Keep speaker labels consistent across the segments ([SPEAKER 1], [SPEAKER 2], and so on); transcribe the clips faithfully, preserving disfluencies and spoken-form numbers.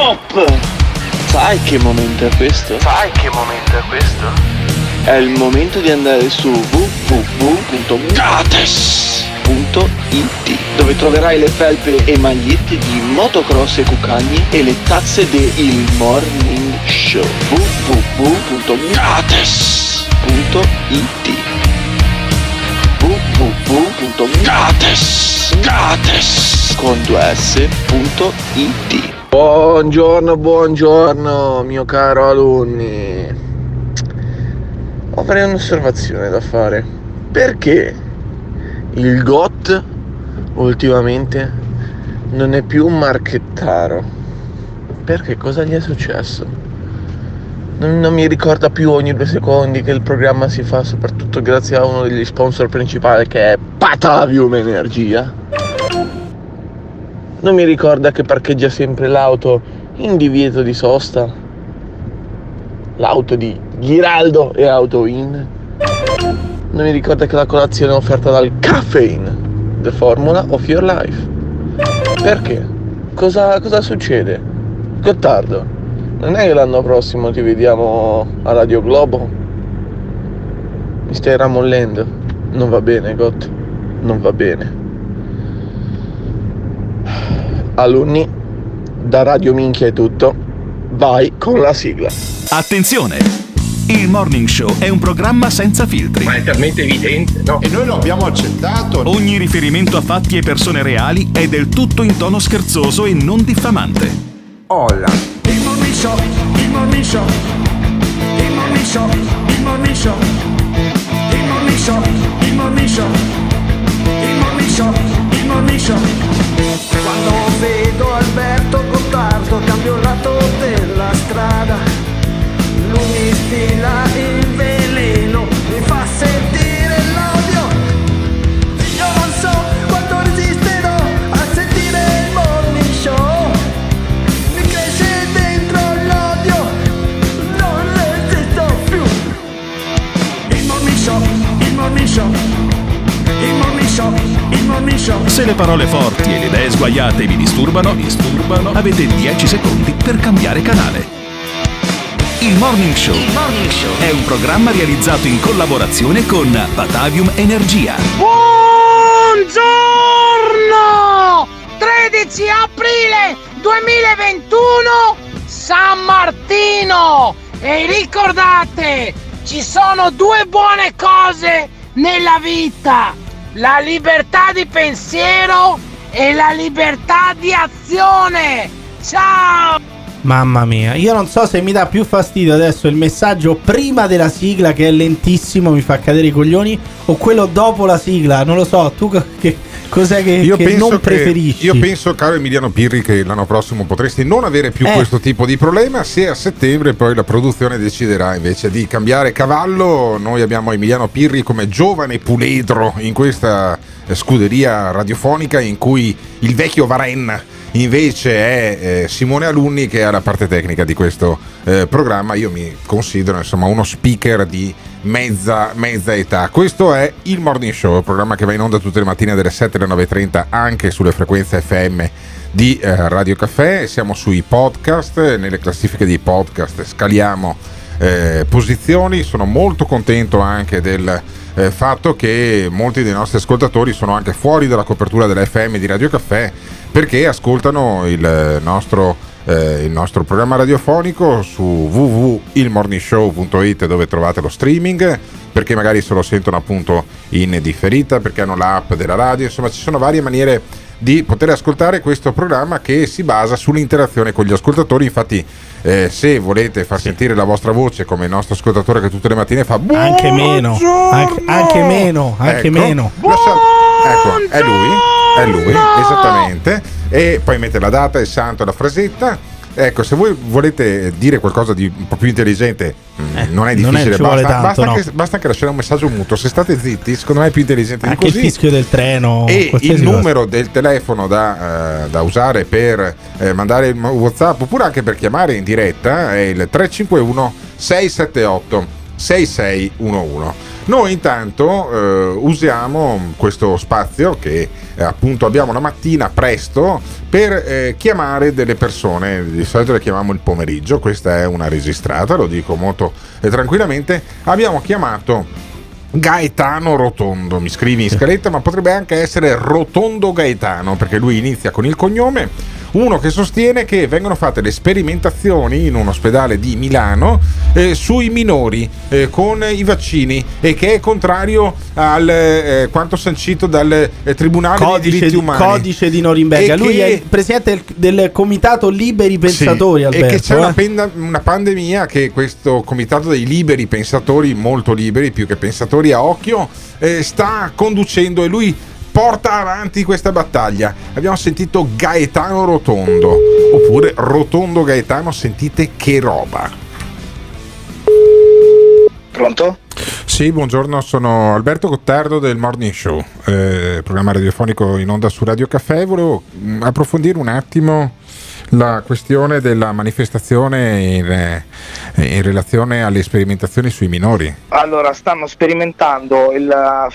[SPEAKER 1] Stop! Sai che momento è questo?
[SPEAKER 2] Sai che momento è questo?
[SPEAKER 1] È il momento di andare su w w w punto gates punto i t, dove troverai le felpe e magliette di motocross e cucagni e le tazze del Morning Show. w w w punto gates punto i t w w w punto gates gates con due s punto i t.
[SPEAKER 3] Buongiorno, buongiorno mio caro alunni. Avrei un'osservazione da fare. Perché il G O T ultimamente non è più un marchettaro? Perché cosa gli è successo? Non, non mi ricorda più ogni due secondi che il programma si fa soprattutto grazie a uno degli sponsor principali che è Patavium Energia. Non mi ricorda che parcheggia sempre l'auto in divieto di sosta, l'auto di Ghiraldo e Auto In. Non mi ricorda che la colazione è offerta dal Caffeine, The Formula of Your Life. Perché? Cosa, cosa succede? Gottardo, non è che l'anno prossimo ti vediamo a Radio Globo? Mi stai rammollendo? Non va bene, Gott, non va bene. Alunni, da Radio Minchia è tutto, vai con la sigla.
[SPEAKER 4] Attenzione! Il Morning Show è un programma senza filtri.
[SPEAKER 5] Ma è talmente evidente, no?
[SPEAKER 6] E noi lo abbiamo accettato.
[SPEAKER 4] Ogni riferimento a fatti e persone reali è del tutto in tono scherzoso e non diffamante.
[SPEAKER 6] Hola.
[SPEAKER 7] Il Morning Show, il Morning Show, il Morning Show, il Morning Show, il Morning Show, il Morning Show, il Morning Show, il Morning Show. Quando vedo Alberto Gottardo cambio il lato della strada. Lui mi stila il veleno, mi fa sentire l'odio. Io non so quanto resisterò a sentire il Morning Show. Mi cresce dentro l'odio, non resisto più. Il Morning Show, il Morning Show, il Morning Show, il Morning Show.
[SPEAKER 4] Se le parole forti e le idee sguaiate vi disturbano, vi disturbano, avete dieci secondi per cambiare canale. Il Morning Show. Il Morning Show è un programma realizzato in collaborazione con Patavium Energia.
[SPEAKER 8] Buongiorno! tredici aprile duemilaventuno, San Martino! E ricordate, ci sono due buone cose nella vita: la libertà di pensiero e la libertà di azione. Ciao!
[SPEAKER 9] Mamma mia, io non so se mi dà più fastidio adesso il messaggio prima della sigla, che è lentissimo, mi fa cadere i coglioni, o quello dopo la sigla. Non lo so, tu che cos'è che,
[SPEAKER 6] io
[SPEAKER 9] che non
[SPEAKER 6] che,
[SPEAKER 9] preferisci?
[SPEAKER 6] Io penso, caro Emiliano Pirri, che l'anno prossimo potresti non avere più
[SPEAKER 9] eh.
[SPEAKER 6] questo tipo di problema, se a settembre poi la produzione deciderà invece di cambiare cavallo. Noi abbiamo Emiliano Pirri come giovane puledro in questa scuderia radiofonica in cui il vecchio Varenna invece è eh, Simone Alunni, che è la parte tecnica di questo eh, programma. Io mi considero insomma uno speaker di mezza, mezza età. Questo è il Morning Show, il programma che va in onda tutte le mattine dalle sette alle nove e trenta anche sulle frequenze F M di eh, Radio Caffè. Siamo sui podcast, nelle classifiche dei podcast scaliamo eh, posizioni. Sono molto contento anche del eh, fatto che molti dei nostri ascoltatori sono anche fuori dalla copertura dell'F M di Radio Caffè, perché ascoltano il nostro, eh, il nostro programma radiofonico su w w w punto il morning show punto i t, dove trovate lo streaming, perché magari se lo sentono appunto in differita, perché hanno l'app della radio. Insomma, ci sono varie maniere di poter ascoltare questo programma che si basa sull'interazione con gli ascoltatori. Infatti eh, se volete far sentire la vostra voce come il nostro ascoltatore che tutte le mattine fa
[SPEAKER 9] anche meno, anche, anche meno, anche
[SPEAKER 6] ecco,
[SPEAKER 9] meno.
[SPEAKER 6] Lascia, ecco, è lui, è lui, esattamente. E poi mette la data, il santo e la frasetta. Ecco, se voi volete dire qualcosa di un po' più intelligente, eh, non è difficile,
[SPEAKER 9] non è,
[SPEAKER 6] basta,
[SPEAKER 9] tanto,
[SPEAKER 6] basta,
[SPEAKER 9] no.
[SPEAKER 6] anche, basta anche lasciare un messaggio muto. Se state zitti, secondo me è più intelligente
[SPEAKER 9] anche
[SPEAKER 6] di così.
[SPEAKER 9] Il fischio del treno
[SPEAKER 6] e il numero
[SPEAKER 9] cosa.
[SPEAKER 6] del telefono da, uh, da usare per uh, mandare il WhatsApp, oppure anche per chiamare in diretta, è il tre cinque uno sei sette otto sei sei uno uno. Noi intanto eh, usiamo questo spazio che eh, appunto abbiamo la mattina presto per eh, chiamare delle persone. Di solito le chiamiamo il pomeriggio, questa è una registrata, lo dico molto eh, tranquillamente. Abbiamo chiamato Gaetano Rotondo, mi scrivi in scaletta, ma potrebbe anche essere Rotondo Gaetano, perché lui inizia con il cognome. Uno che sostiene che vengono fatte le sperimentazioni in un ospedale di Milano eh, sui minori eh, con i vaccini e che è contrario al eh, quanto sancito dal eh, Tribunale
[SPEAKER 9] codice
[SPEAKER 6] dei diritti
[SPEAKER 9] di,
[SPEAKER 6] umani.
[SPEAKER 9] Codice di Norimberga.
[SPEAKER 6] E
[SPEAKER 9] Lui
[SPEAKER 6] che...
[SPEAKER 9] è il presidente del, del comitato Liberi Pensatori,
[SPEAKER 6] sì,
[SPEAKER 9] Alberto.
[SPEAKER 6] E che c'è
[SPEAKER 9] eh?
[SPEAKER 6] una, penda, una pandemia che questo comitato dei liberi pensatori, molto liberi, più che pensatori a occhio, eh, sta conducendo, e lui porta avanti questa battaglia. Abbiamo sentito Gaetano Rotondo, oppure Rotondo Gaetano, sentite che roba.
[SPEAKER 5] Pronto?
[SPEAKER 6] Sì, buongiorno, sono Alberto Gottardo del Morning Show, eh, programma radiofonico in onda su Radio Caffè. Volevo mh, approfondire un attimo la questione della manifestazione in, in relazione alle sperimentazioni sui minori.
[SPEAKER 5] Allora, stanno sperimentando il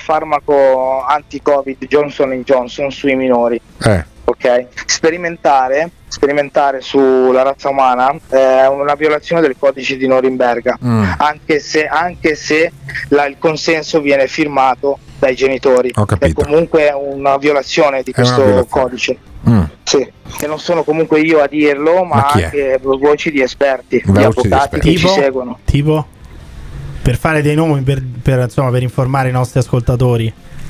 [SPEAKER 5] farmaco anti-Covid Johnson and Johnson sui minori.
[SPEAKER 6] Eh.
[SPEAKER 5] Ok? Sperimentare, sperimentare sulla razza umana è una violazione del codice di Norimberga, mm. anche se, anche se la, il consenso viene firmato dai genitori.
[SPEAKER 6] Ho capito.
[SPEAKER 5] È comunque una violazione di
[SPEAKER 6] è
[SPEAKER 5] questo
[SPEAKER 6] violazione.
[SPEAKER 5] codice.
[SPEAKER 6] Mm.
[SPEAKER 5] Sì, che non sono comunque io a dirlo, ma,
[SPEAKER 6] ma
[SPEAKER 5] anche voci di esperti,
[SPEAKER 6] voci
[SPEAKER 5] di avvocati
[SPEAKER 6] di esperti.
[SPEAKER 5] che
[SPEAKER 9] Tipo?
[SPEAKER 5] ci seguono.
[SPEAKER 9] Tipo? Per fare dei nomi, per, per, insomma, per informare i nostri ascoltatori.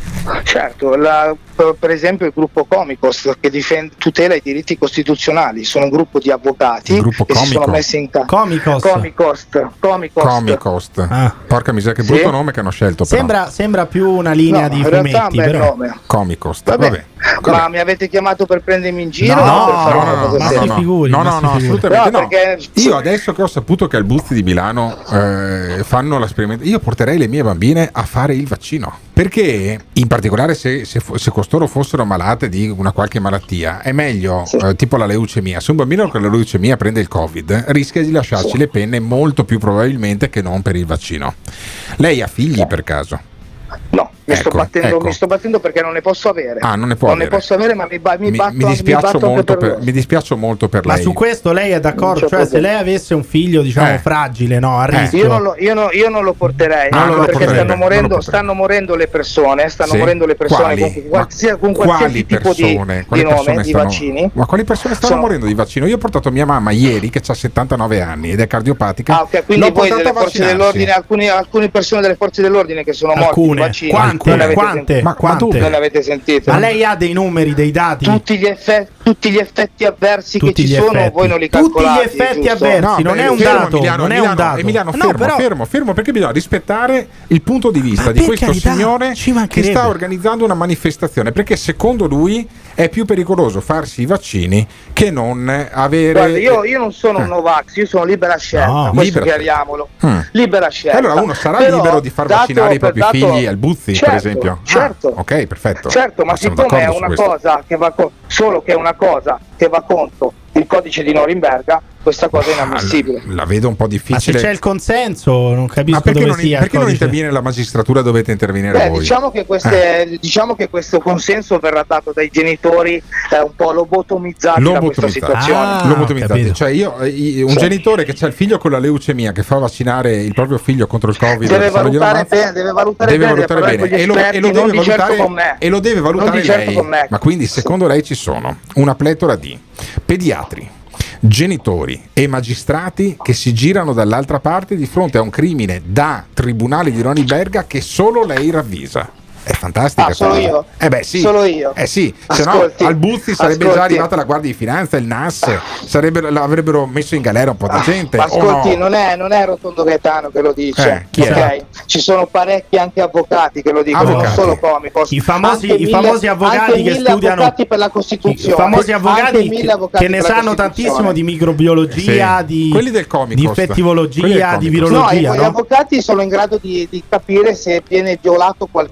[SPEAKER 5] Certo, la, per esempio il gruppo Comicos che difende, tutela i diritti costituzionali, sono un gruppo di avvocati
[SPEAKER 6] gruppo
[SPEAKER 5] che si
[SPEAKER 6] comico.
[SPEAKER 5] sono messi in campo.
[SPEAKER 9] Comicos.
[SPEAKER 5] Comicost, Comicost.
[SPEAKER 6] Comicost.
[SPEAKER 9] Ah.
[SPEAKER 6] Porca miseria, che
[SPEAKER 5] Sì.
[SPEAKER 6] brutto nome che hanno scelto. Però.
[SPEAKER 9] Sembra, sembra più una linea
[SPEAKER 5] No,
[SPEAKER 9] di
[SPEAKER 5] in realtà è un
[SPEAKER 9] fumetti,
[SPEAKER 5] bel
[SPEAKER 9] però.
[SPEAKER 5] nome.
[SPEAKER 6] Comicost.
[SPEAKER 5] Vabbè.
[SPEAKER 6] Vabbè.
[SPEAKER 5] Ma
[SPEAKER 6] Vabbè.
[SPEAKER 5] mi avete chiamato per prendermi in giro
[SPEAKER 9] No,
[SPEAKER 5] o per fare
[SPEAKER 6] no,
[SPEAKER 5] una
[SPEAKER 6] no,
[SPEAKER 5] cosa
[SPEAKER 9] ma
[SPEAKER 5] seria?
[SPEAKER 9] si
[SPEAKER 6] no,
[SPEAKER 9] figuri,
[SPEAKER 6] no,
[SPEAKER 9] ma
[SPEAKER 6] no,
[SPEAKER 9] si
[SPEAKER 6] no,
[SPEAKER 9] figuri.
[SPEAKER 6] assolutamente
[SPEAKER 5] No,
[SPEAKER 6] no.
[SPEAKER 5] perché-
[SPEAKER 6] Io adesso che ho saputo che al Buzzi di Milano eh, fanno la sperimentazione, io porterei le mie bambine a fare il vaccino, perché in particolare se, se, se costoro fossero malate di una qualche malattia è meglio,
[SPEAKER 5] Sì.
[SPEAKER 6] eh, tipo la leucemia. Se un bambino con la leucemia prende il Covid rischia di lasciarci
[SPEAKER 5] Sì.
[SPEAKER 6] le penne molto più probabilmente che non per il vaccino. Lei ha figli
[SPEAKER 5] Sì.
[SPEAKER 6] per caso?
[SPEAKER 5] No, mi, sto
[SPEAKER 6] Ecco,
[SPEAKER 5] battendo,
[SPEAKER 6] ecco.
[SPEAKER 5] mi sto battendo perché non ne posso avere.
[SPEAKER 6] Ah, non ne può
[SPEAKER 5] Non
[SPEAKER 6] avere.
[SPEAKER 5] ne posso avere, ma mi, ba- mi
[SPEAKER 6] Mi,
[SPEAKER 5] batto,
[SPEAKER 6] mi
[SPEAKER 5] mi
[SPEAKER 6] dispiace
[SPEAKER 5] batto anche
[SPEAKER 6] molto per,
[SPEAKER 5] loro.
[SPEAKER 6] mi dispiace molto per
[SPEAKER 9] Ma
[SPEAKER 6] lei.
[SPEAKER 9] su questo lei è d'accordo?
[SPEAKER 5] Non c'è
[SPEAKER 9] Cioè, se
[SPEAKER 5] problema.
[SPEAKER 9] lei avesse un figlio, diciamo,
[SPEAKER 6] Eh.
[SPEAKER 9] fragile, no, a
[SPEAKER 6] Eh.
[SPEAKER 9] rischio.
[SPEAKER 5] Io non, lo, io, no- io non lo porterei,
[SPEAKER 6] Ah,
[SPEAKER 5] anche
[SPEAKER 6] non lo
[SPEAKER 5] perché
[SPEAKER 6] porterebbe,
[SPEAKER 5] stanno
[SPEAKER 6] non lo
[SPEAKER 5] morendo,
[SPEAKER 6] porterebbe.
[SPEAKER 5] stanno morendo le persone, stanno
[SPEAKER 6] Sì?
[SPEAKER 5] morendo le persone
[SPEAKER 6] Quali?
[SPEAKER 5] con, qualsiasi, con
[SPEAKER 6] Ma
[SPEAKER 5] qualsiasi
[SPEAKER 6] quali
[SPEAKER 5] tipo di,
[SPEAKER 6] persone?
[SPEAKER 5] di
[SPEAKER 6] Quali
[SPEAKER 5] nome,
[SPEAKER 6] persone
[SPEAKER 5] di
[SPEAKER 6] stanno-
[SPEAKER 5] vaccini.
[SPEAKER 6] Ma quali persone stanno
[SPEAKER 5] Sono-
[SPEAKER 6] morendo di vaccino? Io ho portato mia mamma ieri che ha settantanove anni ed è cardiopatica.
[SPEAKER 5] Ah, ok, quindi
[SPEAKER 6] L'ho
[SPEAKER 5] voi
[SPEAKER 6] portata
[SPEAKER 5] delle
[SPEAKER 6] a
[SPEAKER 5] forze
[SPEAKER 6] vaccinarsi.
[SPEAKER 5] dell'ordine, alcuni, alcune persone delle forze dell'ordine che sono morte di
[SPEAKER 9] Alcune.
[SPEAKER 5] vaccini,
[SPEAKER 9] Quante?
[SPEAKER 5] non le avete
[SPEAKER 9] Quante?
[SPEAKER 5] sentito.
[SPEAKER 6] Ma- ma
[SPEAKER 9] Quante?
[SPEAKER 5] Non le avete sentite?
[SPEAKER 9] Ma lei ha dei numeri, dei dati?
[SPEAKER 5] tutti gli, effe- tutti gli effetti avversi
[SPEAKER 9] Tutti
[SPEAKER 5] che
[SPEAKER 9] gli
[SPEAKER 5] ci sono,
[SPEAKER 9] effetti.
[SPEAKER 5] voi non li
[SPEAKER 9] Tutti
[SPEAKER 5] calcolate.
[SPEAKER 9] gli effetti
[SPEAKER 5] giusto?
[SPEAKER 9] avversi. non è un
[SPEAKER 6] fermo,
[SPEAKER 9] dato,
[SPEAKER 6] Emiliano,
[SPEAKER 9] non è
[SPEAKER 6] Emiliano,
[SPEAKER 9] un dato.
[SPEAKER 6] Emiliano,
[SPEAKER 9] No,
[SPEAKER 6] fermo,
[SPEAKER 9] però-
[SPEAKER 6] fermo, fermo, perché bisogna rispettare il punto di vista
[SPEAKER 9] Ma
[SPEAKER 6] di
[SPEAKER 9] per
[SPEAKER 6] questo
[SPEAKER 9] carità,
[SPEAKER 6] signore
[SPEAKER 9] ci
[SPEAKER 6] che
[SPEAKER 9] mancherebbe.
[SPEAKER 6] sta organizzando una manifestazione, perché secondo lui è più pericoloso farsi i vaccini che non avere.
[SPEAKER 5] Guarda, io, io non sono
[SPEAKER 6] Eh.
[SPEAKER 5] un Novax, io sono libera scelta,
[SPEAKER 9] No,
[SPEAKER 5] questo
[SPEAKER 6] libera-
[SPEAKER 5] chiariamolo.
[SPEAKER 6] Mm.
[SPEAKER 5] Libera scelta.
[SPEAKER 6] Allora uno sarà
[SPEAKER 5] Però,
[SPEAKER 6] libero di far
[SPEAKER 5] dato
[SPEAKER 6] vaccinare i propri
[SPEAKER 5] per dato-
[SPEAKER 6] figli al Buzzi,
[SPEAKER 5] certo,
[SPEAKER 6] per esempio.
[SPEAKER 5] Certo.
[SPEAKER 6] Ah, ok, perfetto.
[SPEAKER 5] Certo, ma
[SPEAKER 6] siamo
[SPEAKER 5] siccome è
[SPEAKER 6] d'accordo su
[SPEAKER 5] una
[SPEAKER 6] questo.
[SPEAKER 5] cosa che va co- solo che è una cosa che va contro il codice di Norimberga, questa cosa è inammissibile.
[SPEAKER 6] Ah, la vedo un po'
[SPEAKER 9] Ma se
[SPEAKER 6] difficile.
[SPEAKER 9] c'è il consenso, non capisco
[SPEAKER 6] Ma perché
[SPEAKER 9] dove
[SPEAKER 6] non,
[SPEAKER 9] sia
[SPEAKER 6] perché
[SPEAKER 9] il
[SPEAKER 6] non
[SPEAKER 9] codice.
[SPEAKER 6] interviene la magistratura? Dovete intervenire
[SPEAKER 5] Beh,
[SPEAKER 6] voi.
[SPEAKER 5] diciamo, che queste, diciamo che questo consenso verrà dato dai genitori eh, un po' lobotomizzati da questa
[SPEAKER 6] Lobotomizzati.
[SPEAKER 5] situazione.
[SPEAKER 9] Ah,
[SPEAKER 6] Lobotomizzati.
[SPEAKER 9] capito.
[SPEAKER 6] Cioè io, eh, un
[SPEAKER 5] Sì.
[SPEAKER 6] genitore che ha il figlio con la leucemia, che fa vaccinare il proprio figlio contro il Covid,
[SPEAKER 5] Deve
[SPEAKER 6] se non glielo
[SPEAKER 5] valutare
[SPEAKER 6] ammazza,
[SPEAKER 5] bene, deve valutare
[SPEAKER 6] deve
[SPEAKER 5] bene,
[SPEAKER 6] valutare
[SPEAKER 5] deve
[SPEAKER 6] bene.
[SPEAKER 5] parlare
[SPEAKER 6] E
[SPEAKER 5] con
[SPEAKER 6] lo,
[SPEAKER 5] gli
[SPEAKER 6] e lo
[SPEAKER 5] esperti,
[SPEAKER 6] deve
[SPEAKER 5] non di certo
[SPEAKER 6] valutare,
[SPEAKER 5] con me.
[SPEAKER 6] e lo deve
[SPEAKER 5] Non
[SPEAKER 6] valutare
[SPEAKER 5] di certo
[SPEAKER 6] lei.
[SPEAKER 5] con me.
[SPEAKER 6] Ma quindi secondo lei ci sono una pletora di pediatri, genitori e magistrati che si girano dall'altra parte di fronte a un crimine da tribunale di Norimberga che solo lei ravvisa. È fantastica.
[SPEAKER 5] Ah, solo
[SPEAKER 6] questa
[SPEAKER 5] io?
[SPEAKER 6] cosa. Eh beh sì.
[SPEAKER 5] Solo io?
[SPEAKER 6] Eh sì, se no
[SPEAKER 5] Ascolti,
[SPEAKER 6] al Buzzi sarebbe già
[SPEAKER 5] ascolti.
[SPEAKER 6] arrivata la Guardia di Finanza, il N A S, sarebbero, l'avrebbero messo in galera un po' di gente.
[SPEAKER 5] Ma
[SPEAKER 6] o
[SPEAKER 5] ascolti,
[SPEAKER 6] no?
[SPEAKER 5] non, è, non è Rotondo Gaetano che lo dice,
[SPEAKER 6] Eh, chi
[SPEAKER 5] ok?
[SPEAKER 6] è?
[SPEAKER 5] Ci sono parecchi anche avvocati che lo dicono,
[SPEAKER 6] Avvocati.
[SPEAKER 5] non solo Comicos.
[SPEAKER 9] I famosi-
[SPEAKER 5] Anche
[SPEAKER 9] i
[SPEAKER 5] mille-
[SPEAKER 9] famosi avvocati
[SPEAKER 5] anche
[SPEAKER 9] che
[SPEAKER 5] mille
[SPEAKER 9] studiano-
[SPEAKER 5] avvocati per la Costituzione.
[SPEAKER 9] I famosi
[SPEAKER 5] Anche
[SPEAKER 9] avvocati
[SPEAKER 5] mille
[SPEAKER 9] che,
[SPEAKER 5] avvocati
[SPEAKER 9] che ne
[SPEAKER 5] per la
[SPEAKER 9] sanno
[SPEAKER 5] Costituzione.
[SPEAKER 9] tantissimo di microbiologia,
[SPEAKER 6] Sì.
[SPEAKER 9] di,
[SPEAKER 6] Quelli del Comicos.
[SPEAKER 9] di
[SPEAKER 6] Quelli del
[SPEAKER 9] infettivologia, di
[SPEAKER 6] Comicos.
[SPEAKER 5] No,
[SPEAKER 9] virologia.
[SPEAKER 5] e gli
[SPEAKER 9] no?
[SPEAKER 5] avvocati sono in grado di, di capire se viene violato qualcosa.
[SPEAKER 6] Va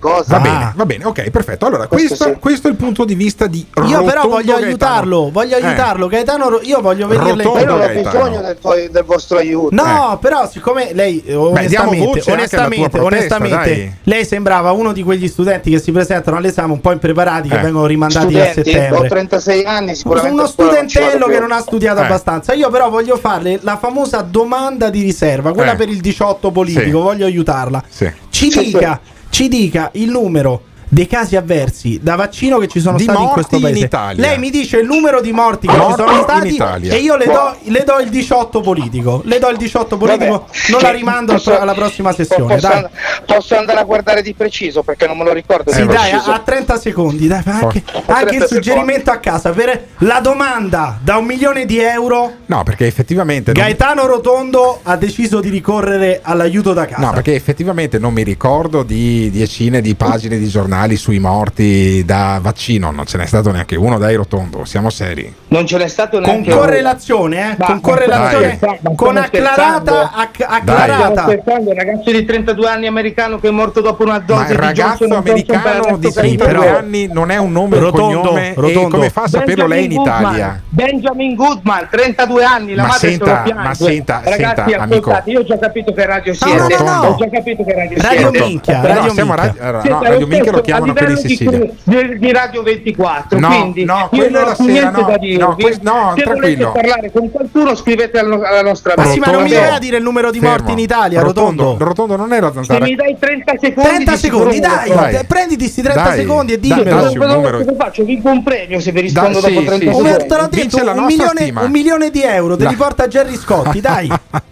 [SPEAKER 6] bene, va bene, ok, perfetto. Allora, questo, questo, sì. questo è il punto di vista di Rotondo.
[SPEAKER 9] Io però voglio
[SPEAKER 6] Gaetano.
[SPEAKER 9] aiutarlo, voglio aiutarlo, eh. Gaetano, io voglio venirle
[SPEAKER 5] in non ho bisogno del, tuo, del vostro aiuto.
[SPEAKER 9] No, eh. però siccome lei onestamente,
[SPEAKER 6] Beh,
[SPEAKER 9] onestamente,
[SPEAKER 6] protesta,
[SPEAKER 9] onestamente
[SPEAKER 6] dai.
[SPEAKER 9] lei sembrava uno di quegli studenti che si presentano all'esame un po' impreparati, che
[SPEAKER 6] eh.
[SPEAKER 9] vengono rimandati
[SPEAKER 5] studenti,
[SPEAKER 9] a settembre.
[SPEAKER 5] Ho trentasei anni, sicuramente
[SPEAKER 9] uno studentello che non ha studiato eh. abbastanza. Io però voglio farle la famosa domanda di riserva, quella eh. per il diciotto politico, sì. voglio aiutarla.
[SPEAKER 6] Sì.
[SPEAKER 9] Ci
[SPEAKER 5] sì,
[SPEAKER 9] dica,
[SPEAKER 5] sì.
[SPEAKER 9] ci dica il numero dei casi avversi da vaccino che ci sono
[SPEAKER 6] di
[SPEAKER 9] stati in questo paese.
[SPEAKER 6] In Italia.
[SPEAKER 9] Lei mi dice il numero di morti che
[SPEAKER 6] morti
[SPEAKER 9] ci sono stati e io le do, le do il diciotto politico. Le do il diciotto politico, Vabbè, non la rimando posso, alla prossima sessione.
[SPEAKER 5] Posso,
[SPEAKER 9] dai.
[SPEAKER 5] posso andare a guardare di preciso perché non me lo ricordo.
[SPEAKER 9] Sì,
[SPEAKER 5] di
[SPEAKER 9] dai,
[SPEAKER 5] preciso.
[SPEAKER 9] a, a trenta secondi, dai, anche, anche il suggerimento secondi. a casa per la domanda da un milione di euro.
[SPEAKER 6] No, perché effettivamente
[SPEAKER 9] Gaetano non... Rotondo ha deciso di ricorrere all'aiuto da casa.
[SPEAKER 6] No, perché effettivamente non mi ricordo di decine di pagine di giornali sui morti da vaccino, non ce n'è stato neanche uno, dai Rotondo, siamo seri.
[SPEAKER 5] Non ce n'è stato neanche
[SPEAKER 9] con correlazione, eh?
[SPEAKER 5] Ma,
[SPEAKER 9] con correlazione,
[SPEAKER 5] dai.
[SPEAKER 9] con acclarata, acc- acclarata.
[SPEAKER 5] Un ragazzo di trentadue anni americano che è morto dopo una dose
[SPEAKER 6] Ma il
[SPEAKER 5] di
[SPEAKER 6] ragazzo
[SPEAKER 5] Johnson
[SPEAKER 6] americano di trentadue anni non è un nome
[SPEAKER 9] Rotondo,
[SPEAKER 6] e cognome
[SPEAKER 9] Rotondo.
[SPEAKER 6] E come fa a saperlo lei in Italia?
[SPEAKER 5] Benjamin Goodman, trentadue anni, la
[SPEAKER 6] ma
[SPEAKER 5] madre
[SPEAKER 6] senta,
[SPEAKER 5] se lo piange.
[SPEAKER 6] Ma senta,
[SPEAKER 5] ragazzi,
[SPEAKER 6] senta, amico.
[SPEAKER 5] Io ho già capito che radio siete.
[SPEAKER 9] No, no, no.
[SPEAKER 5] Ho già capito che radio,
[SPEAKER 9] radio
[SPEAKER 5] siete.
[SPEAKER 9] Minchia,
[SPEAKER 6] no,
[SPEAKER 9] radio
[SPEAKER 6] siamo
[SPEAKER 9] minchia.
[SPEAKER 6] Radio, no, radio Minchia lo chiamano quelli in Sicilia.
[SPEAKER 5] Di, di Radio ventiquattro,
[SPEAKER 6] no,
[SPEAKER 5] quindi
[SPEAKER 6] no,
[SPEAKER 5] io non
[SPEAKER 6] è la
[SPEAKER 5] ho
[SPEAKER 6] sera,
[SPEAKER 5] niente
[SPEAKER 6] no,
[SPEAKER 5] da dirvi.
[SPEAKER 6] no, que- no
[SPEAKER 5] Se
[SPEAKER 6] tranquillo.
[SPEAKER 5] volete parlare con qualcuno scrivete al no- alla nostra
[SPEAKER 9] ma sì, ma non mi
[SPEAKER 6] Rotondo.
[SPEAKER 9] doveva dire il numero di
[SPEAKER 6] Fermo.
[SPEAKER 9] morti in Italia, Rotondo.
[SPEAKER 6] Rotondo, Rotondo non era
[SPEAKER 5] Se
[SPEAKER 6] zanzara.
[SPEAKER 5] mi dai trenta secondi
[SPEAKER 9] trenta secondi, dai,
[SPEAKER 6] dai.
[SPEAKER 9] prenditi sti trenta
[SPEAKER 6] Dai.
[SPEAKER 9] secondi e
[SPEAKER 6] Dai,
[SPEAKER 9] dimmelo.
[SPEAKER 6] dacci un numero.
[SPEAKER 5] Cosa faccio? Vinco un premio se vi rispondo
[SPEAKER 6] Da-
[SPEAKER 5] dopo
[SPEAKER 6] sì,
[SPEAKER 5] trenta
[SPEAKER 6] sì,
[SPEAKER 5] secondi.
[SPEAKER 6] sì.
[SPEAKER 9] Te l'ho detto,
[SPEAKER 6] Vince la
[SPEAKER 9] un
[SPEAKER 6] nostra
[SPEAKER 9] milione,
[SPEAKER 6] stima.
[SPEAKER 9] un milione di euro te
[SPEAKER 6] La-
[SPEAKER 9] li porta Gerry Scotti, dai.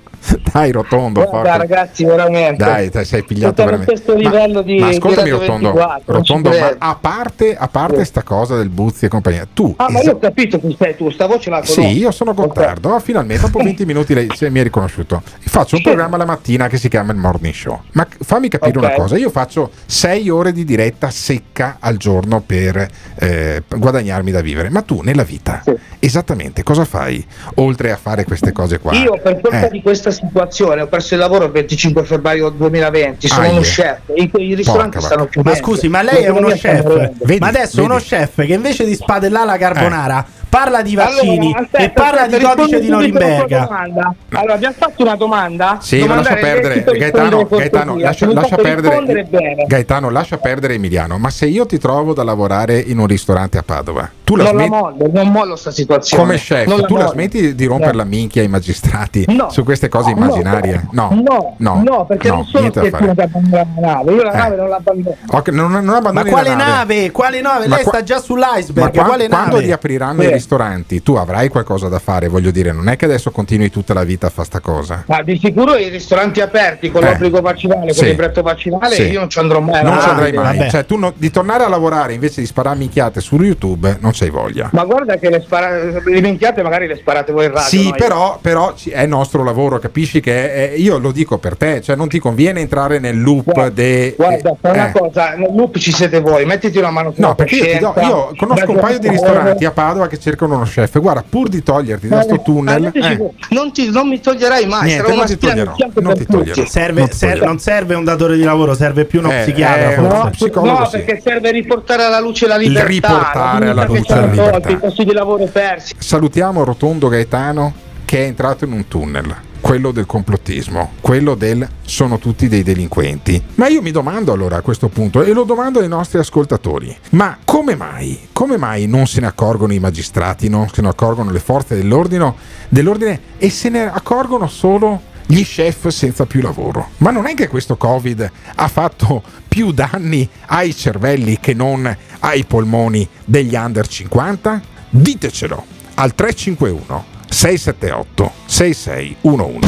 [SPEAKER 6] Dai Rotondo,
[SPEAKER 5] Guarda,
[SPEAKER 6] porca.
[SPEAKER 5] ragazzi, veramente.
[SPEAKER 6] Dai, te sei pigliato
[SPEAKER 5] Siamo
[SPEAKER 6] veramente.
[SPEAKER 5] a questo livello di
[SPEAKER 6] ma ascoltami
[SPEAKER 5] di Radio
[SPEAKER 6] Rotondo,
[SPEAKER 5] ventiquattro,
[SPEAKER 6] Rotondo
[SPEAKER 5] non ci
[SPEAKER 6] ma
[SPEAKER 5] credo.
[SPEAKER 6] a parte a parte sta cosa del Buzzi e compagnia, tu
[SPEAKER 5] Ah, ma
[SPEAKER 6] esa-
[SPEAKER 5] io ho capito chi sei tu, sta voce la conosco.
[SPEAKER 6] Sì, io sono Gottardo,
[SPEAKER 5] Ok.
[SPEAKER 6] finalmente dopo venti minuti lei se mi ha riconosciuto. Faccio un
[SPEAKER 5] Sì.
[SPEAKER 6] programma la mattina che si chiama il Morning Show. Ma fammi capire
[SPEAKER 5] Ok.
[SPEAKER 6] una cosa, io faccio sei ore di diretta secca al giorno per eh, guadagnarmi da vivere. Ma tu nella vita
[SPEAKER 5] Sì.
[SPEAKER 6] esattamente cosa fai oltre a fare queste cose qua?
[SPEAKER 5] Io per colpa
[SPEAKER 6] Eh.
[SPEAKER 5] di questa situazione ho perso il lavoro il venticinque febbraio duemilaventi, sono
[SPEAKER 6] Aia.
[SPEAKER 5] uno chef, i, i ristoranti
[SPEAKER 6] Porca
[SPEAKER 5] stanno
[SPEAKER 6] vacca.
[SPEAKER 5] chiudendo.
[SPEAKER 9] Ma scusi, ma lei è uno
[SPEAKER 5] L'economia sta
[SPEAKER 9] chef.
[SPEAKER 5] morendo.
[SPEAKER 6] Vedi,
[SPEAKER 9] Ma adesso
[SPEAKER 6] vedi.
[SPEAKER 9] uno chef che invece di spadellare la carbonara parla di vaccini
[SPEAKER 5] Allora, aspetta,
[SPEAKER 9] e parla
[SPEAKER 5] aspetta,
[SPEAKER 9] di codice di
[SPEAKER 5] rispondo subito alla tua
[SPEAKER 9] Norimberga.
[SPEAKER 5] domanda. Allora, abbiamo fatto una domanda.
[SPEAKER 6] Sì, ma
[SPEAKER 5] Domanda
[SPEAKER 6] lascia
[SPEAKER 5] che
[SPEAKER 6] perdere,
[SPEAKER 5] riesci per
[SPEAKER 6] Gaetano,
[SPEAKER 5] rispondere
[SPEAKER 6] Gaetano,
[SPEAKER 5] cortesia.
[SPEAKER 6] lascia,
[SPEAKER 5] Se mi
[SPEAKER 6] lascia
[SPEAKER 5] fate
[SPEAKER 6] perdere,
[SPEAKER 5] rispondere bene.
[SPEAKER 6] Gaetano, lascia perdere Emiliano, ma se io ti trovo da lavorare in un ristorante a Padova, tu la
[SPEAKER 5] Non la
[SPEAKER 6] smetti
[SPEAKER 5] mollo, non mollo sta situazione.
[SPEAKER 6] come chef,
[SPEAKER 5] Non
[SPEAKER 6] tu la
[SPEAKER 5] mollo.
[SPEAKER 6] smetti di rompere
[SPEAKER 5] No.
[SPEAKER 6] la minchia ai magistrati
[SPEAKER 5] No.
[SPEAKER 6] su queste cose
[SPEAKER 5] No,
[SPEAKER 6] immaginarie? No,
[SPEAKER 5] no, no, no, perché
[SPEAKER 6] no,
[SPEAKER 5] non sono
[SPEAKER 6] niente da
[SPEAKER 5] qualcuno
[SPEAKER 6] fare.
[SPEAKER 5] che abbandona la nave. Io la
[SPEAKER 6] Eh.
[SPEAKER 5] nave non la abbandono.
[SPEAKER 6] Ok, non, non
[SPEAKER 9] Ma
[SPEAKER 6] abbandoni
[SPEAKER 9] quale
[SPEAKER 6] la nave.
[SPEAKER 9] nave? Quale nave?
[SPEAKER 6] Ma
[SPEAKER 9] Lei
[SPEAKER 6] qua-
[SPEAKER 9] sta già
[SPEAKER 6] Ma
[SPEAKER 9] sull'iceberg.
[SPEAKER 6] qua-
[SPEAKER 9] quale
[SPEAKER 6] quando
[SPEAKER 9] nave?
[SPEAKER 6] riapriranno
[SPEAKER 5] Sì.
[SPEAKER 6] i ristoranti, tu avrai qualcosa da fare, voglio dire, non è che adesso continui tutta la vita a fare sta cosa.
[SPEAKER 5] Ma di sicuro i ristoranti aperti con
[SPEAKER 6] Eh.
[SPEAKER 5] l'obbligo vaccinale,
[SPEAKER 6] Sì.
[SPEAKER 5] con il libretto vaccinale,
[SPEAKER 6] Sì.
[SPEAKER 5] io non ci andrò mai.
[SPEAKER 6] Non
[SPEAKER 5] alla
[SPEAKER 6] ci
[SPEAKER 5] nave.
[SPEAKER 6] andrai mai.
[SPEAKER 9] vabbè.
[SPEAKER 6] Cioè, tu no- di tornare a lavorare invece di sparare minchiate su YouTube non c'hai voglia.
[SPEAKER 5] Ma guarda che le, spara- le minchiate magari le sparate voi in radio.
[SPEAKER 6] Sì,
[SPEAKER 5] no?
[SPEAKER 6] però, però ci- è il nostro lavoro, capisci che è- io lo dico per te, cioè non ti conviene entrare nel loop
[SPEAKER 5] Guarda,
[SPEAKER 6] de
[SPEAKER 5] guarda, fai una
[SPEAKER 6] eh.
[SPEAKER 5] cosa, nel loop ci siete voi, mettiti una mano sulla
[SPEAKER 6] No, perché io, ti do-
[SPEAKER 5] coscienza.
[SPEAKER 6] io conosco un paio di ristoranti a Padova che cercano uno chef. Guarda, pur di toglierti da sto tunnel,
[SPEAKER 5] Ma
[SPEAKER 6] eh,
[SPEAKER 5] non, ti, non mi toglierai mai,
[SPEAKER 6] Niente,
[SPEAKER 5] sarò
[SPEAKER 6] non
[SPEAKER 5] una
[SPEAKER 6] ti
[SPEAKER 5] spina nel
[SPEAKER 6] toglierò,
[SPEAKER 5] fianco
[SPEAKER 6] non
[SPEAKER 5] per
[SPEAKER 6] ti
[SPEAKER 5] tutti.
[SPEAKER 6] toglierò.
[SPEAKER 9] Serve,
[SPEAKER 6] Non ti
[SPEAKER 9] ser-
[SPEAKER 6] voglio.
[SPEAKER 9] non serve un datore di lavoro, serve più uno
[SPEAKER 6] Eh,
[SPEAKER 9] psichiatra.
[SPEAKER 6] eh,
[SPEAKER 9] forse.
[SPEAKER 6] no,
[SPEAKER 5] No,
[SPEAKER 6] psicologo
[SPEAKER 5] no,
[SPEAKER 6] sì.
[SPEAKER 5] perché serve riportare alla luce la libertà,
[SPEAKER 6] Riportare
[SPEAKER 5] la
[SPEAKER 6] alla
[SPEAKER 5] dignità
[SPEAKER 6] luce
[SPEAKER 5] che
[SPEAKER 6] la
[SPEAKER 5] ci hanno
[SPEAKER 6] libertà.
[SPEAKER 5] tolto, i posti di lavoro persi.
[SPEAKER 6] Salutiamo Rotondo Gaetano che è entrato in un tunnel, quello del complottismo, quello del sono tutti dei delinquenti. Ma io mi domando allora a questo punto, e lo domando ai nostri ascoltatori, ma come mai, come mai non se ne accorgono i magistrati, non se ne accorgono le forze dell'ordine, dell'ordine e se ne accorgono solo gli chef senza più lavoro? Ma non è che questo Covid ha fatto più danni ai cervelli che non ai polmoni degli under cinquanta? Ditecelo al tre cinque uno sei sette otto sei sei uno uno.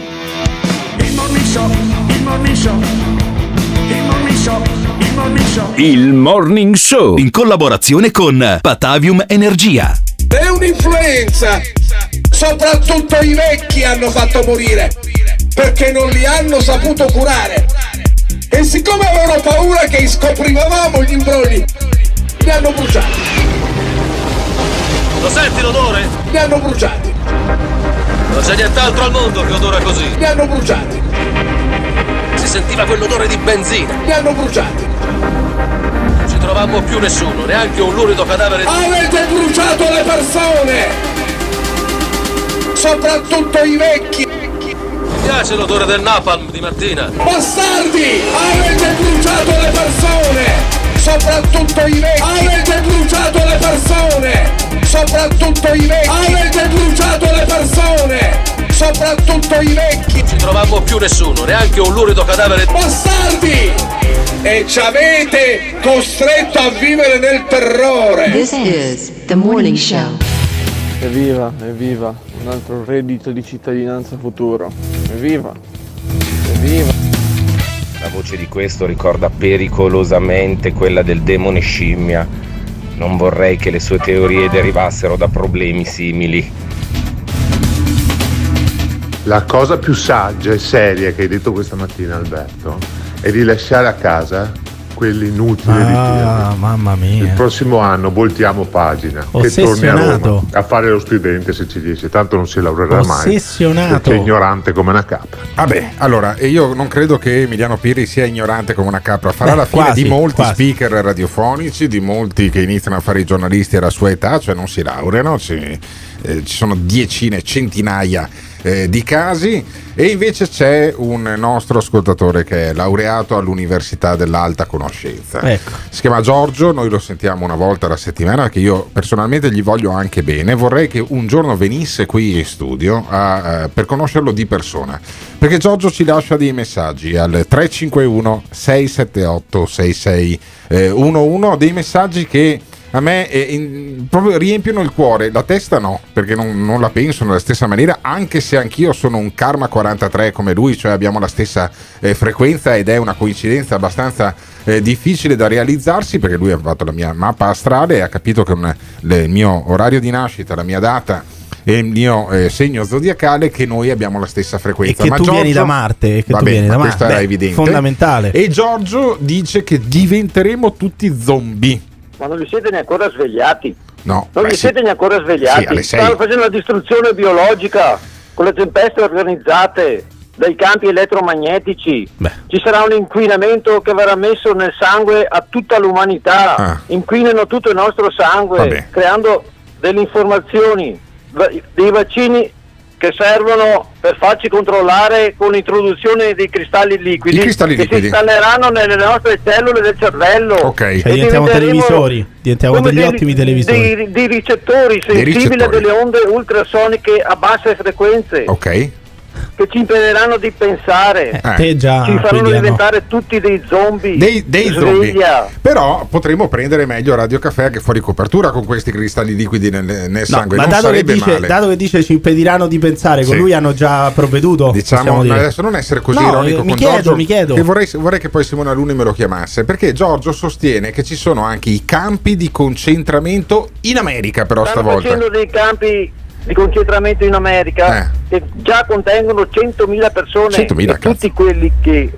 [SPEAKER 7] Il Morning Show, il Morning Show, il Morning Show, il Morning Show.
[SPEAKER 4] Il Morning Show in collaborazione con Patavium Energia.
[SPEAKER 10] È un'influenza, soprattutto i vecchi hanno fatto morire perché non li hanno saputo curare e siccome avevano paura che scoprivamo gli imbrogli li hanno bruciati.
[SPEAKER 11] Lo senti l'odore?
[SPEAKER 10] Li hanno bruciati.
[SPEAKER 11] Non c'è nient'altro al mondo che odora così.
[SPEAKER 10] Li hanno bruciati.
[SPEAKER 11] Si sentiva quell'odore di benzina.
[SPEAKER 10] Li hanno bruciati.
[SPEAKER 11] trovammo più nessuno, neanche un lurido cadavere.
[SPEAKER 10] Avete bruciato le persone! Soprattutto i vecchi!
[SPEAKER 11] Mi piace l'odore del napalm di mattina.
[SPEAKER 10] Bastardi! Avete bruciato le persone! Soprattutto i vecchi! Avete bruciato le persone! Soprattutto i vecchi! Avete bruciato le persone! Soprattutto i vecchi!
[SPEAKER 11] Non ci trovammo più nessuno, neanche un lurido cadavere.
[SPEAKER 10] Bastardi! E ci avete costretto a vivere nel terrore!
[SPEAKER 12] This is the morning show.
[SPEAKER 3] Evviva, evviva, un altro reddito di cittadinanza futuro. Evviva, evviva.
[SPEAKER 13] La voce di questo ricorda pericolosamente quella del demone scimmia. Non vorrei che le sue teorie derivassero da problemi simili.
[SPEAKER 14] La cosa più saggia e seria che hai detto questa mattina, Alberto, è di lasciare a casa quelli inutili di
[SPEAKER 9] Ah, mamma mia.
[SPEAKER 14] Il prossimo anno voltiamo pagina e torni a Roma a fare lo studente se ci riesce, tanto non si laureerà mai.
[SPEAKER 9] Ossessionato.
[SPEAKER 14] Perché è ignorante come una capra.
[SPEAKER 6] Vabbè, allora io non credo che Emiliano Pirri sia ignorante come una capra. Farà
[SPEAKER 14] Eh,
[SPEAKER 6] la fine
[SPEAKER 14] quasi,
[SPEAKER 6] di molti
[SPEAKER 14] quasi.
[SPEAKER 6] speaker radiofonici, di molti che iniziano a fare i giornalisti alla sua età, cioè non si laureano, ci, eh, ci sono decine, centinaia eh, di casi, e invece c'è un nostro ascoltatore che è laureato all'Università dell'Alta Conoscenza.
[SPEAKER 9] Ecco.
[SPEAKER 6] Si chiama Giorgio, noi lo sentiamo una volta alla settimana, che io personalmente gli voglio anche bene. Vorrei che un giorno venisse qui in studio a, eh, per conoscerlo di persona, perché Giorgio ci lascia dei messaggi al tre cinque uno sei sette otto sei sei uno uno, dei messaggi che a me eh, in, proprio riempiono il cuore, la testa no, perché non, non la penso nella stessa maniera, anche se anch'io sono un Karma quarantatré come lui, cioè abbiamo la stessa eh, frequenza, ed è una coincidenza abbastanza eh, difficile da realizzarsi, perché lui ha fatto la mia mappa astrale e ha capito che un, le, il mio orario di nascita, la mia data e il mio eh, segno zodiacale, che noi abbiamo la stessa frequenza.
[SPEAKER 9] E che
[SPEAKER 6] ma
[SPEAKER 9] tu
[SPEAKER 6] Giorgio,
[SPEAKER 9] vieni da Marte, e che
[SPEAKER 6] vabbè,
[SPEAKER 9] tu vieni da
[SPEAKER 6] ma
[SPEAKER 9] Marte.
[SPEAKER 6] questo era
[SPEAKER 9] Beh,
[SPEAKER 6] evidente,
[SPEAKER 9] fondamentale.
[SPEAKER 6] E Giorgio dice che diventeremo tutti zombie.
[SPEAKER 15] Ma non vi siete neanche ancora svegliati?
[SPEAKER 6] No,
[SPEAKER 15] Non
[SPEAKER 6] beh,
[SPEAKER 15] vi
[SPEAKER 6] sì.
[SPEAKER 15] siete neanche ancora svegliati?
[SPEAKER 6] Sì, alle sei.
[SPEAKER 15] Stanno facendo la distruzione biologica con le tempeste organizzate dai campi elettromagnetici.
[SPEAKER 9] Beh.
[SPEAKER 15] Ci sarà un inquinamento che verrà messo nel sangue a tutta l'umanità.
[SPEAKER 6] Ah.
[SPEAKER 15] Inquinano tutto il nostro sangue,
[SPEAKER 6] Vabbè.
[SPEAKER 15] creando delle informazioni, va- dei vaccini che servono per farci controllare con l'introduzione dei cristalli liquidi,
[SPEAKER 6] I cristalli
[SPEAKER 15] che
[SPEAKER 6] liquidi.
[SPEAKER 15] si installeranno nelle nostre cellule del cervello.
[SPEAKER 6] Ok.
[SPEAKER 15] E
[SPEAKER 9] Cioè, diventiamo
[SPEAKER 15] diventeremo
[SPEAKER 9] televisori, diventiamo
[SPEAKER 15] come
[SPEAKER 9] degli
[SPEAKER 15] dei-
[SPEAKER 9] ottimi televisori.
[SPEAKER 15] Dei, dei ricettori sensibili
[SPEAKER 6] ricettori.
[SPEAKER 15] a delle onde ultrasoniche a basse frequenze,
[SPEAKER 6] Ok.
[SPEAKER 15] che ci impediranno di pensare,
[SPEAKER 6] Eh.
[SPEAKER 9] Te già,
[SPEAKER 15] ci faranno
[SPEAKER 9] quindi, ah, no.
[SPEAKER 15] diventare tutti dei zombie.
[SPEAKER 6] Dei, dei zombie.
[SPEAKER 15] Sveglia.
[SPEAKER 6] Però potremmo prendere meglio Radio Caffè che fuori copertura con questi cristalli liquidi nel, nel
[SPEAKER 9] No,
[SPEAKER 6] sangue.
[SPEAKER 9] ma
[SPEAKER 6] non
[SPEAKER 9] dato che,
[SPEAKER 6] sarebbe
[SPEAKER 9] dice,
[SPEAKER 6] male.
[SPEAKER 9] dato che dice ci impediranno di pensare, con
[SPEAKER 6] Sì.
[SPEAKER 9] lui hanno già provveduto.
[SPEAKER 6] Diciamo,
[SPEAKER 9] possiamo dire.
[SPEAKER 6] adesso non essere così
[SPEAKER 9] No,
[SPEAKER 6] ironico
[SPEAKER 9] eh, mi
[SPEAKER 6] con
[SPEAKER 9] chiedo,
[SPEAKER 6] Giorgio,
[SPEAKER 9] mi chiedo.
[SPEAKER 6] che vorrei, vorrei che poi Simona Luni me lo chiamasse, perché Giorgio sostiene che ci sono anche i campi di concentramento in America, però
[SPEAKER 15] Stanno
[SPEAKER 6] stavolta.
[SPEAKER 15] facendo dei campi di concentramento in America che già contengono centomila persone,
[SPEAKER 6] centomila,
[SPEAKER 15] e tutti quelli che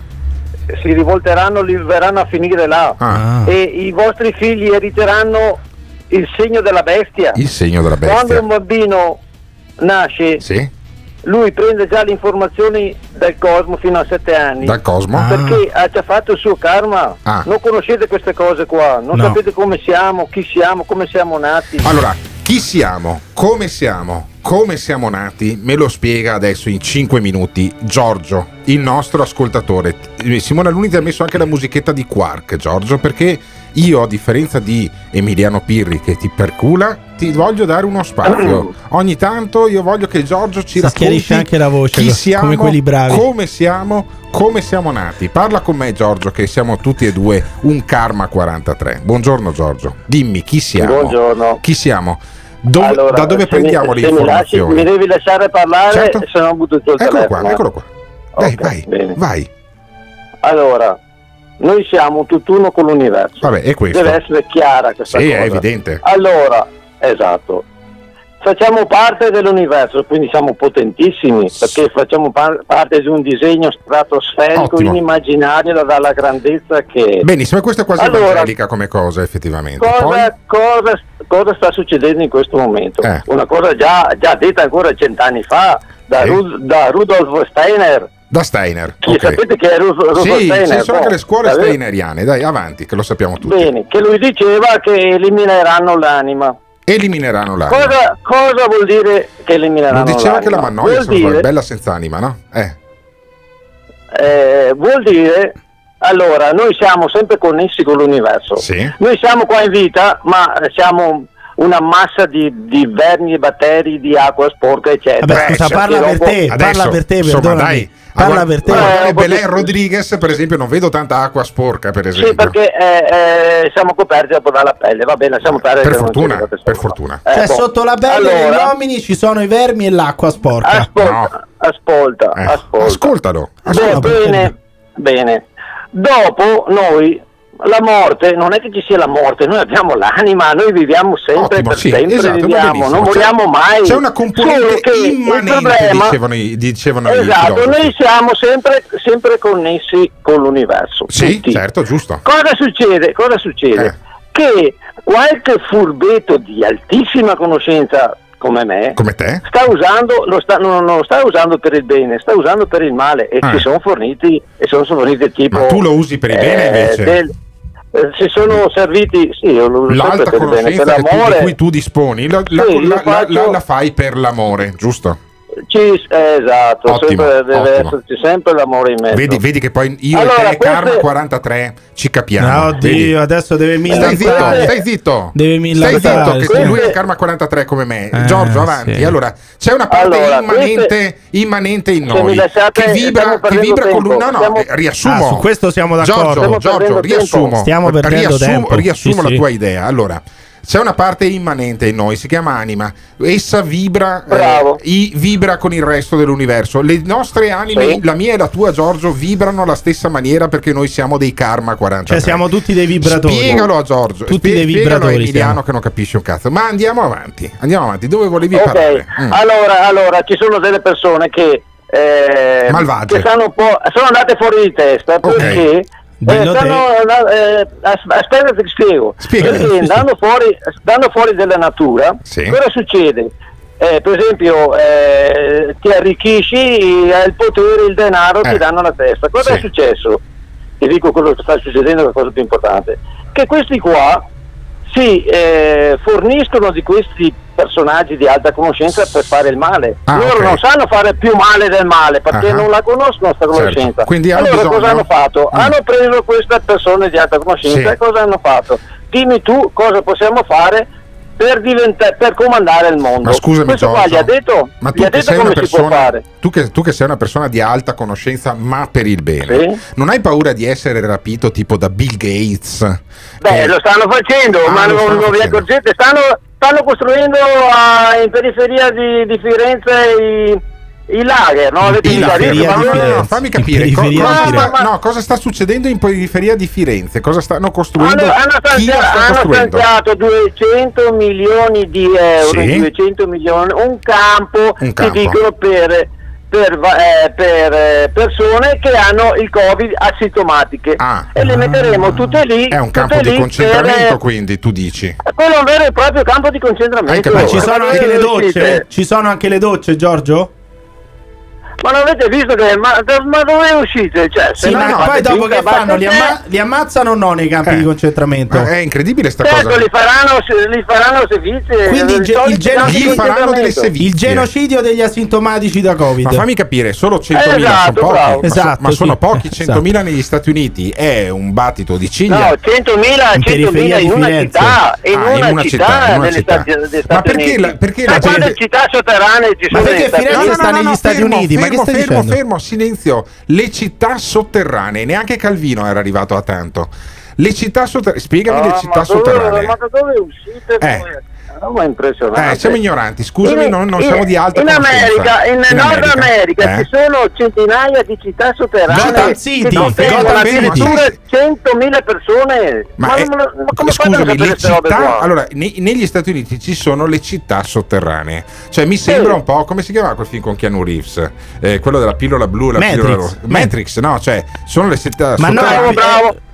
[SPEAKER 15] si rivolteranno li verranno a finire là,
[SPEAKER 6] Ah.
[SPEAKER 15] e i vostri figli eriteranno il segno della bestia.
[SPEAKER 6] Il segno della bestia.
[SPEAKER 15] Quando un bambino nasce,
[SPEAKER 6] Sì.
[SPEAKER 15] lui prende già le informazioni dal cosmo fino a sette anni.
[SPEAKER 6] Dal cosmo? Ah.
[SPEAKER 15] Perché ha già fatto il suo karma.
[SPEAKER 6] Ah.
[SPEAKER 15] Non conoscete queste cose qua, non
[SPEAKER 6] No.
[SPEAKER 15] sapete come siamo, chi siamo, come siamo nati.
[SPEAKER 6] Allora, chi siamo? Come siamo? Come siamo nati? Me lo spiega adesso in cinque minuti Giorgio, il nostro ascoltatore. Simona Luni ti ha messo anche la musichetta di Quark, Giorgio, perché io, a differenza di Emiliano Pirri che ti percula, ti voglio dare uno spazio. Ogni tanto io voglio che Giorgio ci
[SPEAKER 9] Si schiarisce
[SPEAKER 6] racconti
[SPEAKER 9] anche la voce,
[SPEAKER 6] chi
[SPEAKER 9] co-
[SPEAKER 6] siamo,
[SPEAKER 9] come quelli bravi.
[SPEAKER 6] come siamo, come siamo nati. Parla con me, Giorgio, che siamo tutti e due un Karma quarantatré. Buongiorno Giorgio, dimmi chi siamo.
[SPEAKER 15] Buongiorno.
[SPEAKER 6] Chi siamo? Dove-
[SPEAKER 15] Allora,
[SPEAKER 6] da dove
[SPEAKER 15] se
[SPEAKER 6] prendiamo
[SPEAKER 15] mi,
[SPEAKER 6] le
[SPEAKER 15] se mi lasci-
[SPEAKER 6] informazioni?
[SPEAKER 15] Mi devi lasciare parlare,
[SPEAKER 6] Certo.
[SPEAKER 15] se no butto giù il
[SPEAKER 6] Eccolo
[SPEAKER 15] telefono.
[SPEAKER 6] qua,
[SPEAKER 15] eh.
[SPEAKER 6] eccolo qua. Dai,
[SPEAKER 15] Ok,
[SPEAKER 6] vai,
[SPEAKER 15] bene.
[SPEAKER 6] vai.
[SPEAKER 15] Allora, noi siamo un tutt'uno con l'universo.
[SPEAKER 6] Vabbè, è questo.
[SPEAKER 15] Deve essere chiara questa
[SPEAKER 6] Sì,
[SPEAKER 15] cosa.
[SPEAKER 6] è evidente.
[SPEAKER 15] Allora, esatto. Facciamo parte dell'universo, quindi siamo potentissimi, perché facciamo par- parte di un disegno stratosferico
[SPEAKER 6] Ottimo.
[SPEAKER 15] inimmaginabile da- dalla grandezza che è.
[SPEAKER 6] Benissimo, e questa è quasi
[SPEAKER 15] Allora,
[SPEAKER 6] evangelica come cosa, effettivamente. Poi,
[SPEAKER 15] Cosa, cosa, cosa sta succedendo in questo momento?
[SPEAKER 6] Eh.
[SPEAKER 15] Una cosa già, già detta ancora cent'anni fa da,
[SPEAKER 6] Sì.
[SPEAKER 15] Ru- da Rudolf Steiner,
[SPEAKER 6] Da Steiner.
[SPEAKER 15] Sì,
[SPEAKER 6] Okay.
[SPEAKER 15] sapete che è Rudolf
[SPEAKER 6] Sì,
[SPEAKER 15] Steiner?
[SPEAKER 6] ci sono
[SPEAKER 15] no?
[SPEAKER 6] anche le scuole
[SPEAKER 15] Sapete?
[SPEAKER 6] steineriane, dai, avanti, che lo sappiamo tutti.
[SPEAKER 15] Bene, che lui diceva che elimineranno l'anima.
[SPEAKER 6] Elimineranno l'anima.
[SPEAKER 15] Cosa, cosa vuol dire che elimineranno
[SPEAKER 6] Lo diceva
[SPEAKER 15] l'anima?
[SPEAKER 6] che la Mannoia
[SPEAKER 15] Vuol
[SPEAKER 6] se non sbaglio,
[SPEAKER 15] dire,
[SPEAKER 6] è bella senza anima, no? Eh.
[SPEAKER 15] eh, vuol dire, allora, noi siamo sempre connessi con l'universo.
[SPEAKER 6] Sì.
[SPEAKER 15] Noi siamo qua in vita, ma siamo una massa di, di vermi e batteri, di acqua sporca, eccetera.
[SPEAKER 9] Vabbè, scusa,
[SPEAKER 15] Perché
[SPEAKER 9] parla per
[SPEAKER 15] dopo-
[SPEAKER 9] te, parla per te,
[SPEAKER 6] insomma,
[SPEAKER 9] perdonami.
[SPEAKER 6] dai,
[SPEAKER 9] Parla
[SPEAKER 6] a
[SPEAKER 9] per te.
[SPEAKER 6] guardare
[SPEAKER 15] Eh,
[SPEAKER 6] Belen
[SPEAKER 15] perché-
[SPEAKER 6] Rodriguez, per esempio, non vedo tanta acqua sporca, per esempio.
[SPEAKER 15] Sì, perché eh, eh, siamo coperti dopo dalla pelle, va bene, siamo coperti.
[SPEAKER 6] Per fortuna, per fortuna.
[SPEAKER 15] Eh,
[SPEAKER 9] Cioè,
[SPEAKER 15] boh.
[SPEAKER 9] sotto la pelle
[SPEAKER 15] Allora-
[SPEAKER 9] degli uomini ci sono i vermi e l'acqua sporca.
[SPEAKER 15] Ascolta, ascolta,
[SPEAKER 6] Eh,
[SPEAKER 15] ascolta.
[SPEAKER 6] Ascoltalo.
[SPEAKER 15] Beh,
[SPEAKER 6] ascoltalo.
[SPEAKER 15] bene, bene. Dopo noi, la morte, non è che ci sia la morte, noi abbiamo l'anima, noi viviamo sempre,
[SPEAKER 6] Ottimo,
[SPEAKER 15] per
[SPEAKER 6] sì,
[SPEAKER 15] sempre
[SPEAKER 6] esatto, va
[SPEAKER 15] viviamo,
[SPEAKER 6] benissimo.
[SPEAKER 15] non
[SPEAKER 6] C'è-
[SPEAKER 15] moriamo mai.
[SPEAKER 6] C'è una componente
[SPEAKER 15] Solo che il
[SPEAKER 6] immanente,
[SPEAKER 15] problema-
[SPEAKER 6] dicevano, i, dicevano i
[SPEAKER 15] Esatto,
[SPEAKER 6] filosofi.
[SPEAKER 15] noi siamo sempre, sempre connessi con l'universo.
[SPEAKER 6] Sì,
[SPEAKER 15] tutti.
[SPEAKER 6] certo, giusto.
[SPEAKER 15] Cosa succede? Cosa succede?
[SPEAKER 6] Eh.
[SPEAKER 15] Che qualche furbetto di altissima conoscenza come me
[SPEAKER 6] Come te?
[SPEAKER 15] sta usando, lo sta, non, non lo sta usando per il bene, sta usando per il male e
[SPEAKER 6] Ah.
[SPEAKER 15] si sono forniti e sono forniti tipo
[SPEAKER 6] Ma tu lo usi per il bene, invece?
[SPEAKER 15] del- eh, si sono serviti, sì, io lo uso
[SPEAKER 6] L'alta
[SPEAKER 15] sempre per il bene, per
[SPEAKER 6] conoscenza che tu-
[SPEAKER 15] l'amore.
[SPEAKER 6] di cui tu disponi, la, la-
[SPEAKER 15] Sì,
[SPEAKER 6] la-
[SPEAKER 15] lo
[SPEAKER 6] la-
[SPEAKER 15] faccio-
[SPEAKER 6] la- la fai per l'amore, giusto?
[SPEAKER 15] Ci, eh, esatto,
[SPEAKER 6] Ottimo,
[SPEAKER 15] sempre, deve
[SPEAKER 6] ottimo.
[SPEAKER 15] esserci sempre l'amore in mezzo.
[SPEAKER 6] Vedi, vedi che poi io
[SPEAKER 15] Allora,
[SPEAKER 6] e te,
[SPEAKER 15] queste-
[SPEAKER 6] Karma quarantatré, ci capiamo.
[SPEAKER 9] No, oddio,
[SPEAKER 6] vedi?
[SPEAKER 9] adesso deve
[SPEAKER 6] Stai zitto,
[SPEAKER 9] millantare.
[SPEAKER 6] stai zitto.
[SPEAKER 9] Deve
[SPEAKER 6] Stai
[SPEAKER 9] millantare.
[SPEAKER 6] zitto, che
[SPEAKER 9] sì.
[SPEAKER 6] lui è Karma quarantatré come me.
[SPEAKER 9] Eh,
[SPEAKER 6] Giorgio, avanti.
[SPEAKER 9] sì.
[SPEAKER 6] Allora, c'è una parte
[SPEAKER 15] Allora,
[SPEAKER 6] immanente,
[SPEAKER 15] queste-
[SPEAKER 6] immanente in
[SPEAKER 15] se mi
[SPEAKER 6] noi
[SPEAKER 15] lasciate,
[SPEAKER 6] che vibra,
[SPEAKER 15] stiamo
[SPEAKER 6] che
[SPEAKER 15] perdendo
[SPEAKER 6] vibra con lui.
[SPEAKER 15] tempo.
[SPEAKER 6] No, no,
[SPEAKER 15] Stiamo-
[SPEAKER 6] eh, riassumo.
[SPEAKER 9] Ah, su questo siamo d'accordo.
[SPEAKER 6] Giorgio,
[SPEAKER 15] Stiamo
[SPEAKER 6] Giorgio,
[SPEAKER 15] perdendo
[SPEAKER 6] riassumo.
[SPEAKER 15] tempo.
[SPEAKER 9] Stiamo perdendo
[SPEAKER 6] riassumo,
[SPEAKER 9] tempo.
[SPEAKER 6] riassumo
[SPEAKER 9] Sì,
[SPEAKER 6] la
[SPEAKER 9] sì.
[SPEAKER 6] tua idea. Allora, c'è una parte immanente in noi, si chiama anima. Essa vibra,
[SPEAKER 15] Bravo.
[SPEAKER 6] eh, i- vibra con il resto dell'universo. Le nostre anime,
[SPEAKER 15] Sì.
[SPEAKER 6] la mia e la tua, Giorgio, vibrano alla stessa maniera perché noi siamo dei Karma quarantatré.
[SPEAKER 9] Cioè, siamo tutti dei vibratori.
[SPEAKER 6] Spiegalo a Giorgio,
[SPEAKER 9] Tutti
[SPEAKER 6] spie-
[SPEAKER 9] dei
[SPEAKER 6] spiegalo a
[SPEAKER 9] vibratori
[SPEAKER 6] Emiliano
[SPEAKER 9] siamo.
[SPEAKER 6] che non capisce un cazzo. Ma andiamo avanti, andiamo avanti. Dove volevi
[SPEAKER 15] Ok,
[SPEAKER 6] parlare? Mm.
[SPEAKER 15] allora, allora ci sono delle persone che, eh,
[SPEAKER 6] Malvagie.
[SPEAKER 15] che stanno un po', sono andate fuori di testa
[SPEAKER 6] Ok.
[SPEAKER 15] perché eh,
[SPEAKER 9] Dillo te.
[SPEAKER 15] stanno, eh, as- aspetta che ti spiego.
[SPEAKER 6] Spiegami.
[SPEAKER 15] Perché andando fuori, andando fuori dalla natura,
[SPEAKER 6] Sì.
[SPEAKER 15] cosa succede? Eh, per esempio, eh, ti arricchisci, hai il potere, il denaro,
[SPEAKER 6] Eh.
[SPEAKER 15] ti danno la testa. Cosa
[SPEAKER 6] Sì.
[SPEAKER 15] è successo? Ti dico quello che sta succedendo, la cosa più importante. Che questi qua si eh, forniscono di questi personaggi di alta conoscenza per fare il male.
[SPEAKER 6] Ah,
[SPEAKER 15] Loro
[SPEAKER 6] ok.
[SPEAKER 15] non sanno fare più male del male perché
[SPEAKER 6] Ah.
[SPEAKER 15] non la conoscono sta conoscenza.
[SPEAKER 6] Certo. Quindi hanno
[SPEAKER 15] allora
[SPEAKER 6] bisogno-
[SPEAKER 15] cosa hanno fatto?
[SPEAKER 6] Mm.
[SPEAKER 15] Hanno preso queste persone di alta conoscenza
[SPEAKER 6] Sì.
[SPEAKER 15] e cosa hanno fatto? Dimmi tu cosa possiamo fare per, diventare, per comandare il mondo.
[SPEAKER 6] Ma scusami,
[SPEAKER 15] Questo qua
[SPEAKER 6] Giorgio,
[SPEAKER 15] gli ha detto,
[SPEAKER 6] ma
[SPEAKER 15] gli
[SPEAKER 6] tu
[SPEAKER 15] ha
[SPEAKER 6] che
[SPEAKER 15] detto
[SPEAKER 6] sei una
[SPEAKER 15] come si può
[SPEAKER 6] persona,
[SPEAKER 15] fare.
[SPEAKER 6] tu che, tu che sei una persona di alta conoscenza, ma per il bene,
[SPEAKER 15] Sì.
[SPEAKER 6] non hai paura di essere rapito tipo da Bill Gates?
[SPEAKER 15] Beh,
[SPEAKER 6] Che-
[SPEAKER 15] lo stanno facendo,
[SPEAKER 6] Ah,
[SPEAKER 15] ma
[SPEAKER 6] lo
[SPEAKER 15] non,
[SPEAKER 6] stanno
[SPEAKER 15] non vi
[SPEAKER 6] facendo.
[SPEAKER 15] accorgete. Stanno, stanno costruendo ah, in periferia di, di Firenze i, i lager, no? Avete
[SPEAKER 6] In
[SPEAKER 15] visto?
[SPEAKER 9] periferia
[SPEAKER 15] Ma
[SPEAKER 9] di
[SPEAKER 15] non-
[SPEAKER 9] Firenze.
[SPEAKER 6] No, fammi
[SPEAKER 9] In
[SPEAKER 6] capire co-
[SPEAKER 9] periferia
[SPEAKER 6] cosa,
[SPEAKER 15] di
[SPEAKER 6] sta,
[SPEAKER 15] Firenze.
[SPEAKER 6] no, cosa sta succedendo in periferia di Firenze? Cosa stanno costruendo?
[SPEAKER 15] Hanno, hanno,
[SPEAKER 6] Chi la
[SPEAKER 15] stanzia-
[SPEAKER 6] sta
[SPEAKER 15] hanno
[SPEAKER 6] costruendo?
[SPEAKER 15] stanziato duecento milioni di euro,
[SPEAKER 6] Sì.
[SPEAKER 15] duecento milioni, un campo,
[SPEAKER 6] Un
[SPEAKER 15] ti
[SPEAKER 6] campo.
[SPEAKER 15] dicono per, per, va- eh, per eh, persone che hanno il Covid asintomatiche
[SPEAKER 6] Ah.
[SPEAKER 15] e le metteremo tutte lì.
[SPEAKER 6] È un
[SPEAKER 15] tutte
[SPEAKER 6] campo di
[SPEAKER 15] lì
[SPEAKER 6] concentramento,
[SPEAKER 15] per-
[SPEAKER 6] quindi tu dici.
[SPEAKER 15] quello è un vero e proprio campo di concentramento.
[SPEAKER 6] Hai capito?
[SPEAKER 9] Ma ci sono
[SPEAKER 15] Ma
[SPEAKER 9] anche le
[SPEAKER 15] non
[SPEAKER 9] docce?
[SPEAKER 15] riuscite?
[SPEAKER 9] Ci sono anche le docce, Giorgio?
[SPEAKER 15] Ma non avete visto che ma, ma dove uscite? Cioè, se
[SPEAKER 9] Sì,
[SPEAKER 15] no
[SPEAKER 9] ma
[SPEAKER 15] fate
[SPEAKER 9] poi dopo
[SPEAKER 15] finta,
[SPEAKER 9] che
[SPEAKER 15] ma
[SPEAKER 9] fanno? Li,
[SPEAKER 15] perché-
[SPEAKER 9] amma- li ammazzano o no nei campi
[SPEAKER 6] Eh.
[SPEAKER 9] di concentramento?
[SPEAKER 6] Ma è incredibile sta
[SPEAKER 15] Certo,
[SPEAKER 6] cosa.
[SPEAKER 15] li faranno, li faranno sevizie.
[SPEAKER 9] Quindi il, ge- il geno-
[SPEAKER 6] Gli
[SPEAKER 9] il-
[SPEAKER 6] faranno delle sevizie.
[SPEAKER 9] il genocidio degli asintomatici da Covid.
[SPEAKER 6] Ma fammi capire, solo centomila
[SPEAKER 15] Esatto,
[SPEAKER 6] sono pochi,
[SPEAKER 15] bravo.
[SPEAKER 6] ma, so-
[SPEAKER 9] Esatto,
[SPEAKER 6] ma sono
[SPEAKER 9] sì.
[SPEAKER 6] pochi,
[SPEAKER 9] Esatto.
[SPEAKER 6] centomila negli Stati Uniti è un battito di ciglia.
[SPEAKER 15] No, centomila,
[SPEAKER 9] In periferia
[SPEAKER 15] centomila in
[SPEAKER 9] di
[SPEAKER 15] una
[SPEAKER 9] Firenze.
[SPEAKER 15] città, in,
[SPEAKER 6] Ah,
[SPEAKER 15] una
[SPEAKER 6] in una città,
[SPEAKER 15] città,
[SPEAKER 6] in una
[SPEAKER 15] degli
[SPEAKER 6] città.
[SPEAKER 15] Stati, degli Stati
[SPEAKER 6] Ma perché
[SPEAKER 15] Uniti.
[SPEAKER 6] la- perché
[SPEAKER 15] Sai
[SPEAKER 6] la
[SPEAKER 15] quante
[SPEAKER 6] gente-
[SPEAKER 15] città sotterranee ci
[SPEAKER 9] Ma
[SPEAKER 15] sono
[SPEAKER 9] perché
[SPEAKER 15] negli Stati
[SPEAKER 9] Firenze
[SPEAKER 15] Uniti?
[SPEAKER 9] sta negli Stati
[SPEAKER 6] fermo,
[SPEAKER 9] Uniti, ma che
[SPEAKER 6] fermo,
[SPEAKER 9] stai
[SPEAKER 6] fermo,
[SPEAKER 9] dicendo?
[SPEAKER 6] fermo, silenzio. Le città sotterranee, neanche Calvino era arrivato a tanto. Le città sotterranee, spiegami
[SPEAKER 15] No,
[SPEAKER 6] le città
[SPEAKER 15] ma dove-
[SPEAKER 6] sotterranee.
[SPEAKER 15] Ma da dove uscite?
[SPEAKER 6] Eh.
[SPEAKER 15] voi? Ma è impressionante.
[SPEAKER 6] Eh, siamo ignoranti, scusami,
[SPEAKER 15] In-
[SPEAKER 6] non, non
[SPEAKER 15] in-
[SPEAKER 6] siamo di alta
[SPEAKER 15] in
[SPEAKER 6] conoscenza.
[SPEAKER 15] America, in, Nord America,
[SPEAKER 6] eh?
[SPEAKER 15] ci sono centinaia di città sotterranee
[SPEAKER 9] Gotham City,
[SPEAKER 15] che contengono
[SPEAKER 6] Gotham City.
[SPEAKER 15] addirittura centomila persone.
[SPEAKER 6] Ma,
[SPEAKER 15] Ma,
[SPEAKER 6] è-
[SPEAKER 15] ma- ma come fate a
[SPEAKER 6] scusami,
[SPEAKER 15] sapere
[SPEAKER 6] le
[SPEAKER 15] queste robe
[SPEAKER 6] città,
[SPEAKER 15] qua?
[SPEAKER 6] allora, ne- negli Stati Uniti ci sono le città sotterranee. Cioè, mi sembra un po' come si chiama quel film con Keanu Reeves? Eh, quello della pillola blu e la
[SPEAKER 9] Matrix.
[SPEAKER 6] pillola rossa. Matrix, no, cioè, sono le città
[SPEAKER 9] Ma no,
[SPEAKER 6] sotterranee.
[SPEAKER 15] Bravo, bravo.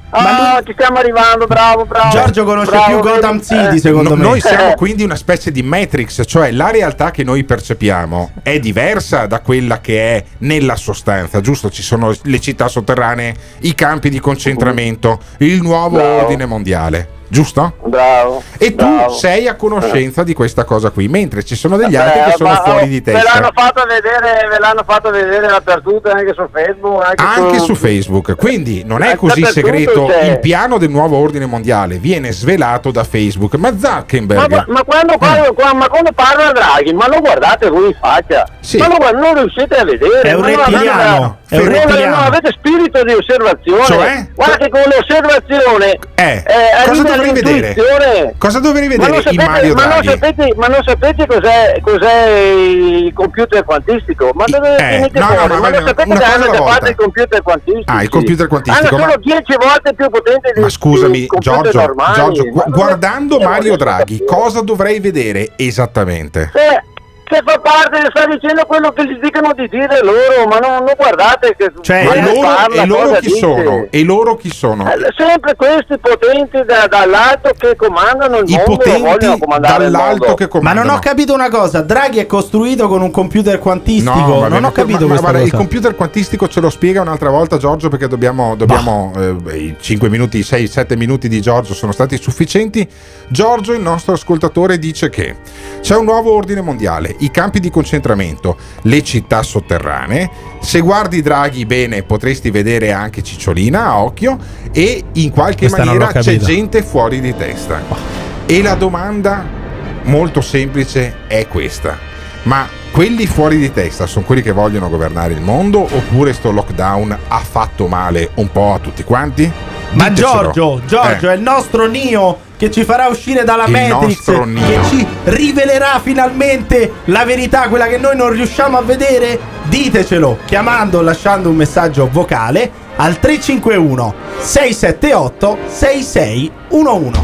[SPEAKER 15] Ah, lui... ci stiamo arrivando, bravo, bravo.
[SPEAKER 9] Giorgio conosce
[SPEAKER 15] bravo,
[SPEAKER 9] più Gotham City,
[SPEAKER 15] eh.
[SPEAKER 9] secondo
[SPEAKER 6] no,
[SPEAKER 9] me.
[SPEAKER 6] Noi siamo quindi una specie di Matrix, cioè la realtà che noi percepiamo è diversa da quella che è nella sostanza, giusto? Ci sono le città sotterranee, i campi di concentramento, il nuovo
[SPEAKER 15] bravo.
[SPEAKER 6] ordine mondiale. Giusto?
[SPEAKER 15] Bravo.
[SPEAKER 6] E tu
[SPEAKER 15] bravo.
[SPEAKER 6] sei a conoscenza eh. di questa cosa qui, mentre ci sono degli
[SPEAKER 15] eh,
[SPEAKER 6] altri che sono
[SPEAKER 15] ma,
[SPEAKER 6] fuori di testa.
[SPEAKER 15] Ve l'hanno fatto vedere, ve l'hanno fatto vedere dappertutto, anche su Facebook. Anche,
[SPEAKER 6] anche
[SPEAKER 15] su,
[SPEAKER 6] su Facebook. Quindi non è così segreto.
[SPEAKER 15] C'è.
[SPEAKER 6] Il piano del nuovo ordine mondiale viene svelato da Facebook. Ma Zuckerberg.
[SPEAKER 15] Ma, ma, quando,
[SPEAKER 6] eh.
[SPEAKER 15] quando, ma quando parla Draghi, ma lo guardate voi in faccia?
[SPEAKER 6] Sì.
[SPEAKER 15] Ma lo, non riuscite a vedere?
[SPEAKER 9] È un
[SPEAKER 15] ma
[SPEAKER 9] rettiliano.
[SPEAKER 15] Non,
[SPEAKER 9] è un
[SPEAKER 15] non,
[SPEAKER 9] rettiliano.
[SPEAKER 15] non avete spirito di osservazione.
[SPEAKER 6] Cioè?
[SPEAKER 15] Guarda che con l'osservazione
[SPEAKER 6] eh.
[SPEAKER 15] eh,
[SPEAKER 6] cosa dovrei vedere?
[SPEAKER 15] Cosa
[SPEAKER 6] dovrei vedere
[SPEAKER 15] sapete,
[SPEAKER 6] in Mario
[SPEAKER 15] ma
[SPEAKER 6] Draghi?
[SPEAKER 15] Non sapete, ma non sapete cos'è, cos'è il computer quantistico? Ma dove
[SPEAKER 6] eh,
[SPEAKER 15] venite
[SPEAKER 6] no,
[SPEAKER 15] fuori?
[SPEAKER 6] no,
[SPEAKER 15] ma,
[SPEAKER 6] ma
[SPEAKER 15] non sapete che hanno già fatto il computer quantistico?
[SPEAKER 6] Ah, il computer quantistico.
[SPEAKER 15] Hanno
[SPEAKER 6] ma...
[SPEAKER 15] solo dieci volte più potente di
[SPEAKER 6] Ma scusami, Giorgio,
[SPEAKER 15] normali.
[SPEAKER 6] Giorgio gu- guardando Mario Draghi,
[SPEAKER 15] capire.
[SPEAKER 6] cosa dovrei vedere esattamente?
[SPEAKER 15] Se, se fa parte, sta dicendo quello che gli dicono di dire loro, ma non, non guardate che
[SPEAKER 6] Cioè, ma loro,
[SPEAKER 15] parla,
[SPEAKER 6] e loro chi
[SPEAKER 15] dice.
[SPEAKER 6] sono? E loro chi sono?
[SPEAKER 15] Eh, sempre questi potenti da, dall'alto che comandano il
[SPEAKER 6] I
[SPEAKER 15] mondo,
[SPEAKER 6] potenti
[SPEAKER 15] vogliono comandare il
[SPEAKER 6] dall'alto
[SPEAKER 15] mondo.
[SPEAKER 6] che
[SPEAKER 9] Ma
[SPEAKER 6] comandano.
[SPEAKER 9] non ho capito una cosa, Draghi è costruito con un computer quantistico,
[SPEAKER 6] No, vabbè,
[SPEAKER 9] non
[SPEAKER 6] ma,
[SPEAKER 9] ho capito
[SPEAKER 6] ma, ma
[SPEAKER 9] questa
[SPEAKER 6] guarda,
[SPEAKER 9] cosa.
[SPEAKER 6] il computer quantistico ce lo spiega un'altra volta Giorgio, perché dobbiamo, dobbiamo eh, i cinque minuti, sei sette minuti di Giorgio sono stati sufficienti. Giorgio, il nostro ascoltatore, dice che c'è un nuovo ordine mondiale, i campi di concentramento, le città sotterranee. Se guardi Draghi bene potresti vedere anche Cicciolina a occhio, e in qualche
[SPEAKER 9] Questa non
[SPEAKER 6] maniera
[SPEAKER 9] l'ho
[SPEAKER 6] c'è
[SPEAKER 9] capita.
[SPEAKER 6] gente fuori di testa. E la domanda molto semplice è questa: ma quelli fuori di testa sono quelli che vogliono governare il mondo, oppure sto lockdown ha fatto male un po' a tutti quanti?
[SPEAKER 9] Ma
[SPEAKER 6] Ditecelo.
[SPEAKER 9] Giorgio, Giorgio
[SPEAKER 6] Eh.
[SPEAKER 9] è il nostro Neo che ci farà uscire dalla
[SPEAKER 6] Il
[SPEAKER 9] Matrix,
[SPEAKER 6] nostro Neo.
[SPEAKER 9] che ci rivelerà finalmente la verità, quella che noi non riusciamo a vedere. Ditecelo chiamando o lasciando un messaggio vocale al tre cinque uno sei sette otto sei sei uno uno.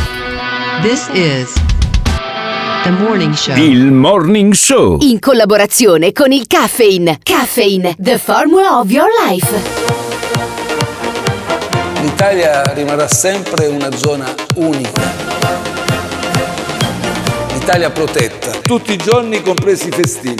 [SPEAKER 12] This is The Morning Show.
[SPEAKER 4] Il Morning Show.
[SPEAKER 16] In collaborazione con il Caffeine. Caffeine, the formula of your life.
[SPEAKER 17] L'Italia rimarrà sempre una zona unica. L'Italia protetta, tutti i giorni compresi i festivi.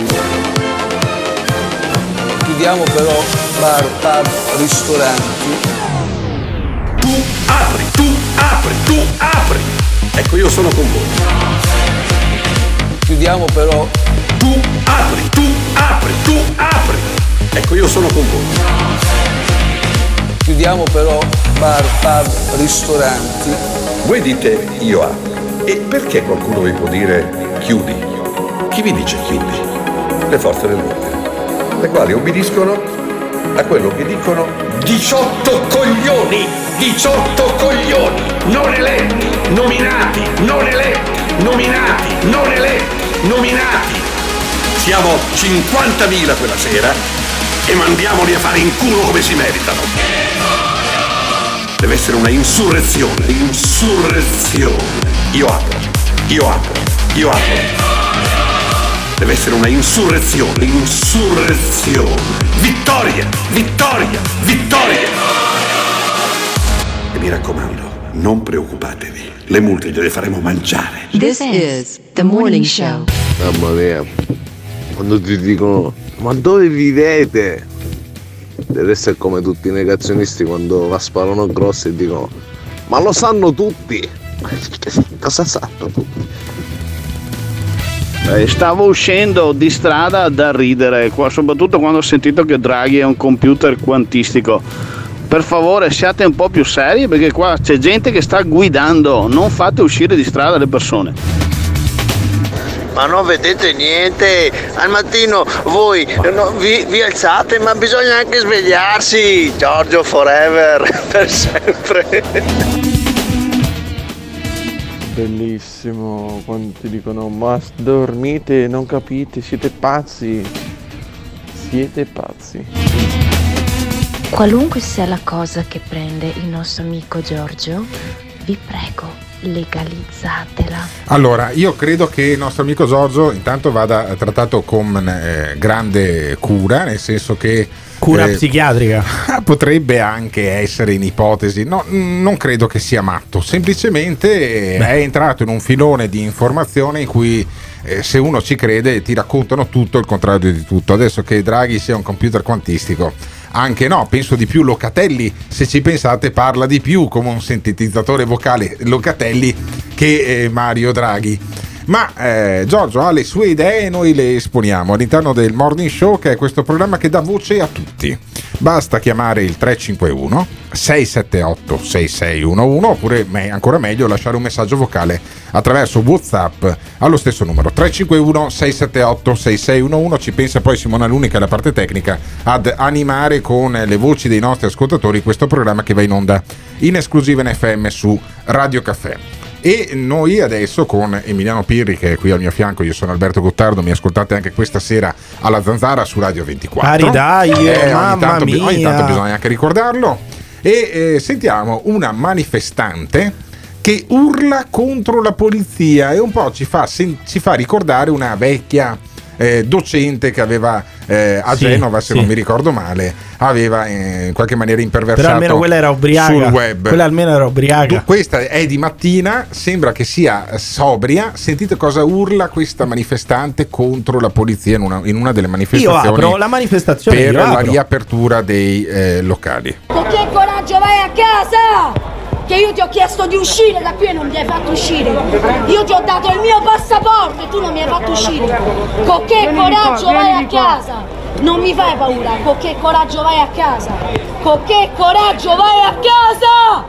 [SPEAKER 17] Chiudiamo però bar, pub, ristoranti.
[SPEAKER 4] Tu apri, tu apri, tu apri. Ecco, io sono con voi.
[SPEAKER 17] Chiudiamo però.
[SPEAKER 4] Tu apri, tu apri, tu apri. Ecco, io sono con voi.
[SPEAKER 17] Chiudiamo però bar, pub, ristoranti.
[SPEAKER 18] Voi dite io apro. E perché qualcuno vi può dire chiudi? Chi vi dice chiudi? Le forze dell'ordine, le quali obbediscono a quello che dicono
[SPEAKER 4] diciotto coglioni, diciotto coglioni, non eletti, nominati, non eletti, nominati, non eletti, nominati. Siamo cinquantamila quella sera e mandiamoli a fare in culo come si meritano. Deve essere una insurrezione, insurrezione. Io apro, io apro, io apro. Deve essere una insurrezione, insurrezione. Vittoria, vittoria, vittoria. E mi raccomando, non preoccupatevi, le multe gliele faremo mangiare.
[SPEAKER 12] This is The Morning Show.
[SPEAKER 3] Mamma mia, quando ti dicono ma dove vivete? Deve essere come tutti i negazionisti quando la sparano grossa e dicono ma lo sanno tutti. Cosa sanno tutti?
[SPEAKER 19] Eh, stavo uscendo di strada da ridere, qua, soprattutto quando ho sentito che Draghi è un computer quantistico. Per favore siate un po' più seri, perché qua c'è gente che sta guidando, non fate uscire di strada le persone.
[SPEAKER 20] Ma non vedete niente? Al mattino voi no, vi, vi alzate, ma bisogna anche svegliarsi. Giorgio forever, per sempre.
[SPEAKER 3] Bellissimo quando ti dicono ma dormite, non capite, siete pazzi. Siete pazzi.
[SPEAKER 21] Qualunque sia la cosa che prende il nostro amico Giorgio, vi prego, legalizzatela.
[SPEAKER 6] Allora, io credo che il nostro amico Giorgio intanto vada trattato con eh, grande cura, nel senso che
[SPEAKER 9] cura
[SPEAKER 6] eh,
[SPEAKER 9] psichiatrica
[SPEAKER 6] potrebbe anche essere in ipotesi, no, non credo che sia matto, semplicemente Beh. è entrato in un filone di informazione in cui eh, se uno ci crede ti raccontano tutto il contrario di tutto. Adesso che Draghi sia un computer quantistico, anche no, penso di più Locatelli, se ci pensate parla di più come un sintetizzatore vocale Locatelli che eh, Mario Draghi. Ma eh, Giorgio ha le sue idee e noi le esponiamo all'interno del Morning Show, che è questo programma che dà voce a tutti. Basta chiamare il tre cinque uno sei sette otto sei sei uno uno oppure me, ancora meglio lasciare un messaggio vocale attraverso WhatsApp allo stesso numero tre cinque uno sei sette otto sei sei uno uno. Ci pensa poi Simona Luni, che è la parte tecnica, ad animare con le voci dei nostri ascoltatori questo programma che va in onda in esclusiva in F M su Radio Caffè. E noi adesso con Emiliano Pirri, che è qui al mio fianco, io sono Alberto Gottardo, mi ascoltate anche questa sera alla Zanzara su Radio ventiquattro.
[SPEAKER 9] Aridai,
[SPEAKER 6] eh,
[SPEAKER 9] mamma
[SPEAKER 6] ogni tanto,
[SPEAKER 9] mia.
[SPEAKER 6] ogni tanto bisogna anche ricordarlo. E eh, sentiamo una manifestante che urla contro la polizia e un po' ci fa, sen- ci fa ricordare una vecchia eh, docente che aveva eh, a
[SPEAKER 9] Sì,
[SPEAKER 6] Genova, se
[SPEAKER 9] sì.
[SPEAKER 6] non mi ricordo male, aveva eh, in qualche maniera imperversato
[SPEAKER 9] Però almeno quella era ubriaca.
[SPEAKER 6] sul web.
[SPEAKER 9] Quella almeno era ubriaca.
[SPEAKER 6] Tu- questa è di mattina, sembra che sia sobria. Sentite cosa urla questa manifestante contro la polizia in una, in una delle
[SPEAKER 9] Io
[SPEAKER 6] manifestazioni
[SPEAKER 9] apro la manifestazione.
[SPEAKER 6] per
[SPEAKER 9] io
[SPEAKER 6] la
[SPEAKER 9] apro.
[SPEAKER 6] riapertura dei eh, locali.
[SPEAKER 22] Con che coraggio vai a casa? Che io ti ho chiesto di uscire da qui e non mi hai fatto uscire. Io ti ho dato il mio passaporto e tu non mi hai fatto uscire. Con che coraggio vai a casa? Non mi fai paura. Con che coraggio vai a casa? Con che coraggio vai a casa?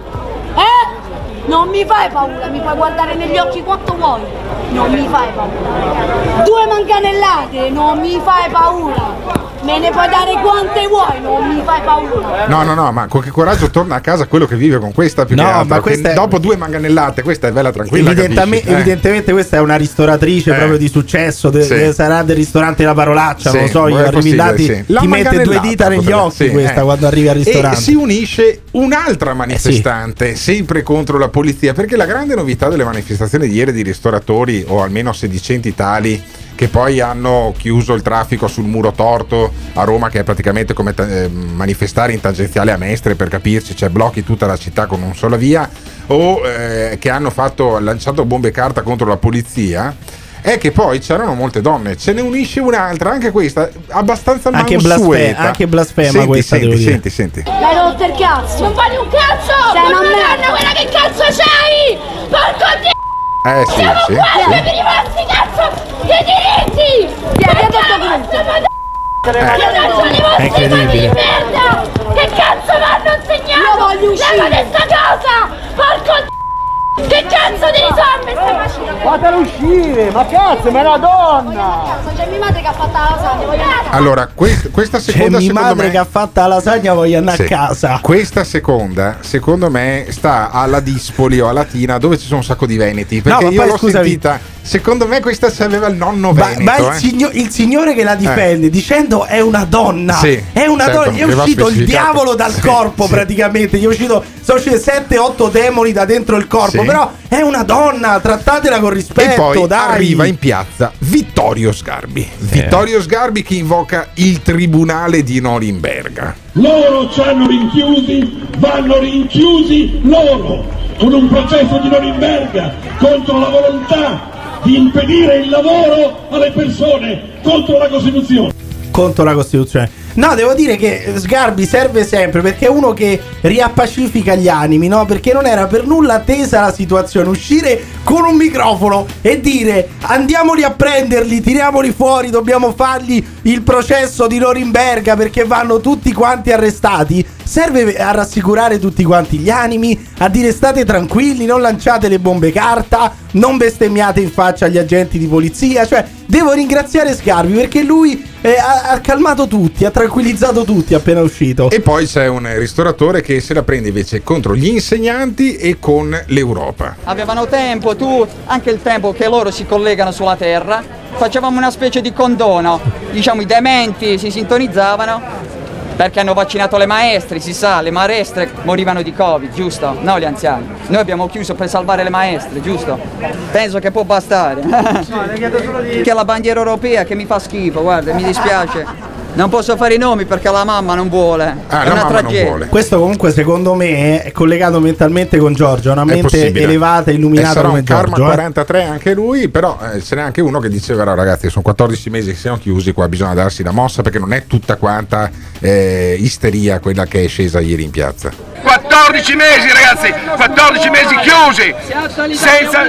[SPEAKER 22] Eh? Non mi fai paura, mi puoi guardare negli occhi quanto vuoi. Non mi fai paura. Due manganellate, non mi fai paura. Me ne puoi dare quante vuoi, non mi fai paura.
[SPEAKER 6] No, no, no, ma con che coraggio torna a casa quello che vive con questa più
[SPEAKER 9] No,
[SPEAKER 6] che altro.
[SPEAKER 9] ma questa
[SPEAKER 6] Che
[SPEAKER 9] è-
[SPEAKER 6] dopo due manganellate, questa è bella tranquilla.
[SPEAKER 9] Evidentame-
[SPEAKER 6] capisci? Eh.
[SPEAKER 9] Evidentemente questa è una ristoratrice
[SPEAKER 6] Eh.
[SPEAKER 9] proprio di successo, de-
[SPEAKER 6] Sì.
[SPEAKER 9] de- sarà del ristorante La Parolaccia,
[SPEAKER 6] Sì,
[SPEAKER 9] non lo so, io
[SPEAKER 6] è
[SPEAKER 9] arrivi là, ti,
[SPEAKER 6] possibile, sì. La
[SPEAKER 9] ti mette due
[SPEAKER 6] manganellata
[SPEAKER 9] dita negli
[SPEAKER 6] potrebbe-
[SPEAKER 9] occhi
[SPEAKER 6] sì,
[SPEAKER 9] questa
[SPEAKER 6] eh.
[SPEAKER 9] quando arrivi al ristorante.
[SPEAKER 6] E si unisce un'altra manifestante, sempre contro la polizia, perché la grande novità delle manifestazioni di ieri di ristoratori, o almeno sedicenti tali, che poi hanno chiuso il traffico sul Muro Torto a Roma, che è praticamente come eh, manifestare in tangenziale a Mestre, per capirci, cioè blocchi tutta la città con un sola via, o eh, che hanno fatto, lanciato bombe carta contro la polizia, è che poi c'erano molte donne. Ce ne unisce un'altra, anche questa abbastanza
[SPEAKER 9] Anche
[SPEAKER 6] mansueta.
[SPEAKER 9] blasfe- anche blasfema
[SPEAKER 6] Senti,
[SPEAKER 9] questa,
[SPEAKER 6] senti,
[SPEAKER 9] devo dire.
[SPEAKER 6] senti, senti.
[SPEAKER 22] L'hai rotto il cazzo!
[SPEAKER 21] Non vali un cazzo!
[SPEAKER 22] Sei una
[SPEAKER 21] Madonna,
[SPEAKER 22] merda!
[SPEAKER 21] quella che cazzo c'hai? Porco dio!
[SPEAKER 6] Eh sì,
[SPEAKER 21] Siamo
[SPEAKER 6] sì,
[SPEAKER 21] qua
[SPEAKER 6] sì.
[SPEAKER 21] per i vostri cazzo dei diritti!
[SPEAKER 22] Vieni,
[SPEAKER 21] Perché
[SPEAKER 22] vieni,
[SPEAKER 21] la vostra madonna!
[SPEAKER 9] È
[SPEAKER 21] Che
[SPEAKER 9] incredibile.
[SPEAKER 21] di merda! Che cazzo vanno insegnato?
[SPEAKER 22] Io voglio uscire.
[SPEAKER 21] Levate sta cosa! Porco dio! Che cazzo di risolve sta macchina?
[SPEAKER 15] Fatela uscire, ma cazzo, ma è una donna!
[SPEAKER 22] C'è mia madre che ha fatto la lasagna, voglio andare.
[SPEAKER 6] Allora, quest- questa
[SPEAKER 9] C'è
[SPEAKER 6] seconda
[SPEAKER 9] mia
[SPEAKER 6] secondo
[SPEAKER 9] madre
[SPEAKER 6] me
[SPEAKER 9] che ha fatto la lasagna, voglio andare
[SPEAKER 6] Sì.
[SPEAKER 9] a casa.
[SPEAKER 6] Questa seconda, secondo me, sta alla Dispoli o a Latina, dove ci sono un sacco di veneti. Perché
[SPEAKER 9] No, ma
[SPEAKER 6] io
[SPEAKER 9] poi
[SPEAKER 6] l'ho
[SPEAKER 9] scusami.
[SPEAKER 6] sentita. Secondo me, questa c'aveva il nonno
[SPEAKER 9] Ma,
[SPEAKER 6] veneto.
[SPEAKER 9] ma il,
[SPEAKER 6] eh.
[SPEAKER 9] signo- il signore che la difende dicendo è una donna,
[SPEAKER 6] Sì,
[SPEAKER 9] è una
[SPEAKER 6] certo,
[SPEAKER 9] donna, gli è
[SPEAKER 6] che va
[SPEAKER 9] uscito il
[SPEAKER 6] specificato.
[SPEAKER 9] diavolo dal
[SPEAKER 6] Sì,
[SPEAKER 9] corpo
[SPEAKER 6] sì.
[SPEAKER 9] praticamente, gli è uscito, sono usciti sette otto demoni da dentro il corpo,
[SPEAKER 6] Sì.
[SPEAKER 9] però è una donna, trattatela con rispetto,
[SPEAKER 6] E poi
[SPEAKER 9] dai.
[SPEAKER 6] arriva in piazza Vittorio Sgarbi. Vittorio Sgarbi che invoca il tribunale di Norimberga.
[SPEAKER 10] Loro ci hanno rinchiusi, vanno rinchiusi loro, con un processo di Norimberga contro la volontà di impedire il lavoro alle persone, contro la Costituzione.
[SPEAKER 9] Contro la Costituzione. No, devo dire che Sgarbi serve sempre perché è uno che riappacifica gli animi, no? Perché non era per nulla tesa la situazione. Uscire con un microfono e dire andiamoli a prenderli, tiriamoli fuori, dobbiamo fargli il processo di Norimberga perché vanno tutti quanti arrestati. Serve a rassicurare tutti quanti gli animi, a dire state tranquilli, non lanciate le bombe carta, non bestemmiate in faccia agli agenti di polizia. Cioè, devo ringraziare Sgarbi perché lui eh, ha, ha calmato tutti, ha tranquillizzato tutti appena uscito.
[SPEAKER 6] E poi c'è un ristoratore che se la prende invece contro gli insegnanti e con l'Europa.
[SPEAKER 23] Avevano tempo, tu, anche il tempo che loro si collegano sulla terra, facevamo una specie di condono, diciamo i dementi si sintonizzavano Perché hanno vaccinato le maestre, si sa, le maestre morivano di Covid, giusto? No, gli anziani. Noi abbiamo chiuso per salvare le maestre, giusto? Penso che può bastare. Che la bandiera europea che mi fa schifo, guarda, mi dispiace. Non posso fare i nomi perché la mamma non vuole.
[SPEAKER 6] Ah,
[SPEAKER 23] è una tragedia.
[SPEAKER 9] Questo comunque secondo me è collegato mentalmente con Giorgio, ha una mente elevata, illuminata
[SPEAKER 6] e sarà
[SPEAKER 9] come
[SPEAKER 6] un Karma
[SPEAKER 9] Giorgio.
[SPEAKER 6] quarantatré anche lui, però eh, ce n'è anche uno che diceva no, ragazzi, sono quattordici mesi che siamo chiusi, qua bisogna darsi la mossa perché non è tutta quanta eh, isteria quella che è scesa ieri in piazza.
[SPEAKER 10] quattordici mesi ragazzi, quattordici mesi chiusi, senza,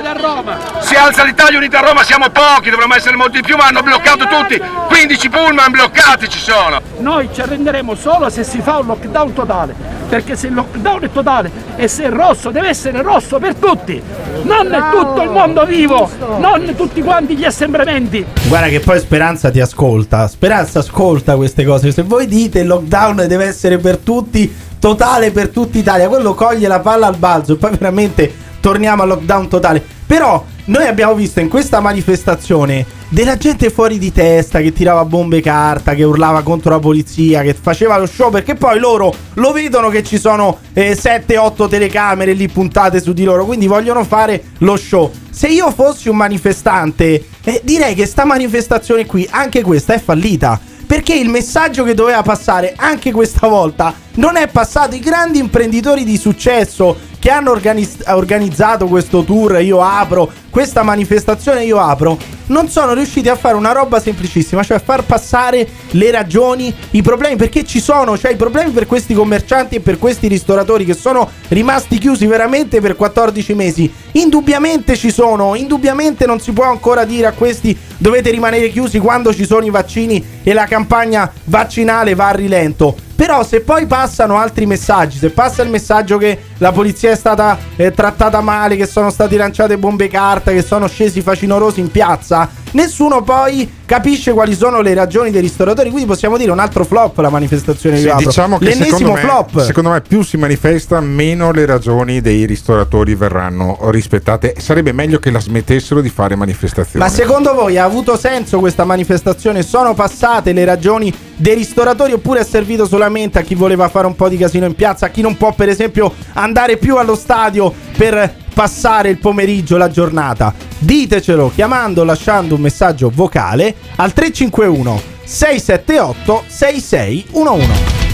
[SPEAKER 10] si alza l'Italia Unita a Roma, siamo pochi, dovremmo essere molti di più, ma hanno bloccato tutti, quindici pullman bloccati ci sono.
[SPEAKER 1] Noi ci arrenderemo solo se si fa un lockdown totale, perché se il lockdown è totale e se è rosso deve essere rosso per tutti, non tutto il mondo vivo, non tutti quanti gli assembramenti.
[SPEAKER 9] Guarda che poi Speranza ti ascolta, Speranza ascolta queste cose, se voi dite il lockdown deve essere per tutti, totale per tutta Italia, quello coglie la palla al balzo e poi veramente torniamo al lockdown totale. Però noi abbiamo visto in questa manifestazione della gente fuori di testa che tirava bombe carta, che urlava contro la polizia, che faceva lo show, perché poi loro lo vedono che ci sono eh, sette otto telecamere lì puntate su di loro, quindi vogliono fare lo show. Se io fossi un manifestante eh, direi che sta manifestazione qui, anche questa, è fallita, perché il messaggio che doveva passare anche questa volta non è passato. I grandi imprenditori di successo che hanno organiz- organizzato questo tour Io Apro, questa manifestazione Io Apro, non sono riusciti a fare una roba semplicissima, cioè far passare le ragioni, i problemi, perché ci sono, cioè i problemi per questi commercianti e per questi ristoratori che sono rimasti chiusi veramente per quattordici mesi. Indubbiamente ci sono, indubbiamente non si può ancora dire a questi dovete rimanere chiusi quando ci sono i vaccini e la campagna vaccinale va a rilento. Però se poi passano altri messaggi, se passa il messaggio che la polizia è stata eh, trattata male, che sono state lanciate bombe carta, che sono scesi facinorosi in piazza, nessuno poi capisce quali sono le ragioni dei ristoratori. Quindi possiamo dire un altro flop la manifestazione
[SPEAKER 6] sì,
[SPEAKER 9] Io Apro.
[SPEAKER 6] Diciamo che
[SPEAKER 9] l'ennesimo
[SPEAKER 6] secondo me,
[SPEAKER 9] flop.
[SPEAKER 6] secondo me più si manifesta, meno le ragioni dei ristoratori verranno rispettate. Sarebbe meglio che la smettessero di fare manifestazioni.
[SPEAKER 9] Ma secondo voi ha avuto senso questa manifestazione? Sono passate le ragioni dei ristoratori oppure è servito solamente a chi voleva fare un po' di casino in piazza, a chi non può per esempio andare più allo stadio per passare il pomeriggio, la giornata? Ditecelo chiamando, lasciando un messaggio vocale al tre cinque uno sei sette otto sei sei uno uno.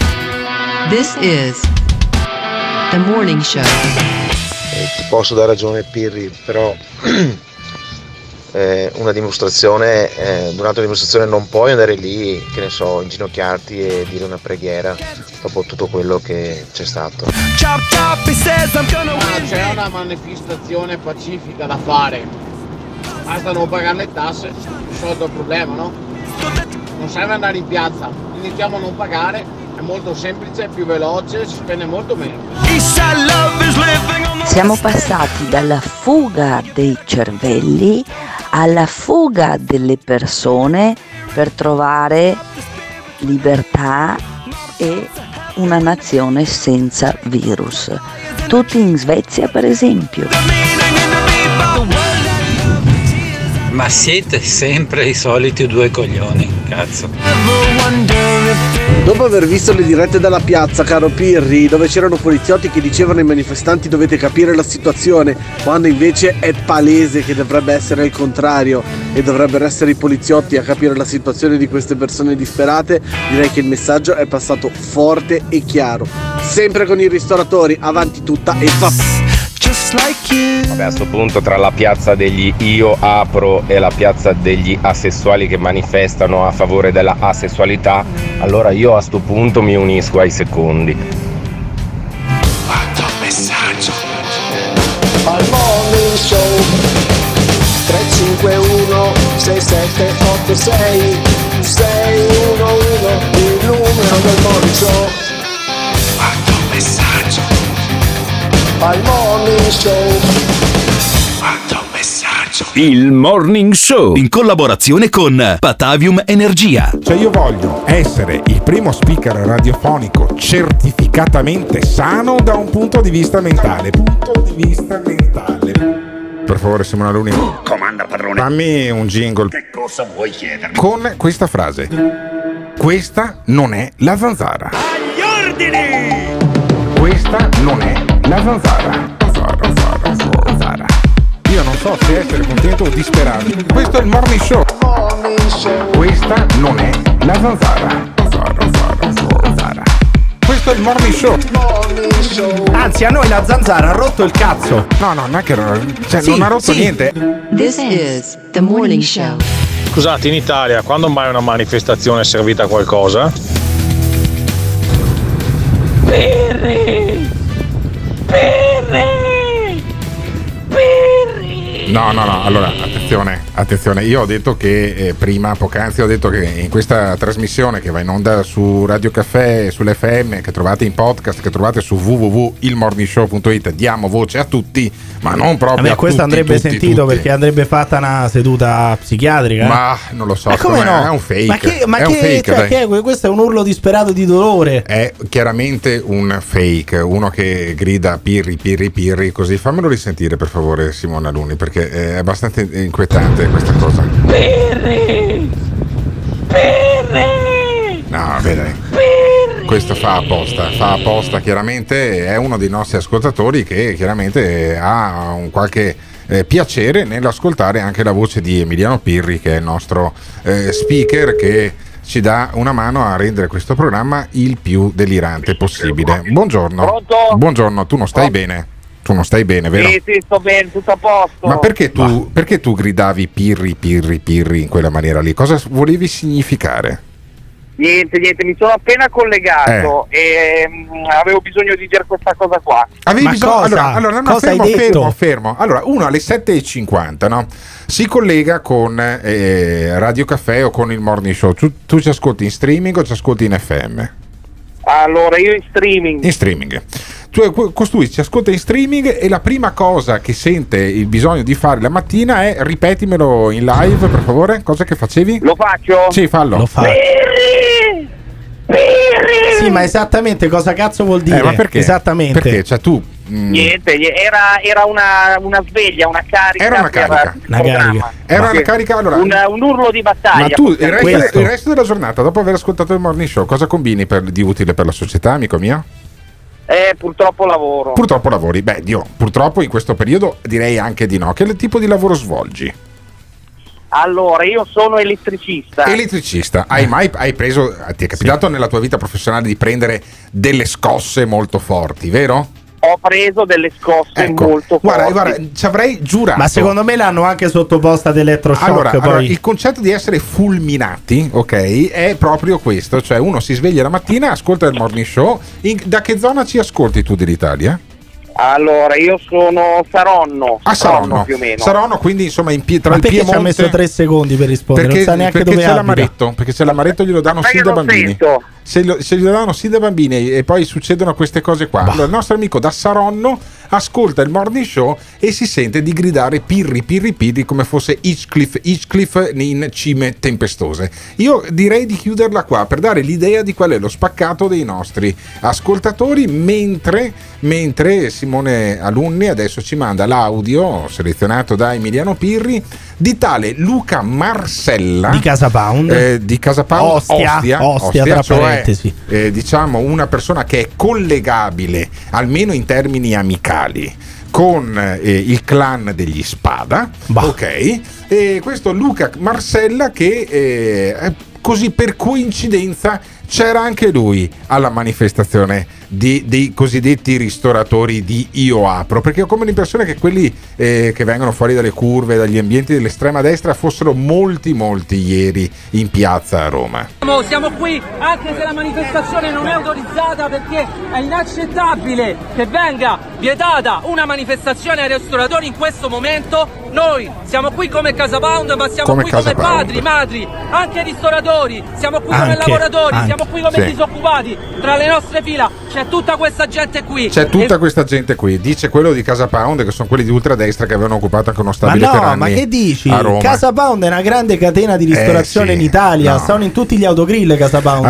[SPEAKER 12] This is The Morning Show.
[SPEAKER 2] Eh, ti posso dare ragione Pirri, però eh, una dimostrazione, eh, durante una dimostrazione non puoi andare lì, che ne so, inginocchiarti e dire una preghiera dopo tutto quello che c'è stato.
[SPEAKER 8] Ma c'è una manifestazione pacifica da fare, basta non pagare le tasse, risolto il problema, no? Non serve andare in piazza, iniziamo a non pagare, è molto semplice, più veloce, si spende molto meno.
[SPEAKER 24] Siamo passati dalla fuga dei cervelli alla fuga delle persone per trovare libertà e una nazione senza virus. Tutti in Svezia, per esempio.
[SPEAKER 25] Ma siete sempre i soliti due coglioni, cazzo.
[SPEAKER 26] Dopo aver visto le dirette dalla piazza, caro Pirri, dove c'erano poliziotti che dicevano ai manifestanti dovete capire la situazione, quando invece è palese che dovrebbe essere il contrario e dovrebbero essere i poliziotti a capire la situazione di queste persone disperate, direi che il messaggio è passato forte e chiaro. Sempre con i ristoratori, avanti tutta e fa...
[SPEAKER 13] Vabbè, a sto punto tra la piazza degli Io Apro e la piazza degli asessuali che manifestano a favore della asessualità, allora io a sto punto mi unisco ai secondi.
[SPEAKER 10] Quanto messaggio al Morning Show tre cinque uno sei sette otto sei sei uno uno, il numero del Morning Show. Quanto messaggio al Morning Show.
[SPEAKER 4] Quanto messaggio. Il Morning Show in collaborazione con Patavium Energia.
[SPEAKER 6] Cioè io voglio essere il primo speaker radiofonico certificatamente sano da un punto di vista mentale. Punto di vista mentale. Per favore Simona Luni,
[SPEAKER 27] comanda padrone,
[SPEAKER 6] fammi un jingle.
[SPEAKER 27] Che cosa vuoi chiedermi?
[SPEAKER 6] Con questa frase: questa non è la zanzara. ordini! Questa non è la zanzara. Zanzara, zanzara, zanzara. Io non so se essere contento o disperato. Questo è il Morning Show. Questa non è la zanzara. Zanzara, zanzara, zanzara. Questo è il Morning Show.
[SPEAKER 9] Anzi, a noi la zanzara ha rotto il cazzo.
[SPEAKER 6] No, no, non è che cioè,
[SPEAKER 9] Sì,
[SPEAKER 6] non ha rotto
[SPEAKER 9] sì.
[SPEAKER 6] niente.
[SPEAKER 12] This is the morning show.
[SPEAKER 5] Scusate, in Italia, quando mai una manifestazione è servita a qualcosa?
[SPEAKER 21] Perri! Perri! Perri!
[SPEAKER 6] No, no, no, allora attenzione, attenzione. Io ho detto che eh, prima, poc'anzi, ho detto che in questa trasmissione che va in onda su Radio Caffè, sull'F M, che trovate in podcast, che trovate su w w w punto il morning show punto it, diamo voce a tutti, ma non proprio
[SPEAKER 9] Vabbè,
[SPEAKER 6] a
[SPEAKER 9] questo
[SPEAKER 6] tutti,
[SPEAKER 9] andrebbe
[SPEAKER 6] tutti,
[SPEAKER 9] sentito
[SPEAKER 6] tutti.
[SPEAKER 9] perché andrebbe fatta una seduta psichiatrica.
[SPEAKER 6] Ma non lo so,
[SPEAKER 9] Ma come
[SPEAKER 6] secondo me
[SPEAKER 9] no?
[SPEAKER 6] è un fake.
[SPEAKER 9] Ma che, ma
[SPEAKER 6] è un
[SPEAKER 9] che,
[SPEAKER 6] fake,
[SPEAKER 9] cioè,
[SPEAKER 6] dai.
[SPEAKER 9] che è? Questo è un urlo disperato di dolore.
[SPEAKER 6] È chiaramente un fake, uno che grida pirri, pirri, pirri, così. Fammelo risentire per favore, Simona Luni, perché è abbastanza inquietante questa cosa.
[SPEAKER 21] Perri! Perri!
[SPEAKER 6] No, vabbè, dai. Questo fa apposta, fa apposta chiaramente, è uno dei nostri ascoltatori che chiaramente ha un qualche eh, piacere nell'ascoltare anche la voce di Emiliano Pirri, che è il nostro eh, speaker, che ci dà una mano a rendere questo programma il più delirante possibile. Buongiorno.
[SPEAKER 7] Pronto?
[SPEAKER 6] Buongiorno, tu non stai bene? Tu non stai bene, vero?
[SPEAKER 7] Sì, sì, sto bene, tutto a posto.
[SPEAKER 6] Ma perché tu, perché tu gridavi pirri, pirri, pirri in quella maniera lì? Cosa volevi significare?
[SPEAKER 7] Niente, niente, mi sono appena collegato e mm, avevo bisogno di dire questa cosa qua.
[SPEAKER 6] Avevi bisogno, allora, allora no, no,
[SPEAKER 7] Cosa
[SPEAKER 6] fermo,
[SPEAKER 7] hai detto?
[SPEAKER 6] fermo, fermo. Allora, uno alle sette e cinquanta, no? Si collega con eh, Radio Caffè o con il Morning Show. Tu, tu ci ascolti in streaming o ci ascolti in F M?
[SPEAKER 7] Allora, io in streaming.
[SPEAKER 6] In streaming. Tu, costui ci ascolta in streaming e la prima cosa che sente il bisogno di fare la mattina è ripetimelo in live, per favore. Cosa che facevi?
[SPEAKER 7] Lo faccio?
[SPEAKER 6] Sì, fallo.
[SPEAKER 9] Lo fa. Sì, ma esattamente cosa cazzo vuol dire?
[SPEAKER 6] Eh, ma perché?
[SPEAKER 9] Esattamente.
[SPEAKER 6] Perché? Cioè tu mm,
[SPEAKER 7] Niente, era, era una, una sveglia, una carica.
[SPEAKER 6] Era una
[SPEAKER 7] per
[SPEAKER 6] carica.
[SPEAKER 7] il
[SPEAKER 6] Una
[SPEAKER 7] programma.
[SPEAKER 6] carica. Era una carica, allora-
[SPEAKER 7] un, un urlo di battaglia.
[SPEAKER 6] Ma tu il
[SPEAKER 7] possiamo
[SPEAKER 6] resto,
[SPEAKER 7] dire.
[SPEAKER 6] il resto della giornata, dopo aver ascoltato il Morning Show, cosa combini per, di utile per la società, amico mio?
[SPEAKER 7] Eh, purtroppo lavoro.
[SPEAKER 6] Purtroppo lavori. Beh, Dio, purtroppo in questo periodo direi anche di no. Che tipo di lavoro svolgi?
[SPEAKER 7] Allora, io sono elettricista.
[SPEAKER 6] Elettricista. Hai mai hai preso, ti è capitato nella tua vita professionale di prendere delle scosse molto forti, vero?
[SPEAKER 7] Ho preso delle scosse
[SPEAKER 6] Ecco,
[SPEAKER 7] molto
[SPEAKER 6] guarda,
[SPEAKER 7] forti.
[SPEAKER 6] guarda, ci avrei giurato.
[SPEAKER 9] Ma secondo me l'hanno anche sottoposta ad elettroshock.
[SPEAKER 6] Allora,
[SPEAKER 9] poi.
[SPEAKER 6] allora, il concetto di essere fulminati, ok, è proprio questo, cioè uno si sveglia la mattina, ascolta il Morning Show. In- da che zona ci ascolti tu dell'Italia?
[SPEAKER 7] Allora, io sono Saronno.
[SPEAKER 6] A Saronno,
[SPEAKER 7] più o meno.
[SPEAKER 6] Saronno, quindi insomma in pie- tra
[SPEAKER 9] Ma
[SPEAKER 6] il
[SPEAKER 9] perché ci ha
[SPEAKER 6] Piemonte.
[SPEAKER 9] messo tre secondi per rispondere?
[SPEAKER 6] Perché,
[SPEAKER 9] non sa neanche
[SPEAKER 6] perché
[SPEAKER 9] dove
[SPEAKER 6] c'è
[SPEAKER 9] abita.
[SPEAKER 6] l'amaretto, perché c'è l'amaretto glielo danno
[SPEAKER 7] Ma
[SPEAKER 6] sin
[SPEAKER 7] io
[SPEAKER 6] da
[SPEAKER 7] non
[SPEAKER 6] bambini.
[SPEAKER 7] sento.
[SPEAKER 6] Se, lo, se glielo danno sin da bambini e poi succedono queste cose qua. Allora, il nostro amico da Saronno ascolta il Morning Show e si sente di gridare pirri pirri pirri come fosse Hitchcliff Hitchcliff in Cime Tempestose. Io direi di chiuderla qua per dare l'idea di qual è lo spaccato dei nostri ascoltatori, mentre, mentre Simone Alunni adesso ci manda l'audio selezionato da Emiliano Pirri di tale Luca Marsella
[SPEAKER 9] Di Casa Pound.
[SPEAKER 6] eh, di Casa Pound
[SPEAKER 9] Ostia,
[SPEAKER 6] Ostia,
[SPEAKER 9] Ostia, tra
[SPEAKER 6] cioè,
[SPEAKER 9] parentesi.
[SPEAKER 6] eh, diciamo una persona che è collegabile almeno in termini amicali con eh, il clan degli Spada, ok? E questo Luca Marsella che eh, così per coincidenza c'era anche lui alla manifestazione di, dei cosiddetti ristoratori di Io Apro, perché ho come l'impressione che quelli eh, che vengono fuori dalle curve, dagli ambienti dell'estrema destra fossero molti molti ieri in piazza a Roma.
[SPEAKER 11] Siamo qui anche se la manifestazione non è autorizzata, perché è inaccettabile che venga vietata una manifestazione ai ristoratori in questo momento. Noi siamo qui come Casa Pound, ma siamo
[SPEAKER 6] Come
[SPEAKER 11] qui
[SPEAKER 6] Casa
[SPEAKER 11] come
[SPEAKER 6] Pound.
[SPEAKER 11] padri, madri, anche ristoratori, siamo qui come
[SPEAKER 6] Anche,
[SPEAKER 11] lavoratori,
[SPEAKER 6] anche.
[SPEAKER 11] siamo qui come
[SPEAKER 6] Sì.
[SPEAKER 11] disoccupati. Tra le nostre fila c'è tutta questa gente qui.
[SPEAKER 6] C'è tutta
[SPEAKER 11] E-
[SPEAKER 6] questa gente qui, dice quello di Casa Pound, che sono quelli di ultradestra che avevano occupato anche uno
[SPEAKER 9] Ma
[SPEAKER 6] stabile per
[SPEAKER 9] no,
[SPEAKER 6] anni
[SPEAKER 9] ma che dici?
[SPEAKER 6] a Roma.
[SPEAKER 9] Casa Pound è una grande catena di ristorazione
[SPEAKER 6] Eh, sì,
[SPEAKER 9] in Italia.
[SPEAKER 6] no.
[SPEAKER 9] Stanno in tutti gli autogrill Casa Pound.
[SPEAKER 6] Allora,
[SPEAKER 9] no?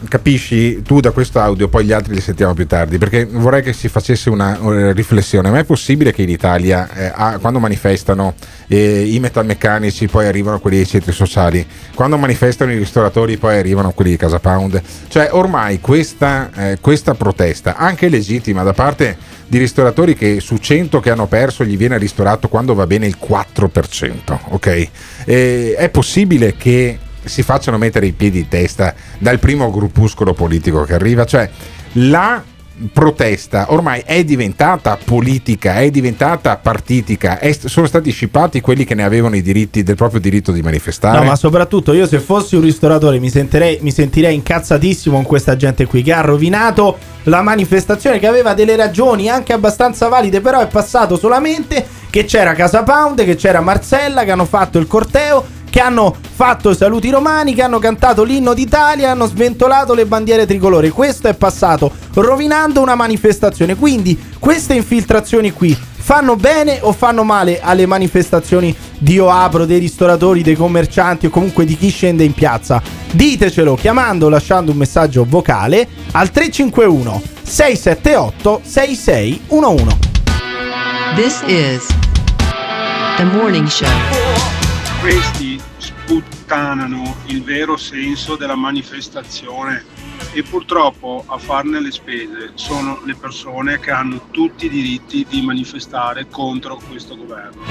[SPEAKER 6] capisci, tu da questo audio, poi gli altri li sentiamo più tardi, perché vorrei che si facesse una, una riflessione. Ma è possibile che in Italia eh, ah, quando manifestano eh, i metalmeccanici poi arrivano quelli dei centri sociali, quando manifestano i ristoratori poi arrivano quelli di Casa Pound? Cioè ormai questa, eh, questa protesta, anche legittima da parte di ristoratori che su cento che hanno perso gli viene ristorato quando va bene il quattro per cento, ok? Eh, è possibile che si facciano mettere i piedi in testa dal primo gruppuscolo politico che arriva? Cioè la protesta ormai è diventata politica, è diventata partitica, è, sono stati scippati quelli che ne avevano i diritti, del proprio diritto di manifestare.
[SPEAKER 9] No, ma soprattutto io, se fossi un ristoratore, mi sentirei, mi sentirei incazzatissimo con questa gente qui che ha rovinato la manifestazione, che aveva delle ragioni anche abbastanza valide, però è passato solamente che c'era Casa Pound, che c'era Marcella, che hanno fatto il corteo, che hanno fatto i saluti romani, che hanno cantato l'inno d'Italia, hanno sventolato le bandiere tricolori. Questo è passato rovinando una manifestazione. Quindi queste infiltrazioni qui fanno bene o fanno male alle manifestazioni di Io Apro, dei ristoratori, dei commercianti o comunque di chi scende in piazza? Ditecelo chiamando o lasciando un messaggio vocale al tre cinque uno sei sette otto sei sei uno uno.
[SPEAKER 12] This is The Morning Show.
[SPEAKER 14] Questi sputtanano il vero senso della manifestazione e purtroppo a farne le spese sono le persone che hanno tutti i diritti di manifestare contro questo governo.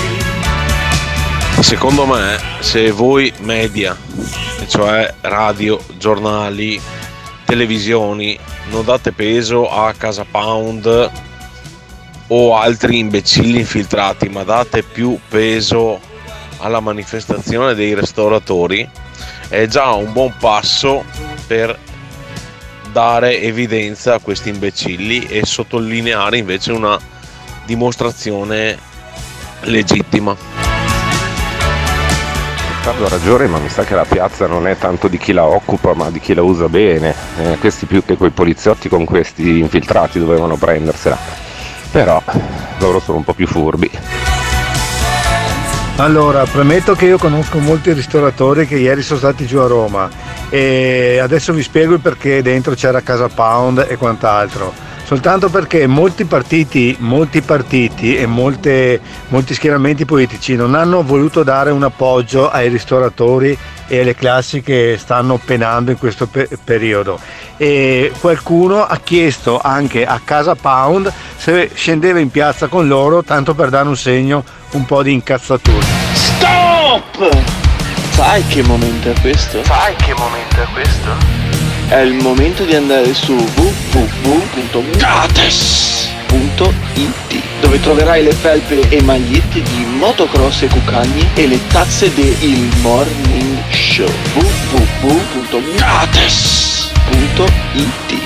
[SPEAKER 3] Secondo me, se voi media, cioè radio, giornali, televisioni, non date peso a Casa Pound o altri imbecilli infiltrati, ma date più peso alla manifestazione dei ristoratori, è già un buon passo per dare evidenza a questi imbecilli e sottolineare invece una dimostrazione legittima.
[SPEAKER 13] Riccardo ha ragione, ma mi sa che la piazza non è tanto di chi la occupa ma di chi la usa bene. Eh, questi più che quei poliziotti con questi infiltrati dovevano prendersela, però loro sono un po' più furbi.
[SPEAKER 16] Allora, premetto che io conosco molti ristoratori che ieri sono stati giù a Roma e adesso vi spiego il perché dentro c'era Casa Pound e quant'altro. Soltanto perché molti partiti, molti partiti e molte, molti schieramenti politici non hanno voluto dare un appoggio ai ristoratori e alle classi che stanno penando in questo pe- periodo e qualcuno ha chiesto anche a Casa Pound se scendeva in piazza con loro, tanto per dare un segno un po' di incazzatura.
[SPEAKER 17] Stop! Sai che momento è questo? Sai che momento è questo? È il momento di andare su w w w punto gates punto i t, dove troverai le felpe e magliette di motocross e cucagni e le tazze del Morning Show. w w w punto gates punto i t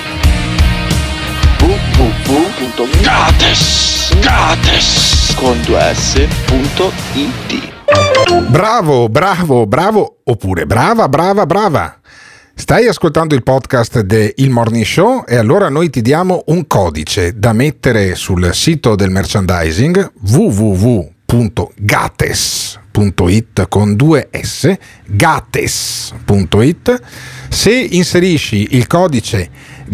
[SPEAKER 17] w w w punto gates gates con due s punto i t.
[SPEAKER 6] Bravo, bravo, bravo, oppure brava, brava, brava. Stai ascoltando il podcast de Il Morning Show e allora noi ti diamo un codice da mettere sul sito del merchandising w w w punto gates punto i t con due s, gates punto i t. Se inserisci il codice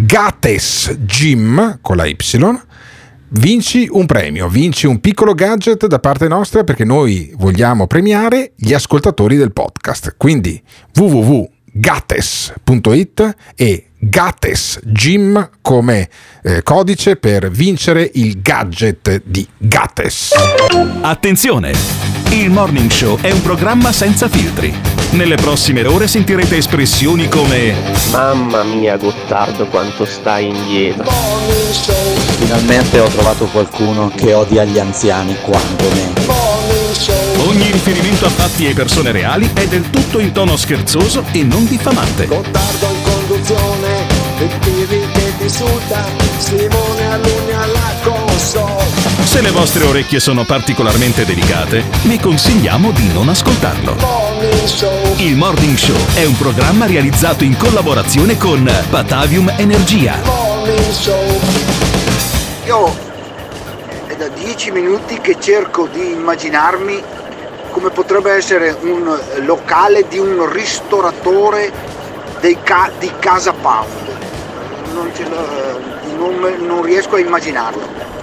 [SPEAKER 6] GATESGYM con la Y, vinci un premio, vinci un piccolo gadget da parte nostra, perché noi vogliamo premiare gli ascoltatori del podcast. Quindi w w w punto gates punto i t e GATESGYM come eh, codice per vincere il gadget di Gates.
[SPEAKER 4] Attenzione! Il Morning Show è un programma senza filtri. Nelle prossime ore sentirete espressioni come:
[SPEAKER 18] mamma mia Gottardo, quanto stai indietro. Finalmente ho trovato qualcuno che odia gli anziani quanto me.
[SPEAKER 4] Ogni riferimento a fatti e persone reali è del tutto in tono scherzoso e non diffamante.
[SPEAKER 10] Gottardo in conduzione, il Pirri che ti insulta, Simone Alunni alla console.
[SPEAKER 4] Se le vostre orecchie sono particolarmente delicate, vi consigliamo di non ascoltarlo. Il Morning Show è un programma realizzato in collaborazione con Batavium Energia.
[SPEAKER 19] Io è da dieci minuti che cerco di immaginarmi come potrebbe essere un locale di un ristoratore dei ca- di Casa Pound. Non, ce lo, non, non riesco a immaginarlo.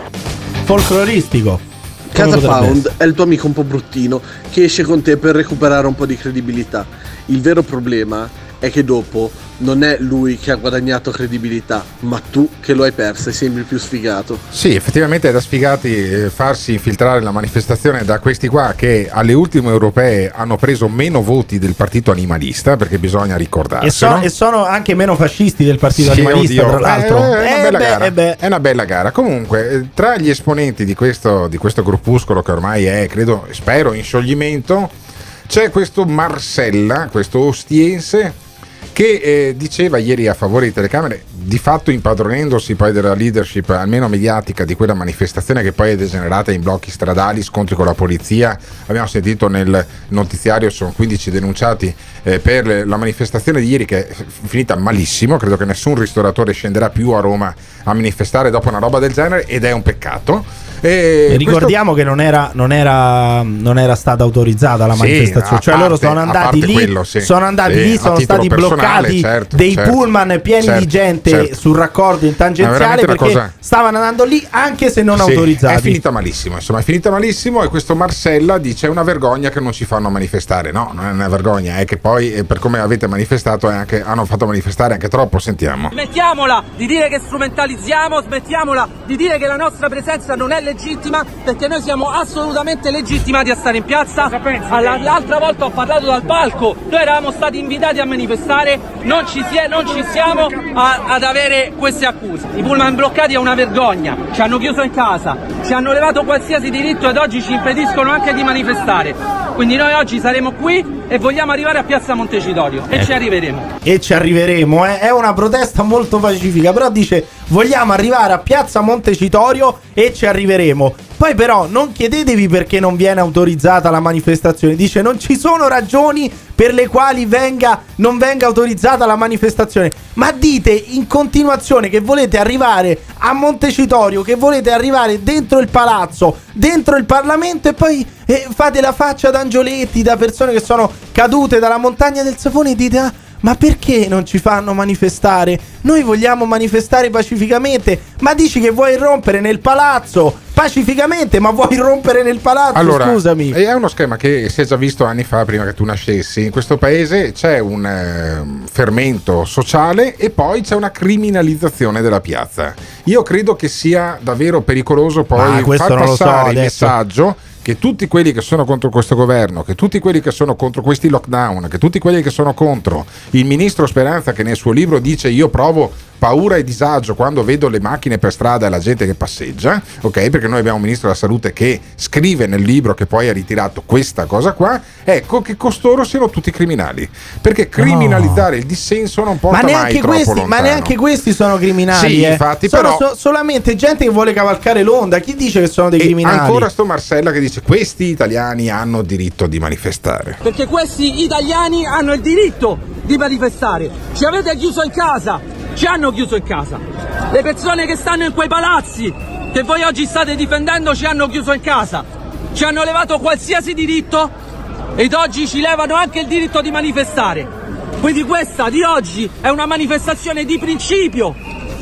[SPEAKER 9] Folcloristico.
[SPEAKER 26] Casa Pound è il tuo amico un po' bruttino che esce con te per recuperare un po' di credibilità. Il vero problema è che dopo non è lui che ha guadagnato credibilità, ma tu che lo hai persa e sembri più sfigato.
[SPEAKER 6] Sì, effettivamente è da sfigati eh, farsi infiltrare la manifestazione da questi qua che alle ultime europee hanno preso meno voti del partito animalista, perché bisogna ricordarselo.
[SPEAKER 9] E, so, e sono anche meno fascisti del partito
[SPEAKER 6] Sì,
[SPEAKER 9] animalista,
[SPEAKER 6] oddio.
[SPEAKER 9] tra l'altro.
[SPEAKER 6] Eh, è, una
[SPEAKER 9] Eh,
[SPEAKER 6] bella
[SPEAKER 9] beh,
[SPEAKER 6] gara.
[SPEAKER 9] eh, beh.
[SPEAKER 6] È una bella gara. Comunque, eh, tra gli esponenti di questo, di questo gruppuscolo che ormai è, credo, spero, in scioglimento, c'è questo Marcella, questo ostiense, che eh, diceva ieri a favore di telecamere, di fatto impadronendosi poi della leadership almeno mediatica di quella manifestazione che poi è degenerata in blocchi stradali, scontri con la polizia. Abbiamo sentito nel notiziario sono quindici denunciati eh, per la manifestazione di ieri, che è finita malissimo. Credo che nessun ristoratore scenderà più a Roma a manifestare dopo una roba del genere, ed è un peccato. E
[SPEAKER 9] E ricordiamo
[SPEAKER 6] questo...
[SPEAKER 9] che non era, non, era, non era stata autorizzata la
[SPEAKER 6] Sì,
[SPEAKER 9] manifestazione,
[SPEAKER 6] a
[SPEAKER 9] cioè loro
[SPEAKER 6] parte-
[SPEAKER 9] sono
[SPEAKER 6] a
[SPEAKER 9] andati
[SPEAKER 6] parte
[SPEAKER 9] lì,
[SPEAKER 6] quello, sì.
[SPEAKER 9] sono andati
[SPEAKER 6] Sì,
[SPEAKER 9] lì,
[SPEAKER 6] a
[SPEAKER 9] sono
[SPEAKER 6] titolo
[SPEAKER 9] stati
[SPEAKER 6] personale,
[SPEAKER 9] bloccati
[SPEAKER 6] certo,
[SPEAKER 9] dei
[SPEAKER 6] certo,
[SPEAKER 9] pullman pieni
[SPEAKER 6] certo,
[SPEAKER 9] di gente
[SPEAKER 6] certo.
[SPEAKER 9] sul raccordo in
[SPEAKER 6] Ma
[SPEAKER 9] tangenziale
[SPEAKER 6] veramente una
[SPEAKER 9] perché
[SPEAKER 6] cosa-
[SPEAKER 9] stavano andando lì anche se non
[SPEAKER 6] Sì,
[SPEAKER 9] autorizzati.
[SPEAKER 6] è finita malissimo, insomma, è finita malissimo. E questo Marcella dice: è una vergogna che non ci fanno manifestare. No, non è una vergogna, è che poi eh, per come avete manifestato è anche, hanno fatto manifestare anche troppo. Sentiamo.
[SPEAKER 11] Smettiamola di dire che strumentalizziamo, smettiamola di dire che la nostra presenza non è legittima, perché noi siamo assolutamente legittimati a stare in piazza. Alla- L'altra volta ho parlato dal palco, noi eravamo stati invitati a manifestare, non ci, si è, non ci siamo a- ad avere queste accuse. I pullman bloccati è una vergogna, ci hanno chiuso in casa, ci hanno levato qualsiasi diritto ed oggi ci impediscono anche di manifestare. Quindi noi oggi saremo qui e vogliamo arrivare a Piazza Montecitorio e
[SPEAKER 9] Eh.
[SPEAKER 11] ci arriveremo.
[SPEAKER 9] E ci arriveremo, eh. È una protesta molto pacifica, però dice vogliamo arrivare a Piazza Montecitorio e ci arriveremo. Poi però non chiedetevi perché non viene autorizzata la manifestazione, dice non ci sono ragioni per le quali venga, non venga autorizzata la manifestazione, ma dite in continuazione che volete arrivare a Montecitorio, che volete arrivare dentro il palazzo, dentro il Parlamento, e poi eh, fate la faccia d'angioletti da persone che sono cadute dalla montagna del sapone e dite ah, ma perché non ci fanno manifestare? Noi vogliamo manifestare pacificamente. Ma dici che vuoi irrompere nel palazzo pacificamente, ma vuoi irrompere nel palazzo?
[SPEAKER 6] Allora,
[SPEAKER 9] Scusami.
[SPEAKER 6] è uno schema che si è già visto anni fa, prima che tu nascessi. In questo paese c'è un eh, fermento sociale e poi c'è una criminalizzazione della piazza. Io credo che sia davvero pericoloso
[SPEAKER 9] Ah,
[SPEAKER 6] poi
[SPEAKER 9] questo
[SPEAKER 6] far
[SPEAKER 9] non lo so
[SPEAKER 6] passare il
[SPEAKER 9] adesso.
[SPEAKER 6] messaggio che tutti quelli che sono contro questo governo, che tutti quelli che sono contro questi lockdown, che tutti quelli che sono contro il ministro Speranza, che nel suo libro dice io provo paura e disagio quando vedo le macchine per strada e la gente che passeggia, ok? Perché noi abbiamo un ministro della salute che scrive nel libro, che poi ha ritirato questa cosa qua. Ecco che costoro siano tutti criminali, perché criminalizzare il dissenso non porta
[SPEAKER 9] Ma
[SPEAKER 6] mai
[SPEAKER 9] neanche,
[SPEAKER 6] troppo
[SPEAKER 9] questi,
[SPEAKER 6] lontano.
[SPEAKER 9] ma neanche questi sono criminali.
[SPEAKER 6] Sì,
[SPEAKER 9] eh.
[SPEAKER 6] infatti,
[SPEAKER 9] sono
[SPEAKER 6] però-
[SPEAKER 9] so- solamente gente che vuole cavalcare l'onda. Chi dice che sono dei
[SPEAKER 6] E
[SPEAKER 9] criminali?
[SPEAKER 6] ancora sto Marcella che dice questi italiani hanno diritto di manifestare.
[SPEAKER 11] Perché questi italiani hanno il diritto di manifestare. Ci avete chiuso in casa, ci hanno chiuso in casa. Le persone che stanno in quei palazzi che voi oggi state difendendo ci hanno chiuso in casa. Ci hanno levato qualsiasi diritto ed oggi ci levano anche il diritto di manifestare. Quindi questa di oggi è una manifestazione di principio,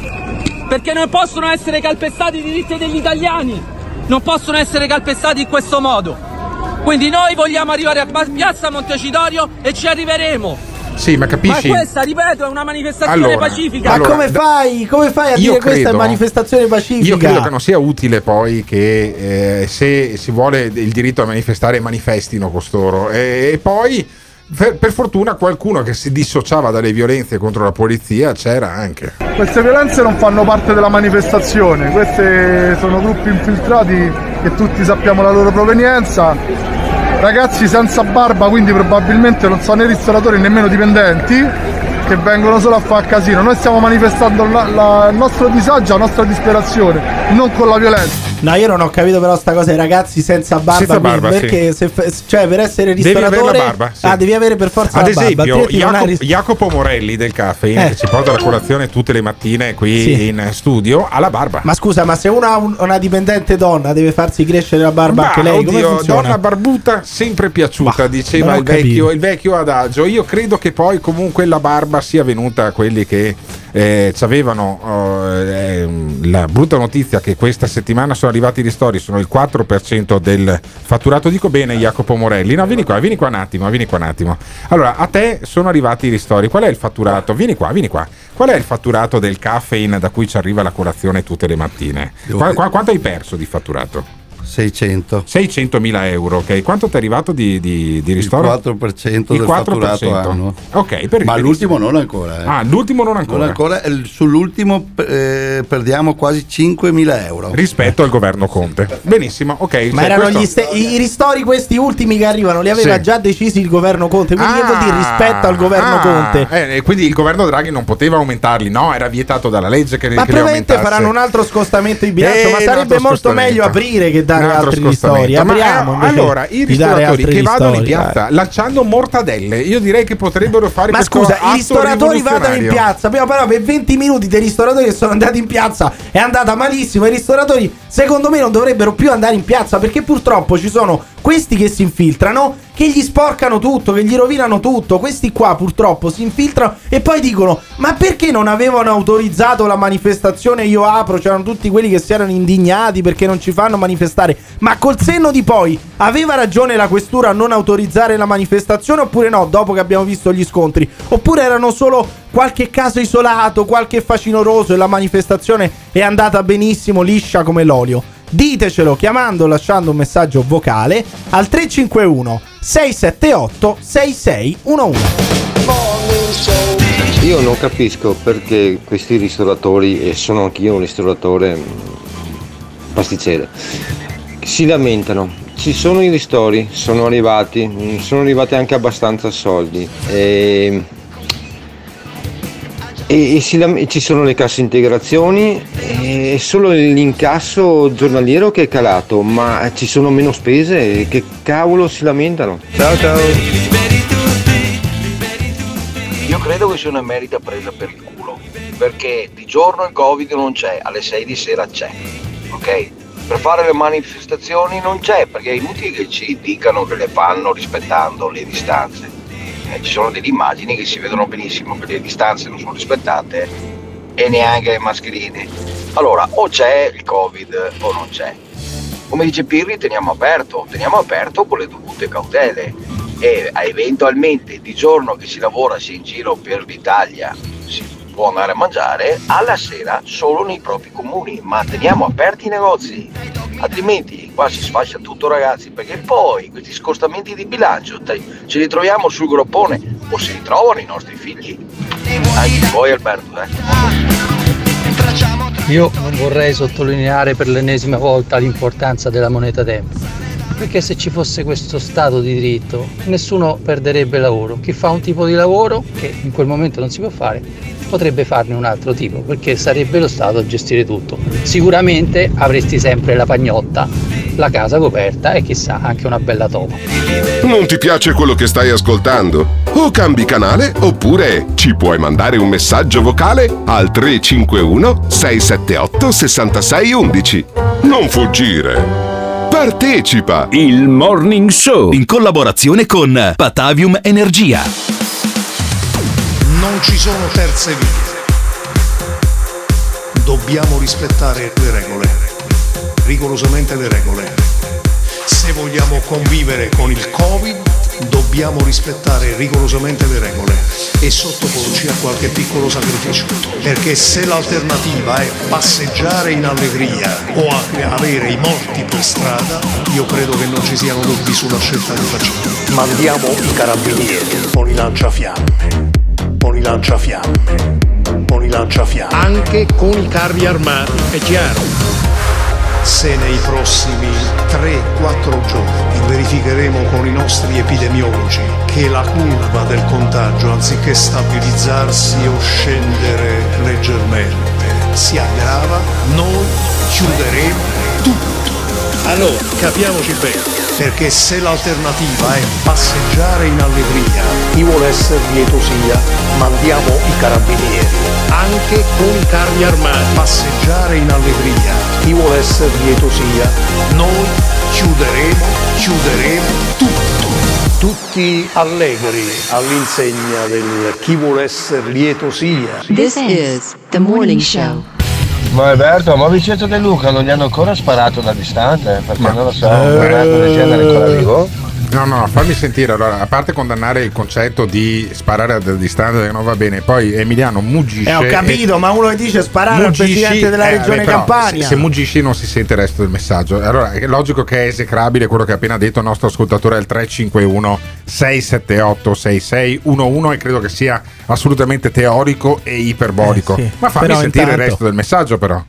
[SPEAKER 11] perché non possono essere calpestati i diritti degli italiani, non possono essere calpestati in questo modo. Quindi noi vogliamo arrivare a Piazza Montecitorio e ci arriveremo.
[SPEAKER 6] Sì, ma capisci?
[SPEAKER 11] Ma questa, ripeto, è una manifestazione
[SPEAKER 6] Allora,
[SPEAKER 11] pacifica.
[SPEAKER 9] Ma
[SPEAKER 6] allora,
[SPEAKER 9] come
[SPEAKER 6] da-
[SPEAKER 9] fai? Come fai a
[SPEAKER 6] Io
[SPEAKER 9] dire questa è
[SPEAKER 6] credo-
[SPEAKER 9] manifestazione pacifica?
[SPEAKER 6] Io credo che non sia utile poi che eh, se si vuole il diritto a manifestare manifestino costoro e, e poi per, per fortuna qualcuno che si dissociava dalle violenze contro la polizia c'era anche.
[SPEAKER 1] Queste violenze non fanno parte della manifestazione, questi sono gruppi infiltrati che tutti sappiamo la loro provenienza, ragazzi senza barba, quindi probabilmente non sono né ristoratori nemmeno dipendenti, che vengono solo a fare casino. Noi stiamo manifestando la- la- il nostro disagio, la nostra disperazione, non con la violenza.
[SPEAKER 9] No, io non ho capito però sta cosa dei ragazzi senza barba,
[SPEAKER 6] Senza barba,
[SPEAKER 9] perché
[SPEAKER 6] sì.
[SPEAKER 9] se, cioè per essere
[SPEAKER 6] Devi avere
[SPEAKER 9] ristoratore
[SPEAKER 6] la barba, sì.
[SPEAKER 9] ah, devi avere per forza
[SPEAKER 6] Ad
[SPEAKER 9] la barba.
[SPEAKER 6] esempio,
[SPEAKER 9] altrimenti non
[SPEAKER 6] Jacopo,
[SPEAKER 9] hai ris-
[SPEAKER 6] Jacopo Morelli del Caffeine,
[SPEAKER 9] Eh.
[SPEAKER 6] che ci porta la colazione tutte le mattine qui
[SPEAKER 9] Sì.
[SPEAKER 6] in studio, ha la barba.
[SPEAKER 9] Ma scusa, ma se una, un- una dipendente donna deve farsi crescere la barba
[SPEAKER 6] Ma,
[SPEAKER 9] anche lei, come
[SPEAKER 6] oddio,
[SPEAKER 9] funziona?
[SPEAKER 6] donna barbuta sempre piaciuta,
[SPEAKER 9] non
[SPEAKER 6] diceva
[SPEAKER 9] ho
[SPEAKER 6] il vecchio,
[SPEAKER 9] capito.
[SPEAKER 6] il vecchio adagio. Io credo che poi comunque la barba sia venuta a quelli che eh, avevano eh, la brutta notizia che questa settimana sono arrivati i ristori, sono il quattro per cento del fatturato. Dico bene, Jacopo Morelli? No, vieni qua, vieni qua un attimo, vieni qua un attimo. Allora, a te sono arrivati i ristori, qual è il fatturato? Vieni qua, vieni qua. Qual è il fatturato del Caffeine da cui ci arriva la colazione tutte le mattine? Qua, qua, quanto hai perso di fatturato?
[SPEAKER 2] seicento.
[SPEAKER 6] seicentomila euro, ok. Quanto ti è arrivato di, di, di ristoro?
[SPEAKER 2] Il quattro per cento
[SPEAKER 6] Il
[SPEAKER 2] del
[SPEAKER 6] quattro per cento.
[SPEAKER 2] fatturato annuo.
[SPEAKER 6] Ok, per
[SPEAKER 2] Ma l'ultimo non ancora. Eh.
[SPEAKER 6] Ah, l'ultimo non ancora.
[SPEAKER 2] Non ancora. eh, Sull'ultimo eh, perdiamo quasi cinquemila euro.
[SPEAKER 6] Rispetto al governo Conte. Benissimo, ok.
[SPEAKER 9] Ma
[SPEAKER 6] cioè
[SPEAKER 9] erano
[SPEAKER 6] questo-
[SPEAKER 9] gli ste- i ristori questi ultimi che arrivano, li aveva
[SPEAKER 6] Sì.
[SPEAKER 9] già decisi il governo Conte, quindi che vuol dire rispetto al governo
[SPEAKER 6] ah,
[SPEAKER 9] Conte?
[SPEAKER 6] eh, e quindi il governo Draghi non poteva aumentarli, no? Era vietato dalla legge che,
[SPEAKER 9] Ma
[SPEAKER 6] che li
[SPEAKER 9] probabilmente
[SPEAKER 6] aumentasse.
[SPEAKER 9] faranno un altro scostamento di bilancio,
[SPEAKER 6] Eh,
[SPEAKER 9] ma
[SPEAKER 6] un
[SPEAKER 9] sarebbe
[SPEAKER 6] altro
[SPEAKER 9] molto
[SPEAKER 6] scostamento.
[SPEAKER 9] meglio aprire che dare
[SPEAKER 6] Un altro
[SPEAKER 9] altri ristori.
[SPEAKER 6] scostamento. Ma,
[SPEAKER 9] Apriamo
[SPEAKER 6] eh,
[SPEAKER 9] invece
[SPEAKER 6] allora, i
[SPEAKER 9] di dare
[SPEAKER 6] ristoratori
[SPEAKER 9] altri
[SPEAKER 6] che vadano in
[SPEAKER 9] ristori,
[SPEAKER 6] piazza
[SPEAKER 9] dai.
[SPEAKER 6] lanciando mortadelle, io direi che potrebbero fare
[SPEAKER 9] Ma
[SPEAKER 6] questo
[SPEAKER 9] scusa,
[SPEAKER 6] atto
[SPEAKER 9] i ristoratori vadano in
[SPEAKER 6] rivoluzionario.
[SPEAKER 9] piazza. Abbiamo parlato per venti minuti dei ristoratori che sono andati in piazza. È andata malissimo. I ristoratori, secondo me, non dovrebbero più andare in piazza, perché purtroppo ci sono questi che si infiltrano, che gli sporcano tutto, che gli rovinano tutto. Questi qua purtroppo si infiltrano e poi dicono: ma perché non avevano autorizzato la manifestazione Io Apro? C'erano tutti quelli che si erano indignati perché non ci fanno manifestare. Ma col senno di poi, aveva ragione la questura a non autorizzare la manifestazione oppure no, dopo che abbiamo visto gli scontri? Oppure erano solo qualche caso isolato, qualche facinoroso e la manifestazione è andata benissimo, liscia come l'olio? Ditecelo chiamando o lasciando un messaggio vocale al tre cinque uno sei sette otto sei sei uno uno.
[SPEAKER 8] Io non capisco perché questi ristoratori, e sono anch'io un ristoratore mh, pasticcere, si lamentano. Ci sono i ristori, sono arrivati, mh, sono arrivati anche abbastanza soldi e, e, e si lam- e ci sono le casse integrazioni, e è solo l'incasso giornaliero che è calato, ma ci sono meno spese, che cavolo si lamentano? Ciao ciao!
[SPEAKER 15] Io credo che sia una merita presa per il culo, perché di giorno il Covid non c'è, alle sei di sera c'è, ok? Per fare le manifestazioni non c'è, perché è inutile che ci dicano che le fanno rispettando le distanze. Eh, ci sono delle immagini che si vedono benissimo che le distanze non sono rispettate e neanche le mascherine. Allora, o c'è il Covid o non c'è. Come dice Pirri, teniamo aperto, teniamo aperto con le dovute cautele. E eventualmente di giorno che si lavora, sia in giro per l'Italia, si può andare a mangiare, alla sera solo nei propri comuni, ma teniamo aperti i negozi, altrimenti qua si sfascia tutto, ragazzi, perché poi questi scostamenti di bilancio te- ce li troviamo sul groppone o si ritrovano i nostri figli. Anche voi, Alberto, eh?
[SPEAKER 25] Io non vorrei sottolineare per l'ennesima volta l'importanza della moneta tempo, perché se ci fosse questo stato di diritto nessuno perderebbe lavoro. Chi fa un tipo di lavoro che in quel momento non si può fare potrebbe farne un altro tipo, perché sarebbe lo Stato a gestire tutto. Sicuramente avresti sempre la pagnotta, la casa coperta e chissà anche una bella topa.
[SPEAKER 20] Non ti piace quello che stai ascoltando? O cambi canale oppure ci puoi mandare un messaggio vocale al tre cinque uno sei sette otto sei sei uno uno. Non fuggire! Partecipa!
[SPEAKER 4] Il Morning Show in collaborazione con Patavium Energia.
[SPEAKER 22] Non ci sono terze vie. Dobbiamo rispettare le regole, rigorosamente le regole. Se vogliamo convivere con il Covid, dobbiamo rispettare rigorosamente le regole e sottoporci a qualche piccolo sacrificio. Perché se l'alternativa è passeggiare in allegria o a- avere i morti per strada, io credo che non ci siano dubbi sulla scelta che facciamo. Mandiamo i carabinieri con i lanciafiamme, con i lanciafiamme, con i lanciafiamme. Anche con i carri armati, è chiaro. Se nei prossimi tre quattro giorni verificheremo con i nostri epidemiologi che la curva del contagio, anziché stabilizzarsi o scendere leggermente, si aggrava, noi chiuderemo tutto. Allora, capiamoci bene, perché se l'alternativa è passeggiare in allegria, chi vuole essere lieto sia, mandiamo i carabinieri, anche con i carri armati. Passeggiare in allegria, chi vuole essere lieto sia, noi chiuderemo, chiuderemo tutto. Tutti allegri all'insegna del chi vuole essere lieto sia.
[SPEAKER 5] This is the morning show.
[SPEAKER 13] Ma Alberto, ma Vincenzo De Luca non gli hanno ancora sparato da distante? Perché
[SPEAKER 6] Ma-
[SPEAKER 13] non lo so, un merda del genere è ancora vivo?
[SPEAKER 6] No, no, fammi sentire. Allora, a parte condannare il concetto di sparare da distanza, che non va bene, poi Emiliano muggisce.
[SPEAKER 9] Eh, ho capito,
[SPEAKER 6] e-
[SPEAKER 9] ma uno che dice sparare al
[SPEAKER 6] Muggisci-
[SPEAKER 9] presidente della
[SPEAKER 6] eh,
[SPEAKER 9] regione
[SPEAKER 6] vabbè, però,
[SPEAKER 9] Campania.
[SPEAKER 6] Se, se muggisci non si sente il resto del messaggio. Allora è logico che è esecrabile quello che ha appena detto il nostro ascoltatore al tre cinque uno sei sette otto sei sei uno uno e credo che sia assolutamente teorico e iperbolico.
[SPEAKER 13] Eh, sì.
[SPEAKER 6] Ma fammi
[SPEAKER 13] Però
[SPEAKER 6] sentire
[SPEAKER 13] intanto-
[SPEAKER 6] il resto del messaggio, però.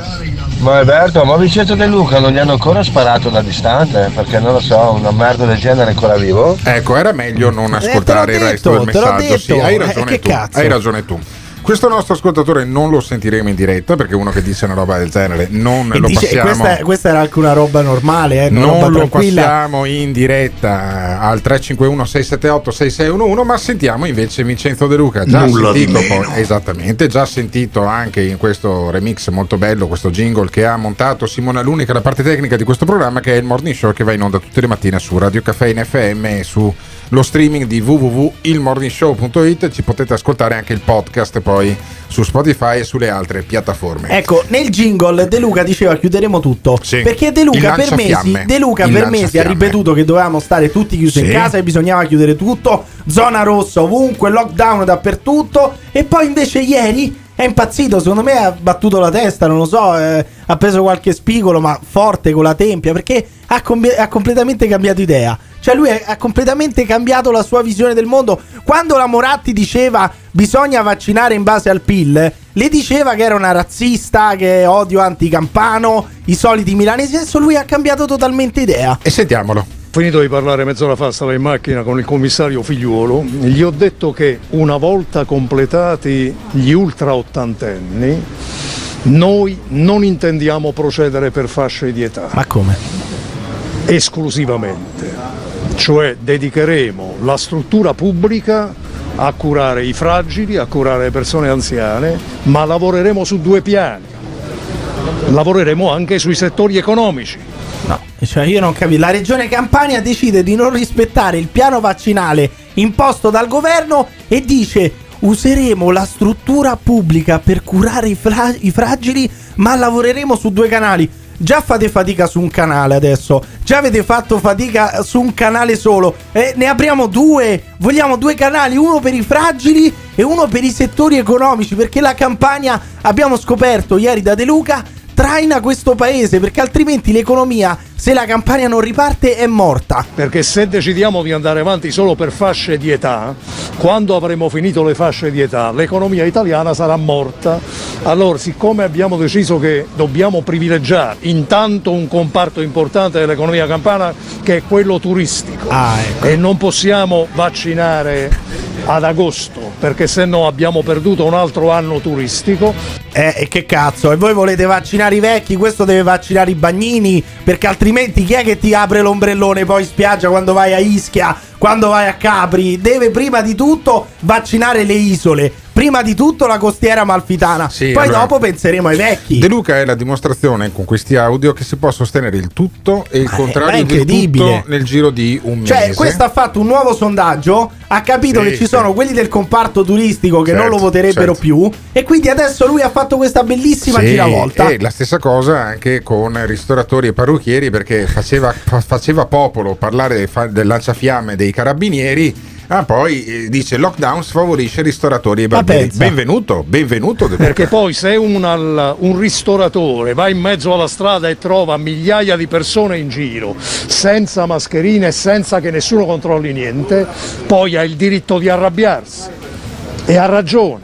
[SPEAKER 13] Ma Alberto, ma Vincenzo De Luca non gli hanno ancora sparato da distante? Perché non lo so, una merda del genere è ancora vivo?
[SPEAKER 6] Ecco, era meglio non
[SPEAKER 13] Eh,
[SPEAKER 6] ascoltare
[SPEAKER 13] te l'ho
[SPEAKER 6] il resto
[SPEAKER 13] detto,
[SPEAKER 6] del
[SPEAKER 13] te l'ho
[SPEAKER 6] messaggio. Sì,
[SPEAKER 13] detto.
[SPEAKER 6] hai
[SPEAKER 13] Eh,
[SPEAKER 6] ragione
[SPEAKER 13] che
[SPEAKER 6] tu.
[SPEAKER 13] cazzo?
[SPEAKER 6] Hai ragione tu. Questo nostro ascoltatore non lo sentiremo in diretta perché uno che dice una roba del genere non
[SPEAKER 9] E
[SPEAKER 6] lo
[SPEAKER 9] dice,
[SPEAKER 6] passiamo.
[SPEAKER 9] questa, questa era anche una roba normale, eh, una roba
[SPEAKER 6] Non lo
[SPEAKER 9] tranquilla.
[SPEAKER 6] passiamo in diretta al tre cinque uno sei sette otto sei sei uno uno, ma sentiamo invece Vincenzo De Luca. Già
[SPEAKER 22] Nulla di
[SPEAKER 6] sentito,
[SPEAKER 22] meno.
[SPEAKER 6] poi, esattamente, già sentito anche in questo remix molto bello, questo jingle che ha montato Simona Luni, che è la parte tecnica di questo programma, che è il Morning Show che va in onda tutte le mattine su Radio Caffè in F M e su lo streaming di w w w punto il morning show punto i t. Ci potete ascoltare anche il podcast poi su Spotify e sulle altre piattaforme.
[SPEAKER 9] Ecco, nel jingle De Luca diceva chiuderemo tutto.
[SPEAKER 6] Sì.
[SPEAKER 9] Perché De
[SPEAKER 6] Il
[SPEAKER 9] Luca per mesi,
[SPEAKER 6] lanciafiamme.
[SPEAKER 9] De Luca
[SPEAKER 6] Il
[SPEAKER 9] per mesi ha
[SPEAKER 6] lanciafiamme.
[SPEAKER 9] ripetuto che dovevamo stare tutti chiusi
[SPEAKER 6] Sì.
[SPEAKER 9] in casa e bisognava chiudere tutto, zona rossa ovunque, lockdown dappertutto, e poi invece ieri è impazzito, secondo me ha battuto la testa, non lo so, eh, ha preso qualche spigolo, ma forte con la tempia, perché ha, com- ha completamente cambiato idea. Cioè lui ha, ha completamente cambiato la sua visione del mondo. Quando la Moratti diceva bisogna vaccinare in base al P I L, le diceva che era una razzista, che odio anticampano, i soliti milanesi. Adesso lui ha cambiato totalmente idea.
[SPEAKER 6] E sentiamolo.
[SPEAKER 22] Finito di parlare mezz'ora fa, stavo in macchina con il commissario Figliuolo, gli ho detto che una volta completati gli ultra ottantenni noi non intendiamo procedere per fasce di età.
[SPEAKER 9] Ma come?
[SPEAKER 22] Esclusivamente, cioè dedicheremo la struttura pubblica a curare i fragili, a curare le persone anziane, ma lavoreremo su due piani. Lavoreremo anche sui settori economici.
[SPEAKER 9] No, cioè io non capisco. La regione Campania decide di non rispettare il piano vaccinale imposto dal governo e dice useremo la struttura pubblica per curare i, fra- i fragili, ma lavoreremo su due canali. Già fate fatica su un canale adesso, già avete fatto fatica su un canale solo, eh, ne apriamo due, vogliamo due canali, uno per i fragili e uno per i settori economici, perché la Campania, abbiamo scoperto ieri da De Luca, traina questo paese, perché altrimenti l'economia, se la Campania non riparte, è morta.
[SPEAKER 22] Perché se decidiamo di andare avanti solo per fasce di età, quando avremo finito le fasce di età, l'economia italiana sarà morta. Allora, siccome abbiamo deciso che dobbiamo privilegiare intanto un comparto importante dell'economia campana, che è quello turistico, e non possiamo vaccinare ad agosto, perché se no abbiamo perduto un altro anno turistico.
[SPEAKER 9] Eh, e che cazzo, e voi volete vaccinare i vecchi? Questo deve vaccinare i bagnini, perché altrimenti chi è che ti apre l'ombrellone poi in spiaggia quando vai a Ischia, quando vai a Capri? Deve prima di tutto vaccinare le isole, prima di tutto la costiera amalfitana,
[SPEAKER 6] Sì,
[SPEAKER 9] poi
[SPEAKER 6] allora,
[SPEAKER 9] dopo penseremo ai vecchi.
[SPEAKER 6] De Luca è la dimostrazione con questi audio che si può sostenere il tutto e il
[SPEAKER 9] Ma è-
[SPEAKER 6] contrario
[SPEAKER 9] ma è
[SPEAKER 6] del
[SPEAKER 9] incredibile.
[SPEAKER 6] tutto nel giro di un
[SPEAKER 9] Cioè,
[SPEAKER 6] mese.
[SPEAKER 9] questo ha fatto un nuovo sondaggio, ha capito
[SPEAKER 6] Sì,
[SPEAKER 9] che ci
[SPEAKER 6] sì.
[SPEAKER 9] sono quelli del comparto turistico che
[SPEAKER 6] Certo,
[SPEAKER 9] non lo voterebbero
[SPEAKER 6] certo.
[SPEAKER 9] più, e quindi adesso lui ha fatto questa bellissima
[SPEAKER 6] Sì,
[SPEAKER 9] giravolta.
[SPEAKER 6] e la stessa cosa anche con ristoratori e parrucchieri, perché faceva, fa- faceva popolo parlare del, fa- del lanciafiamme dei carabinieri. Ah, poi eh, dice lockdown sfavorisce ristoratori e barbieri.
[SPEAKER 22] pensa.
[SPEAKER 6] Benvenuto, benvenuto. De Luca.
[SPEAKER 22] Perché poi se un, al- un ristoratore va in mezzo alla strada e trova migliaia di persone in giro senza mascherine e senza che nessuno controlli niente, poi ha il diritto di arrabbiarsi, e ha ragione.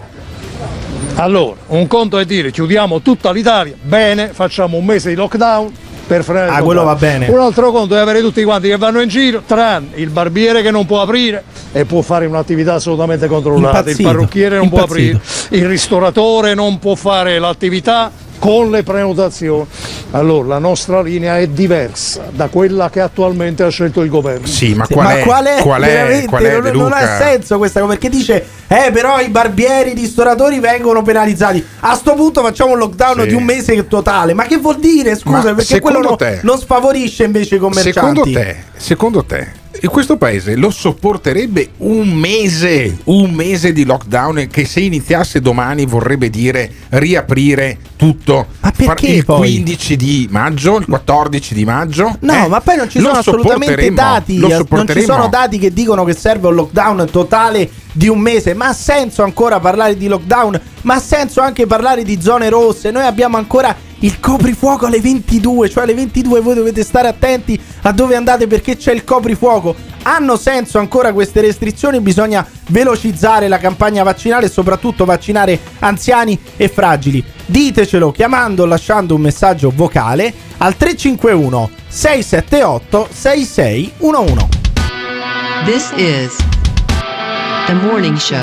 [SPEAKER 22] Allora, un conto è dire chiudiamo tutta l'Italia, bene, facciamo un mese di lockdown per frenare il
[SPEAKER 9] Ah, quello
[SPEAKER 22] contagio.
[SPEAKER 9] va bene.
[SPEAKER 22] Un altro conto è avere tutti quanti che vanno in giro, tranne il barbiere che non può aprire e può fare un'attività assolutamente controllata,
[SPEAKER 9] Impazzito,
[SPEAKER 22] il parrucchiere non
[SPEAKER 9] impazzito.
[SPEAKER 22] può aprire, il ristoratore non può fare l'attività con le prenotazioni.
[SPEAKER 7] Allora, la nostra linea è diversa da quella che attualmente ha scelto il governo.
[SPEAKER 6] Sì, ma
[SPEAKER 9] Sì,
[SPEAKER 6] qual,
[SPEAKER 9] ma
[SPEAKER 6] è,
[SPEAKER 9] qual è
[SPEAKER 6] qual è,
[SPEAKER 9] veramente?
[SPEAKER 6] qual è
[SPEAKER 9] non,
[SPEAKER 6] De
[SPEAKER 9] non ha
[SPEAKER 6] Luca?
[SPEAKER 9] senso questa cosa, perché dice eh però i barbieri, i ristoratori vengono penalizzati. A sto punto facciamo un lockdown
[SPEAKER 6] Sì.
[SPEAKER 9] di un mese totale. Ma che vuol dire? Scusa,
[SPEAKER 6] Ma
[SPEAKER 9] perché quello
[SPEAKER 6] secondo
[SPEAKER 9] no-
[SPEAKER 6] te-
[SPEAKER 9] non sfavorisce invece i commercianti.
[SPEAKER 6] Secondo te, secondo te, in questo paese lo sopporterebbe un mese, un mese di lockdown che se iniziasse domani vorrebbe dire riaprire tutto?
[SPEAKER 9] Ma perché
[SPEAKER 6] il
[SPEAKER 9] poi?
[SPEAKER 6] quindici di maggio, il quattordici di maggio?
[SPEAKER 9] No,
[SPEAKER 6] Eh,
[SPEAKER 9] ma poi non ci
[SPEAKER 6] lo
[SPEAKER 9] sono assolutamente
[SPEAKER 6] sopporteremmo,
[SPEAKER 9] dati.
[SPEAKER 6] lo
[SPEAKER 9] Non ci
[SPEAKER 6] sopporteremmo.
[SPEAKER 9] sono dati che dicono che serve un lockdown totale di un mese. Ma ha senso ancora parlare di lockdown? Ma ha senso anche parlare di zone rosse? Noi abbiamo ancora il coprifuoco alle ventidue, cioè alle ventidue voi dovete stare attenti a dove andate perché c'è il coprifuoco. Hanno senso ancora queste restrizioni? Bisogna velocizzare la campagna vaccinale e soprattutto vaccinare anziani e fragili. Ditecelo chiamando o lasciando un messaggio vocale al tre cinque uno sei sette otto sei sei uno uno.
[SPEAKER 5] This is The Morning Show.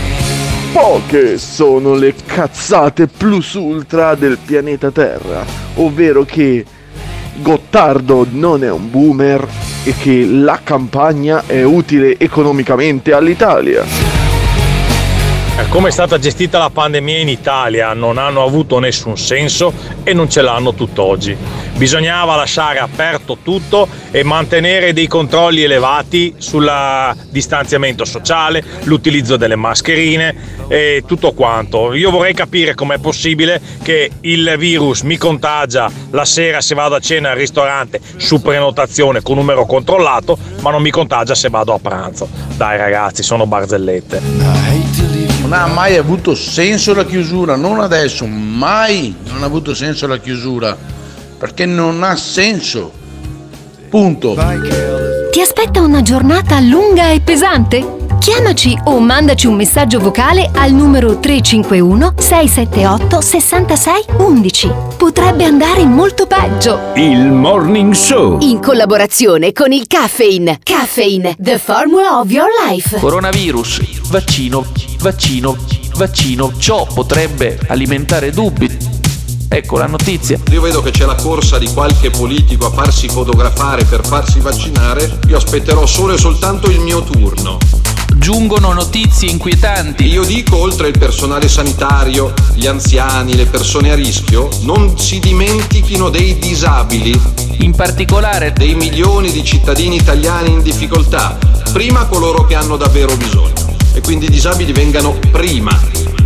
[SPEAKER 17] Poche sono le cazzate plus ultra del pianeta Terra, ovvero che Gottardo non è un boomer e che la campagna è utile economicamente all'Italia.
[SPEAKER 12] Come è stata gestita la pandemia in Italia non hanno avuto nessun senso e non ce l'hanno tutt'oggi. Bisognava lasciare aperto tutto e mantenere dei controlli elevati sul distanziamento sociale, l'utilizzo delle mascherine e tutto quanto. Io vorrei capire com'è possibile che il virus mi contagia la sera se vado a cena al ristorante su prenotazione con numero controllato, ma non mi contagia se vado a pranzo. Dai ragazzi, sono barzellette.
[SPEAKER 14] Non ha mai avuto senso la chiusura, non adesso, mai non ha avuto senso la chiusura, perché non ha senso. Punto.
[SPEAKER 21] Ti aspetta una giornata lunga e pesante? Chiamaci o mandaci un messaggio vocale al numero tre cinque uno sei sette otto sei sei uno uno. Potrebbe andare molto peggio.
[SPEAKER 4] Il Morning Show.
[SPEAKER 21] In collaborazione con il Caffeine. Caffeine, the formula of your life.
[SPEAKER 23] Coronavirus, vaccino, vaccino, vaccino. Ciò potrebbe alimentare dubbi. Ecco la notizia.
[SPEAKER 24] Io vedo che c'è la corsa di qualche politico a farsi fotografare per farsi vaccinare. Io aspetterò solo e soltanto il mio turno.
[SPEAKER 23] Giungono notizie inquietanti.
[SPEAKER 24] Io dico, oltre il personale sanitario, gli anziani, le persone a rischio, non si dimentichino dei disabili,
[SPEAKER 23] in particolare
[SPEAKER 24] dei milioni di cittadini italiani in difficoltà, prima coloro che hanno davvero bisogno, e quindi i disabili vengano prima,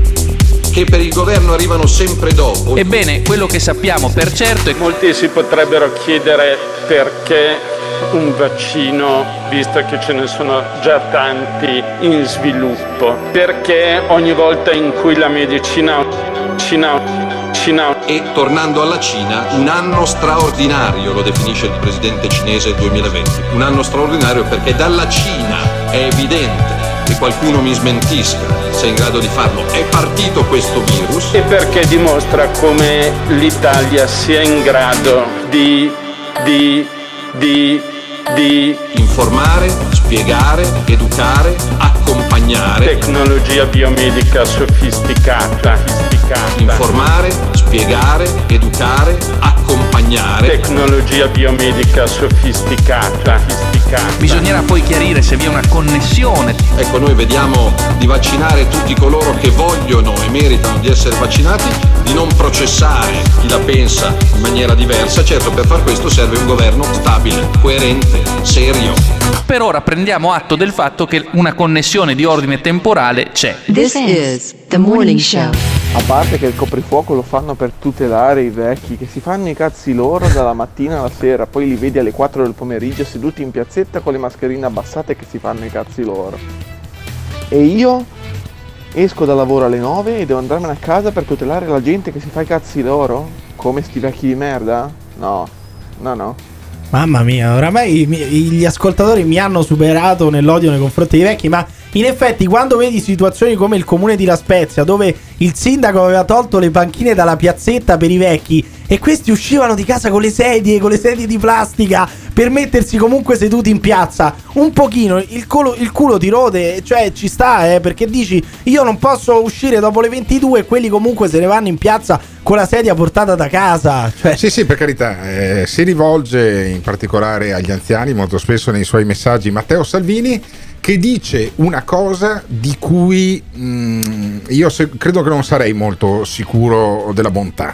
[SPEAKER 24] che per il governo arrivano sempre dopo.
[SPEAKER 23] Ebbene, quello che sappiamo per certo è che
[SPEAKER 27] molti si potrebbero chiedere perché un vaccino, visto che ce ne sono già tanti in sviluppo, perché ogni volta in cui la medicina Cina, Cina.
[SPEAKER 24] E tornando alla Cina, un anno straordinario lo definisce il presidente cinese il duemilaventi, un anno straordinario perché dalla Cina è evidente, che qualcuno mi smentisca se è in grado di farlo, è partito questo virus,
[SPEAKER 27] e perché dimostra come l'Italia sia in grado di di di di
[SPEAKER 24] informare, spiegare, educare, accompagnare,
[SPEAKER 27] tecnologia biomedica sofisticata, sofisticata.
[SPEAKER 24] Informare, spiegare, educare, accompagnare,
[SPEAKER 27] tecnologia biomedica sofisticata, sofisticata.
[SPEAKER 23] Bisognerà poi chiarire se vi è una connessione.
[SPEAKER 24] Ecco, noi vediamo di vaccinare tutti coloro che vogliono e meritano di essere vaccinati, di non processare chi la pensa in maniera diversa. Certo, per far questo serve un governo stabile, coerente, serio.
[SPEAKER 23] Per ora prendiamo atto del fatto che una connessione di ordine temporale c'è.
[SPEAKER 5] This is The Morning Show.
[SPEAKER 17] A parte che il coprifuoco lo fanno per tutelare i vecchi che si fanno i cazzi loro dalla mattina alla sera, poi li vedi alle quattro del pomeriggio seduti in piazzetta con le mascherine abbassate che si fanno i cazzi loro. E io esco da lavoro alle nove e devo andarmene a casa per tutelare la gente che si fa i cazzi loro? Come sti vecchi di merda? No, no, no.
[SPEAKER 9] Mamma mia, oramai mi- gli ascoltatori mi hanno superato nell'odio nei confronti dei vecchi, ma in effetti quando vedi situazioni come il comune di La Spezia, dove il sindaco aveva tolto le panchine dalla piazzetta per i vecchi e questi uscivano di casa con le sedie, con le sedie di plastica per mettersi comunque seduti in piazza, un pochino il culo, il culo ti rode, cioè ci sta, eh, perché dici io non posso uscire dopo le ventidue e quelli comunque se ne vanno in piazza con la sedia portata da casa, cioè.
[SPEAKER 6] Sì, sì, per carità, eh, si rivolge in particolare agli anziani molto spesso nei suoi messaggi Matteo Salvini, che dice una cosa di cui mh, io se, credo che non sarei molto sicuro della bontà.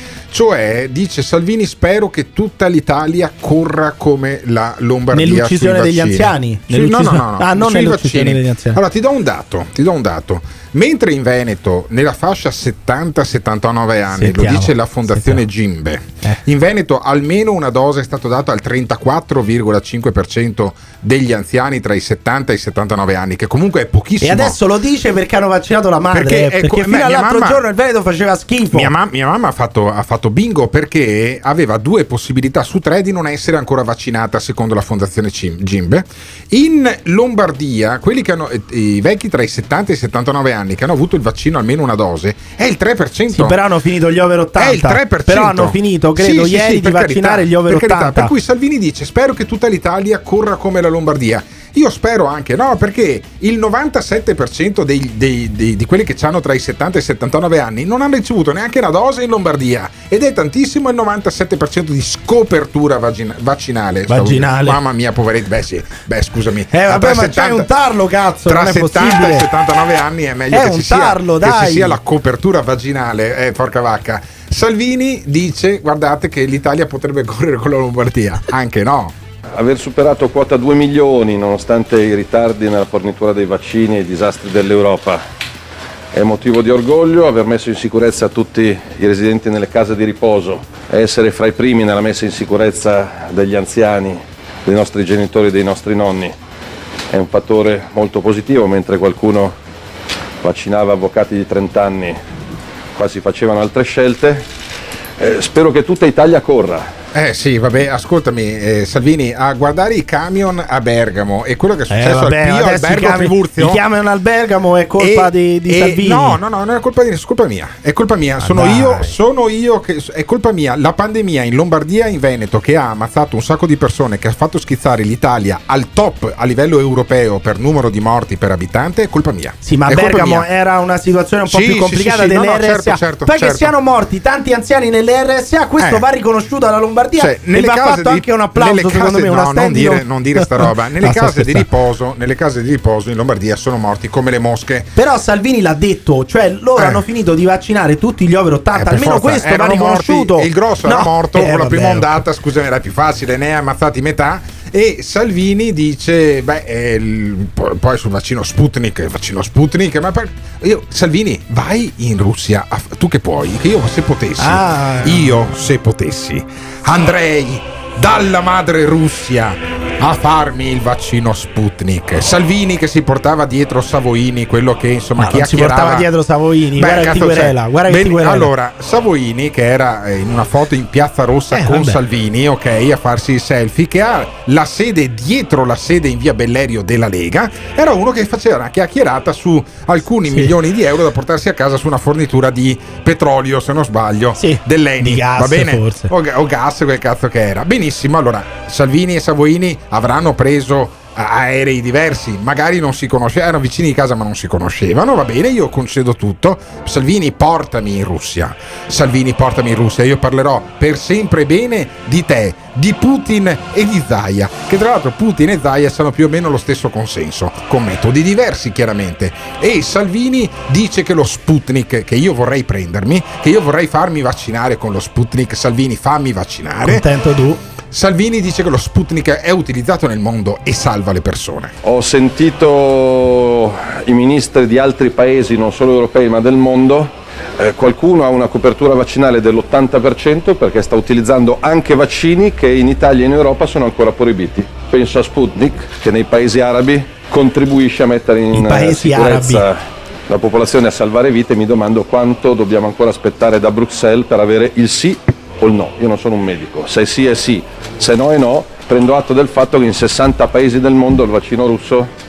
[SPEAKER 6] Cioè, dice Salvini, spero che tutta l'Italia corra come la Lombardia
[SPEAKER 9] nell'uccisione degli anziani.
[SPEAKER 6] Sì, no, no, no, no,
[SPEAKER 9] ah, non nell'uccisione
[SPEAKER 6] vaccini.
[SPEAKER 9] degli anziani.
[SPEAKER 6] Allora ti do un dato, ti do un dato. Mentre in Veneto, nella fascia settanta settantanove anni,
[SPEAKER 9] Sentiamo,
[SPEAKER 6] lo dice la fondazione Gimbe,
[SPEAKER 9] eh.
[SPEAKER 6] in Veneto almeno una dose è stata data al trentaquattro virgola cinque per cento degli anziani tra i settanta e i settantanove anni, che comunque è pochissimo.
[SPEAKER 9] E adesso lo dice perché hanno vaccinato la madre,
[SPEAKER 6] Perché,
[SPEAKER 9] perché,
[SPEAKER 6] ecco,
[SPEAKER 9] fino
[SPEAKER 6] mia
[SPEAKER 9] all'altro
[SPEAKER 6] mamma-
[SPEAKER 9] giorno il Veneto faceva schifo.
[SPEAKER 6] Mia, mam- mia mamma ha fatto, ha fatto bingo perché aveva due possibilità su tre di non essere ancora vaccinata secondo la fondazione Cim- Gimbe. In Lombardia, quelli che hanno, eh, i vecchi tra i settanta e i settantanove anni che hanno avuto il vaccino almeno una dose è il tre per cento.
[SPEAKER 9] Sì, però hanno finito gli over ottanta.
[SPEAKER 6] È il tre per cento.
[SPEAKER 9] Però hanno finito, credo,
[SPEAKER 6] Sì, sì,
[SPEAKER 9] ieri
[SPEAKER 6] sì,
[SPEAKER 9] di
[SPEAKER 6] per
[SPEAKER 9] vaccinare
[SPEAKER 6] carità,
[SPEAKER 9] gli over
[SPEAKER 6] per carità.
[SPEAKER 9] ottanta.
[SPEAKER 6] Per cui Salvini dice spero che tutta l'Italia corra come la Lombardia. Io spero anche, no, perché il novantasette per cento dei, dei, dei, di quelli che hanno tra i settanta e i settantanove anni non hanno ricevuto neanche una dose in Lombardia, ed è tantissimo il novantasette per cento di scopertura vagina- vaccinale.
[SPEAKER 9] Vaginale.
[SPEAKER 6] Stavo- Mamma mia, poveretti, beh sì, beh scusami.
[SPEAKER 9] Eh vabbè,
[SPEAKER 6] Tra
[SPEAKER 9] ma c'hai
[SPEAKER 6] settanta
[SPEAKER 9] un tarlo, cazzo,
[SPEAKER 6] Tra
[SPEAKER 9] non è
[SPEAKER 6] settanta
[SPEAKER 9] possibile.
[SPEAKER 6] e settantanove anni è meglio
[SPEAKER 9] È
[SPEAKER 6] che,
[SPEAKER 9] un
[SPEAKER 6] ci sia,
[SPEAKER 9] tarlo,
[SPEAKER 6] che
[SPEAKER 9] dai.
[SPEAKER 6] ci sia la copertura vaginale, eh, porca vacca. Salvini dice guardate che l'Italia potrebbe correre con la Lombardia, anche no.
[SPEAKER 3] Aver superato quota due milioni nonostante i ritardi nella fornitura dei vaccini e i disastri dell'Europa è motivo di orgoglio. Aver messo in sicurezza tutti i residenti nelle case di riposo e essere fra i primi nella messa in sicurezza degli anziani, dei nostri genitori e dei nostri nonni è un fattore molto positivo. Mentre qualcuno vaccinava avvocati di trenta anni, qua si facevano altre scelte. Eh, spero che tutta Italia corra.
[SPEAKER 6] Eh sì, vabbè, ascoltami, eh, Salvini, a guardare i camion a Bergamo e quello che è
[SPEAKER 9] Eh,
[SPEAKER 6] successo
[SPEAKER 9] vabbè,
[SPEAKER 6] al Pio
[SPEAKER 9] adesso
[SPEAKER 6] Albergo
[SPEAKER 9] i cami-
[SPEAKER 6] Trivulzio.
[SPEAKER 9] i camion al Bergamo è colpa
[SPEAKER 6] E-
[SPEAKER 9] di, di
[SPEAKER 6] e-
[SPEAKER 9] Salvini.
[SPEAKER 6] No, no, no, non è colpa di nessuno, è colpa mia. È colpa mia,
[SPEAKER 9] Ah,
[SPEAKER 6] sono
[SPEAKER 9] dai.
[SPEAKER 6] io, sono io che è colpa mia. La pandemia in Lombardia e in Veneto che ha ammazzato un sacco di persone, che ha fatto schizzare l'Italia al top a livello europeo per numero di morti per abitante, è colpa mia.
[SPEAKER 9] Sì, ma
[SPEAKER 6] È colpa
[SPEAKER 9] Bergamo
[SPEAKER 6] mia.
[SPEAKER 9] era una situazione un po'
[SPEAKER 6] Sì,
[SPEAKER 9] più
[SPEAKER 6] sì,
[SPEAKER 9] complicata
[SPEAKER 6] sì, sì, no,
[SPEAKER 9] delle
[SPEAKER 6] no,
[SPEAKER 9] R S A.
[SPEAKER 6] certo, certo,
[SPEAKER 9] Poi che
[SPEAKER 6] certo.
[SPEAKER 9] siano morti tanti anziani nelle R S A, questo
[SPEAKER 6] Eh.
[SPEAKER 9] va riconosciuto alla Lombardia,
[SPEAKER 6] Cioè,
[SPEAKER 9] e
[SPEAKER 6] nelle
[SPEAKER 9] va
[SPEAKER 6] case
[SPEAKER 9] fatto
[SPEAKER 6] di-
[SPEAKER 9] anche un applauso,
[SPEAKER 6] nelle case-
[SPEAKER 9] secondo me, una
[SPEAKER 6] no, non
[SPEAKER 9] standing
[SPEAKER 6] dire,
[SPEAKER 9] ov-
[SPEAKER 6] non dire sta roba. Nelle
[SPEAKER 9] No, sto
[SPEAKER 6] case di
[SPEAKER 9] scherzando.
[SPEAKER 6] riposo, nelle case di riposo in Lombardia sono morti come le mosche.
[SPEAKER 9] Però Salvini l'ha detto, cioè loro
[SPEAKER 6] Eh.
[SPEAKER 9] hanno finito di vaccinare tutti gli over ottanta,
[SPEAKER 6] Eh, per
[SPEAKER 9] almeno
[SPEAKER 6] forza,
[SPEAKER 9] questo va
[SPEAKER 6] erano
[SPEAKER 9] riconosciuto.
[SPEAKER 6] morti, il grosso era
[SPEAKER 9] No,
[SPEAKER 6] morto
[SPEAKER 9] eh,
[SPEAKER 6] con la
[SPEAKER 9] vabbè,
[SPEAKER 6] prima
[SPEAKER 9] ok.
[SPEAKER 6] ondata, scusami, era più facile, ne ha ammazzati metà. E Salvini dice beh eh, il- poi poi sul vaccino Sputnik, il vaccino Sputnik, ma per- io, Salvini, vai in Russia a- tu che puoi, che io se potessi
[SPEAKER 9] Ah.
[SPEAKER 6] io se potessi andrei dalla madre Russia a farmi il vaccino Sputnik. Salvini che si portava dietro Savoini, quello che insomma
[SPEAKER 9] Ma non si
[SPEAKER 6] chiacchierava.
[SPEAKER 9] portava dietro Savoini,
[SPEAKER 6] Beh,
[SPEAKER 9] guarda che ti
[SPEAKER 6] cazzo,
[SPEAKER 9] querela,
[SPEAKER 6] cioè,
[SPEAKER 9] guarda che
[SPEAKER 6] ben-
[SPEAKER 9] ti querela.
[SPEAKER 6] allora Savoini, che era eh, in una foto in Piazza Rossa
[SPEAKER 9] Eh,
[SPEAKER 6] con
[SPEAKER 9] vabbè.
[SPEAKER 6] Salvini, ok, a farsi il selfie, che ha la sede dietro la sede in via Bellerio della Lega, era uno che faceva una chiacchierata su alcuni
[SPEAKER 9] Sì.
[SPEAKER 6] milioni di euro da portarsi a casa su una fornitura di petrolio, se non sbaglio, dell'Eni,
[SPEAKER 9] di gas,
[SPEAKER 6] va bene?
[SPEAKER 9] forse.
[SPEAKER 6] O, ga- o gas, quel cazzo che era. Benissimo, allora Salvini e Savoini avranno preso a- aerei diversi, magari non si conoscevano, erano vicini di casa ma non si conoscevano, va bene, io concedo tutto. Salvini, portami in Russia. Salvini, portami in Russia, io parlerò per sempre bene di te, di Putin e di Zaia, che tra l'altro Putin e Zaia hanno più o meno lo stesso consenso, con metodi diversi chiaramente. E Salvini dice che lo Sputnik, che io vorrei prendermi, che io vorrei farmi vaccinare con lo Sputnik. Salvini, fammi vaccinare.
[SPEAKER 9] Contento tu.
[SPEAKER 6] Salvini dice che lo Sputnik è utilizzato nel mondo e salva le persone.
[SPEAKER 3] Ho sentito i ministri di altri paesi, non solo europei ma del mondo, eh, qualcuno ha una copertura vaccinale dell'ottanta per cento perché sta utilizzando anche vaccini che in Italia e in Europa sono ancora proibiti. Penso a Sputnik, che nei paesi arabi contribuisce a mettere in
[SPEAKER 9] I paesi
[SPEAKER 3] sicurezza
[SPEAKER 9] arabi.
[SPEAKER 3] la popolazione, a salvare vite. Mi domando quanto dobbiamo ancora aspettare da Bruxelles per avere il sì o il no. Io non sono un medico, se sì è sì, se no è no. Prendo atto del fatto che in sessanta paesi del mondo il vaccino russo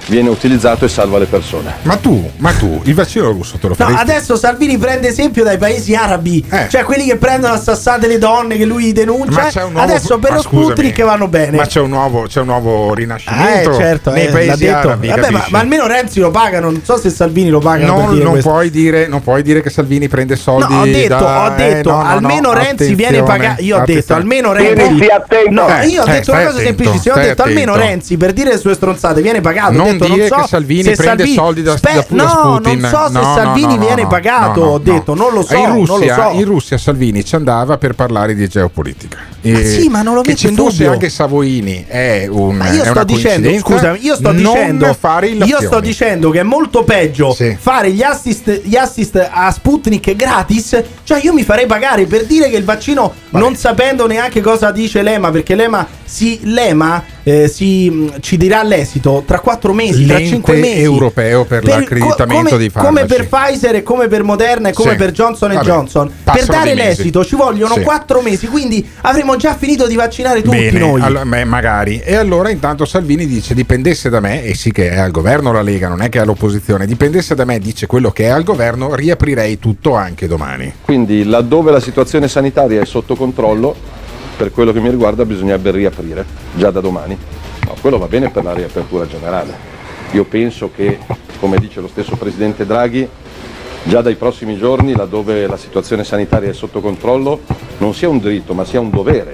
[SPEAKER 3] viene utilizzato e salva le persone.
[SPEAKER 6] Ma tu, ma tu, il vaccino russo te lo
[SPEAKER 9] No,
[SPEAKER 6] faresti?
[SPEAKER 9] adesso Salvini prende esempio dai paesi arabi,
[SPEAKER 6] Eh.
[SPEAKER 9] cioè quelli che prendono a sassate le donne che lui denuncia.
[SPEAKER 6] Ma c'è un nuovo-
[SPEAKER 9] Adesso per
[SPEAKER 6] ma
[SPEAKER 9] lo
[SPEAKER 6] scusami,
[SPEAKER 9] Sputnik vanno bene.
[SPEAKER 6] Ma c'è un nuovo, c'è un nuovo
[SPEAKER 9] Eh,
[SPEAKER 6] rinascimento
[SPEAKER 9] certo,
[SPEAKER 6] nei
[SPEAKER 9] eh,
[SPEAKER 6] paesi
[SPEAKER 9] l'ha detto.
[SPEAKER 6] arabi.
[SPEAKER 9] Vabbè, ma,
[SPEAKER 6] capisci?
[SPEAKER 9] ma almeno Renzi lo pagano. Non so se Salvini lo pagano per
[SPEAKER 6] Non,
[SPEAKER 9] dire
[SPEAKER 6] non
[SPEAKER 9] questo.
[SPEAKER 6] puoi dire, non puoi dire che Salvini prende soldi.
[SPEAKER 9] No, ho detto,
[SPEAKER 6] da-
[SPEAKER 9] ho detto
[SPEAKER 6] eh, no, no,
[SPEAKER 9] almeno
[SPEAKER 6] no,
[SPEAKER 9] Renzi viene
[SPEAKER 6] attenzione,
[SPEAKER 9] pagato. Io ho detto
[SPEAKER 6] attenzione.
[SPEAKER 9] almeno Renzi.
[SPEAKER 6] Tieniti attento.
[SPEAKER 9] No,
[SPEAKER 6] Eh,
[SPEAKER 9] io ho
[SPEAKER 6] eh,
[SPEAKER 9] detto una
[SPEAKER 6] stai
[SPEAKER 9] cosa
[SPEAKER 6] attento,
[SPEAKER 9] semplicissima. Ho
[SPEAKER 6] stai
[SPEAKER 9] detto almeno
[SPEAKER 6] attento.
[SPEAKER 9] Renzi per dire le sue stronzate viene pagato.
[SPEAKER 6] Non
[SPEAKER 9] ho detto,
[SPEAKER 6] dire
[SPEAKER 9] non so
[SPEAKER 6] che Salvini
[SPEAKER 9] se
[SPEAKER 6] prende
[SPEAKER 9] Salvini-
[SPEAKER 6] soldi da,
[SPEAKER 9] Spe-
[SPEAKER 6] da, da
[SPEAKER 9] no,
[SPEAKER 6] Putin.
[SPEAKER 9] non so se
[SPEAKER 6] No, no,
[SPEAKER 9] Salvini
[SPEAKER 6] no, no,
[SPEAKER 9] viene
[SPEAKER 6] no,
[SPEAKER 9] pagato.
[SPEAKER 6] no, no,
[SPEAKER 9] ho detto, non lo so.
[SPEAKER 6] in
[SPEAKER 9] non
[SPEAKER 6] Russia,
[SPEAKER 9] lo so.
[SPEAKER 6] in Russia Salvini ci andava per parlare di geopolitica.
[SPEAKER 9] Ma sì, ma non lo
[SPEAKER 6] che
[SPEAKER 9] metto
[SPEAKER 6] ci
[SPEAKER 9] in
[SPEAKER 6] fosse
[SPEAKER 9] dubbio.
[SPEAKER 6] anche Savoini è, un,
[SPEAKER 9] Ma io
[SPEAKER 6] è
[SPEAKER 9] sto
[SPEAKER 6] una
[SPEAKER 9] dicendo,
[SPEAKER 6] coincidenza.
[SPEAKER 9] scusami, io sto
[SPEAKER 6] non
[SPEAKER 9] dicendo,
[SPEAKER 6] fare
[SPEAKER 9] io
[SPEAKER 6] illazioni.
[SPEAKER 9] sto dicendo che è molto peggio fare gli assist, gli assist a Sputnik gratis. Cioè, io mi farei pagare per dire che il vaccino, non sapendo neanche cosa dice l'EMA, perché l'EMA si, l'EMA, eh, si, ci dirà l'esito tra quattro mesi, tra
[SPEAKER 6] L'ente
[SPEAKER 9] cinque mesi.
[SPEAKER 6] europeo per,
[SPEAKER 9] Per-
[SPEAKER 6] l'accreditamento
[SPEAKER 9] come,
[SPEAKER 6] dei farmaci.
[SPEAKER 9] come per Pfizer e come per Moderna e come
[SPEAKER 6] Sì.
[SPEAKER 9] per Johnson
[SPEAKER 6] Vabbè,
[SPEAKER 9] Johnson. Per
[SPEAKER 6] passano
[SPEAKER 9] dare
[SPEAKER 6] dei mesi.
[SPEAKER 9] l'esito ci vogliono
[SPEAKER 6] Sì.
[SPEAKER 9] quattro mesi, quindi avremo già finito di vaccinare tutti
[SPEAKER 6] Bene,
[SPEAKER 9] noi.
[SPEAKER 6] allora, beh, magari. E allora intanto Salvini dice: dipendesse da me, e sì che è al governo la Lega, non è che è all'opposizione, dipendesse da me, dice quello che è al governo, riaprirei tutto anche domani.
[SPEAKER 3] Quindi laddove la situazione sanitaria è sotto controllo, per quello che mi riguarda bisognerebbe riaprire già da domani. No, quello va bene per la riapertura generale. Io penso che, come dice lo stesso Presidente Draghi, già dai prossimi giorni, laddove la situazione sanitaria è sotto controllo, non sia un diritto ma sia un dovere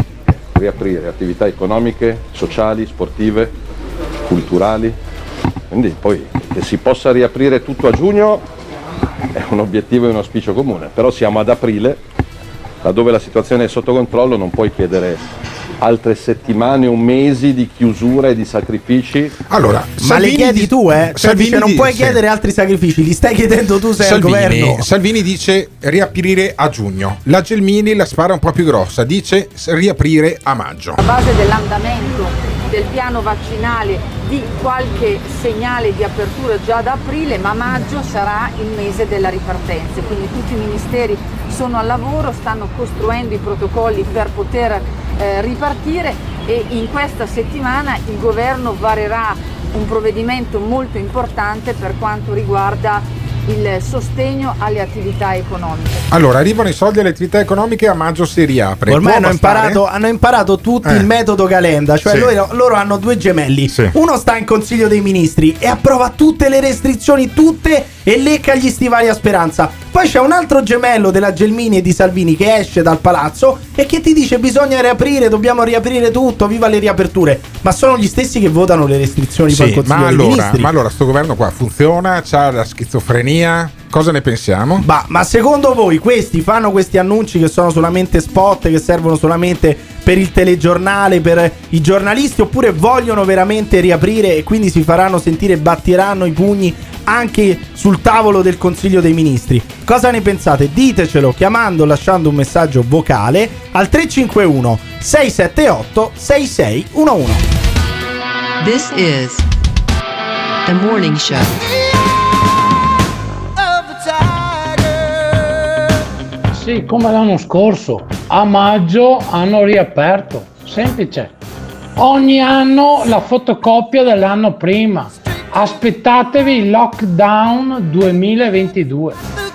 [SPEAKER 3] riaprire attività economiche, sociali, sportive, culturali. Quindi poi che si possa riaprire tutto a giugno è un obiettivo e un auspicio comune, però siamo ad aprile, laddove la situazione è sotto controllo non puoi chiedere altre settimane o mesi di chiusura e di sacrifici.
[SPEAKER 6] Allora,
[SPEAKER 9] Ma le chiedi tu, eh? Cioè,
[SPEAKER 6] Salvini
[SPEAKER 9] dice, non puoi
[SPEAKER 6] dice-
[SPEAKER 9] chiedere altri sacrifici, li stai chiedendo tu, sei
[SPEAKER 6] Salvini,
[SPEAKER 9] al governo.
[SPEAKER 6] Salvini dice riaprire a giugno. La Gelmini la spara un po' più grossa, dice riaprire a maggio.
[SPEAKER 1] A base dell'andamento del piano vaccinale di qualche segnale di apertura già ad aprile, ma maggio sarà il mese della ripartenza, quindi tutti i ministeri sono al lavoro, stanno costruendo i protocolli per poter eh, ripartire e in questa settimana il governo varerà un provvedimento molto importante per quanto riguarda il sostegno alle attività economiche.
[SPEAKER 6] Allora, arrivano i soldi alle attività economiche, a maggio si riapre.
[SPEAKER 9] Ormai
[SPEAKER 6] Può
[SPEAKER 9] hanno
[SPEAKER 6] bastare?
[SPEAKER 9] imparato, hanno imparato tutti
[SPEAKER 6] Eh.
[SPEAKER 9] il metodo Calenda, cioè
[SPEAKER 6] Sì.
[SPEAKER 9] loro, loro hanno due gemelli.
[SPEAKER 6] Sì.
[SPEAKER 9] Uno sta in Consiglio dei Ministri e approva tutte le restrizioni, tutte, e lecca gli stivali a Speranza. Poi c'è un altro gemello della Gelmini e di Salvini che esce dal palazzo e che ti dice bisogna riaprire, dobbiamo riaprire tutto, viva le riaperture. Ma sono gli stessi che votano le restrizioni per il
[SPEAKER 6] Sì,
[SPEAKER 9] Consiglio
[SPEAKER 6] ma
[SPEAKER 9] dei
[SPEAKER 6] allora,
[SPEAKER 9] Ministri.
[SPEAKER 6] ma allora sto governo qua funziona, c'ha la schizofrenia, cosa ne pensiamo?
[SPEAKER 9] Ma, ma secondo voi questi fanno questi annunci che sono solamente spot, che servono solamente per il telegiornale, per i giornalisti, oppure vogliono veramente riaprire e quindi si faranno sentire e batteranno i pugni anche sul tavolo del Consiglio dei Ministri? Cosa ne pensate? Ditecelo chiamando o lasciando un messaggio vocale al tre cinque uno sei sette otto sei sei uno uno.
[SPEAKER 5] This is The Morning Show.
[SPEAKER 10] Sì, come l'anno scorso, a maggio hanno riaperto. Semplice. Ogni anno la fotocopia dell'anno prima. Aspettatevi il lockdown duemilaventidue.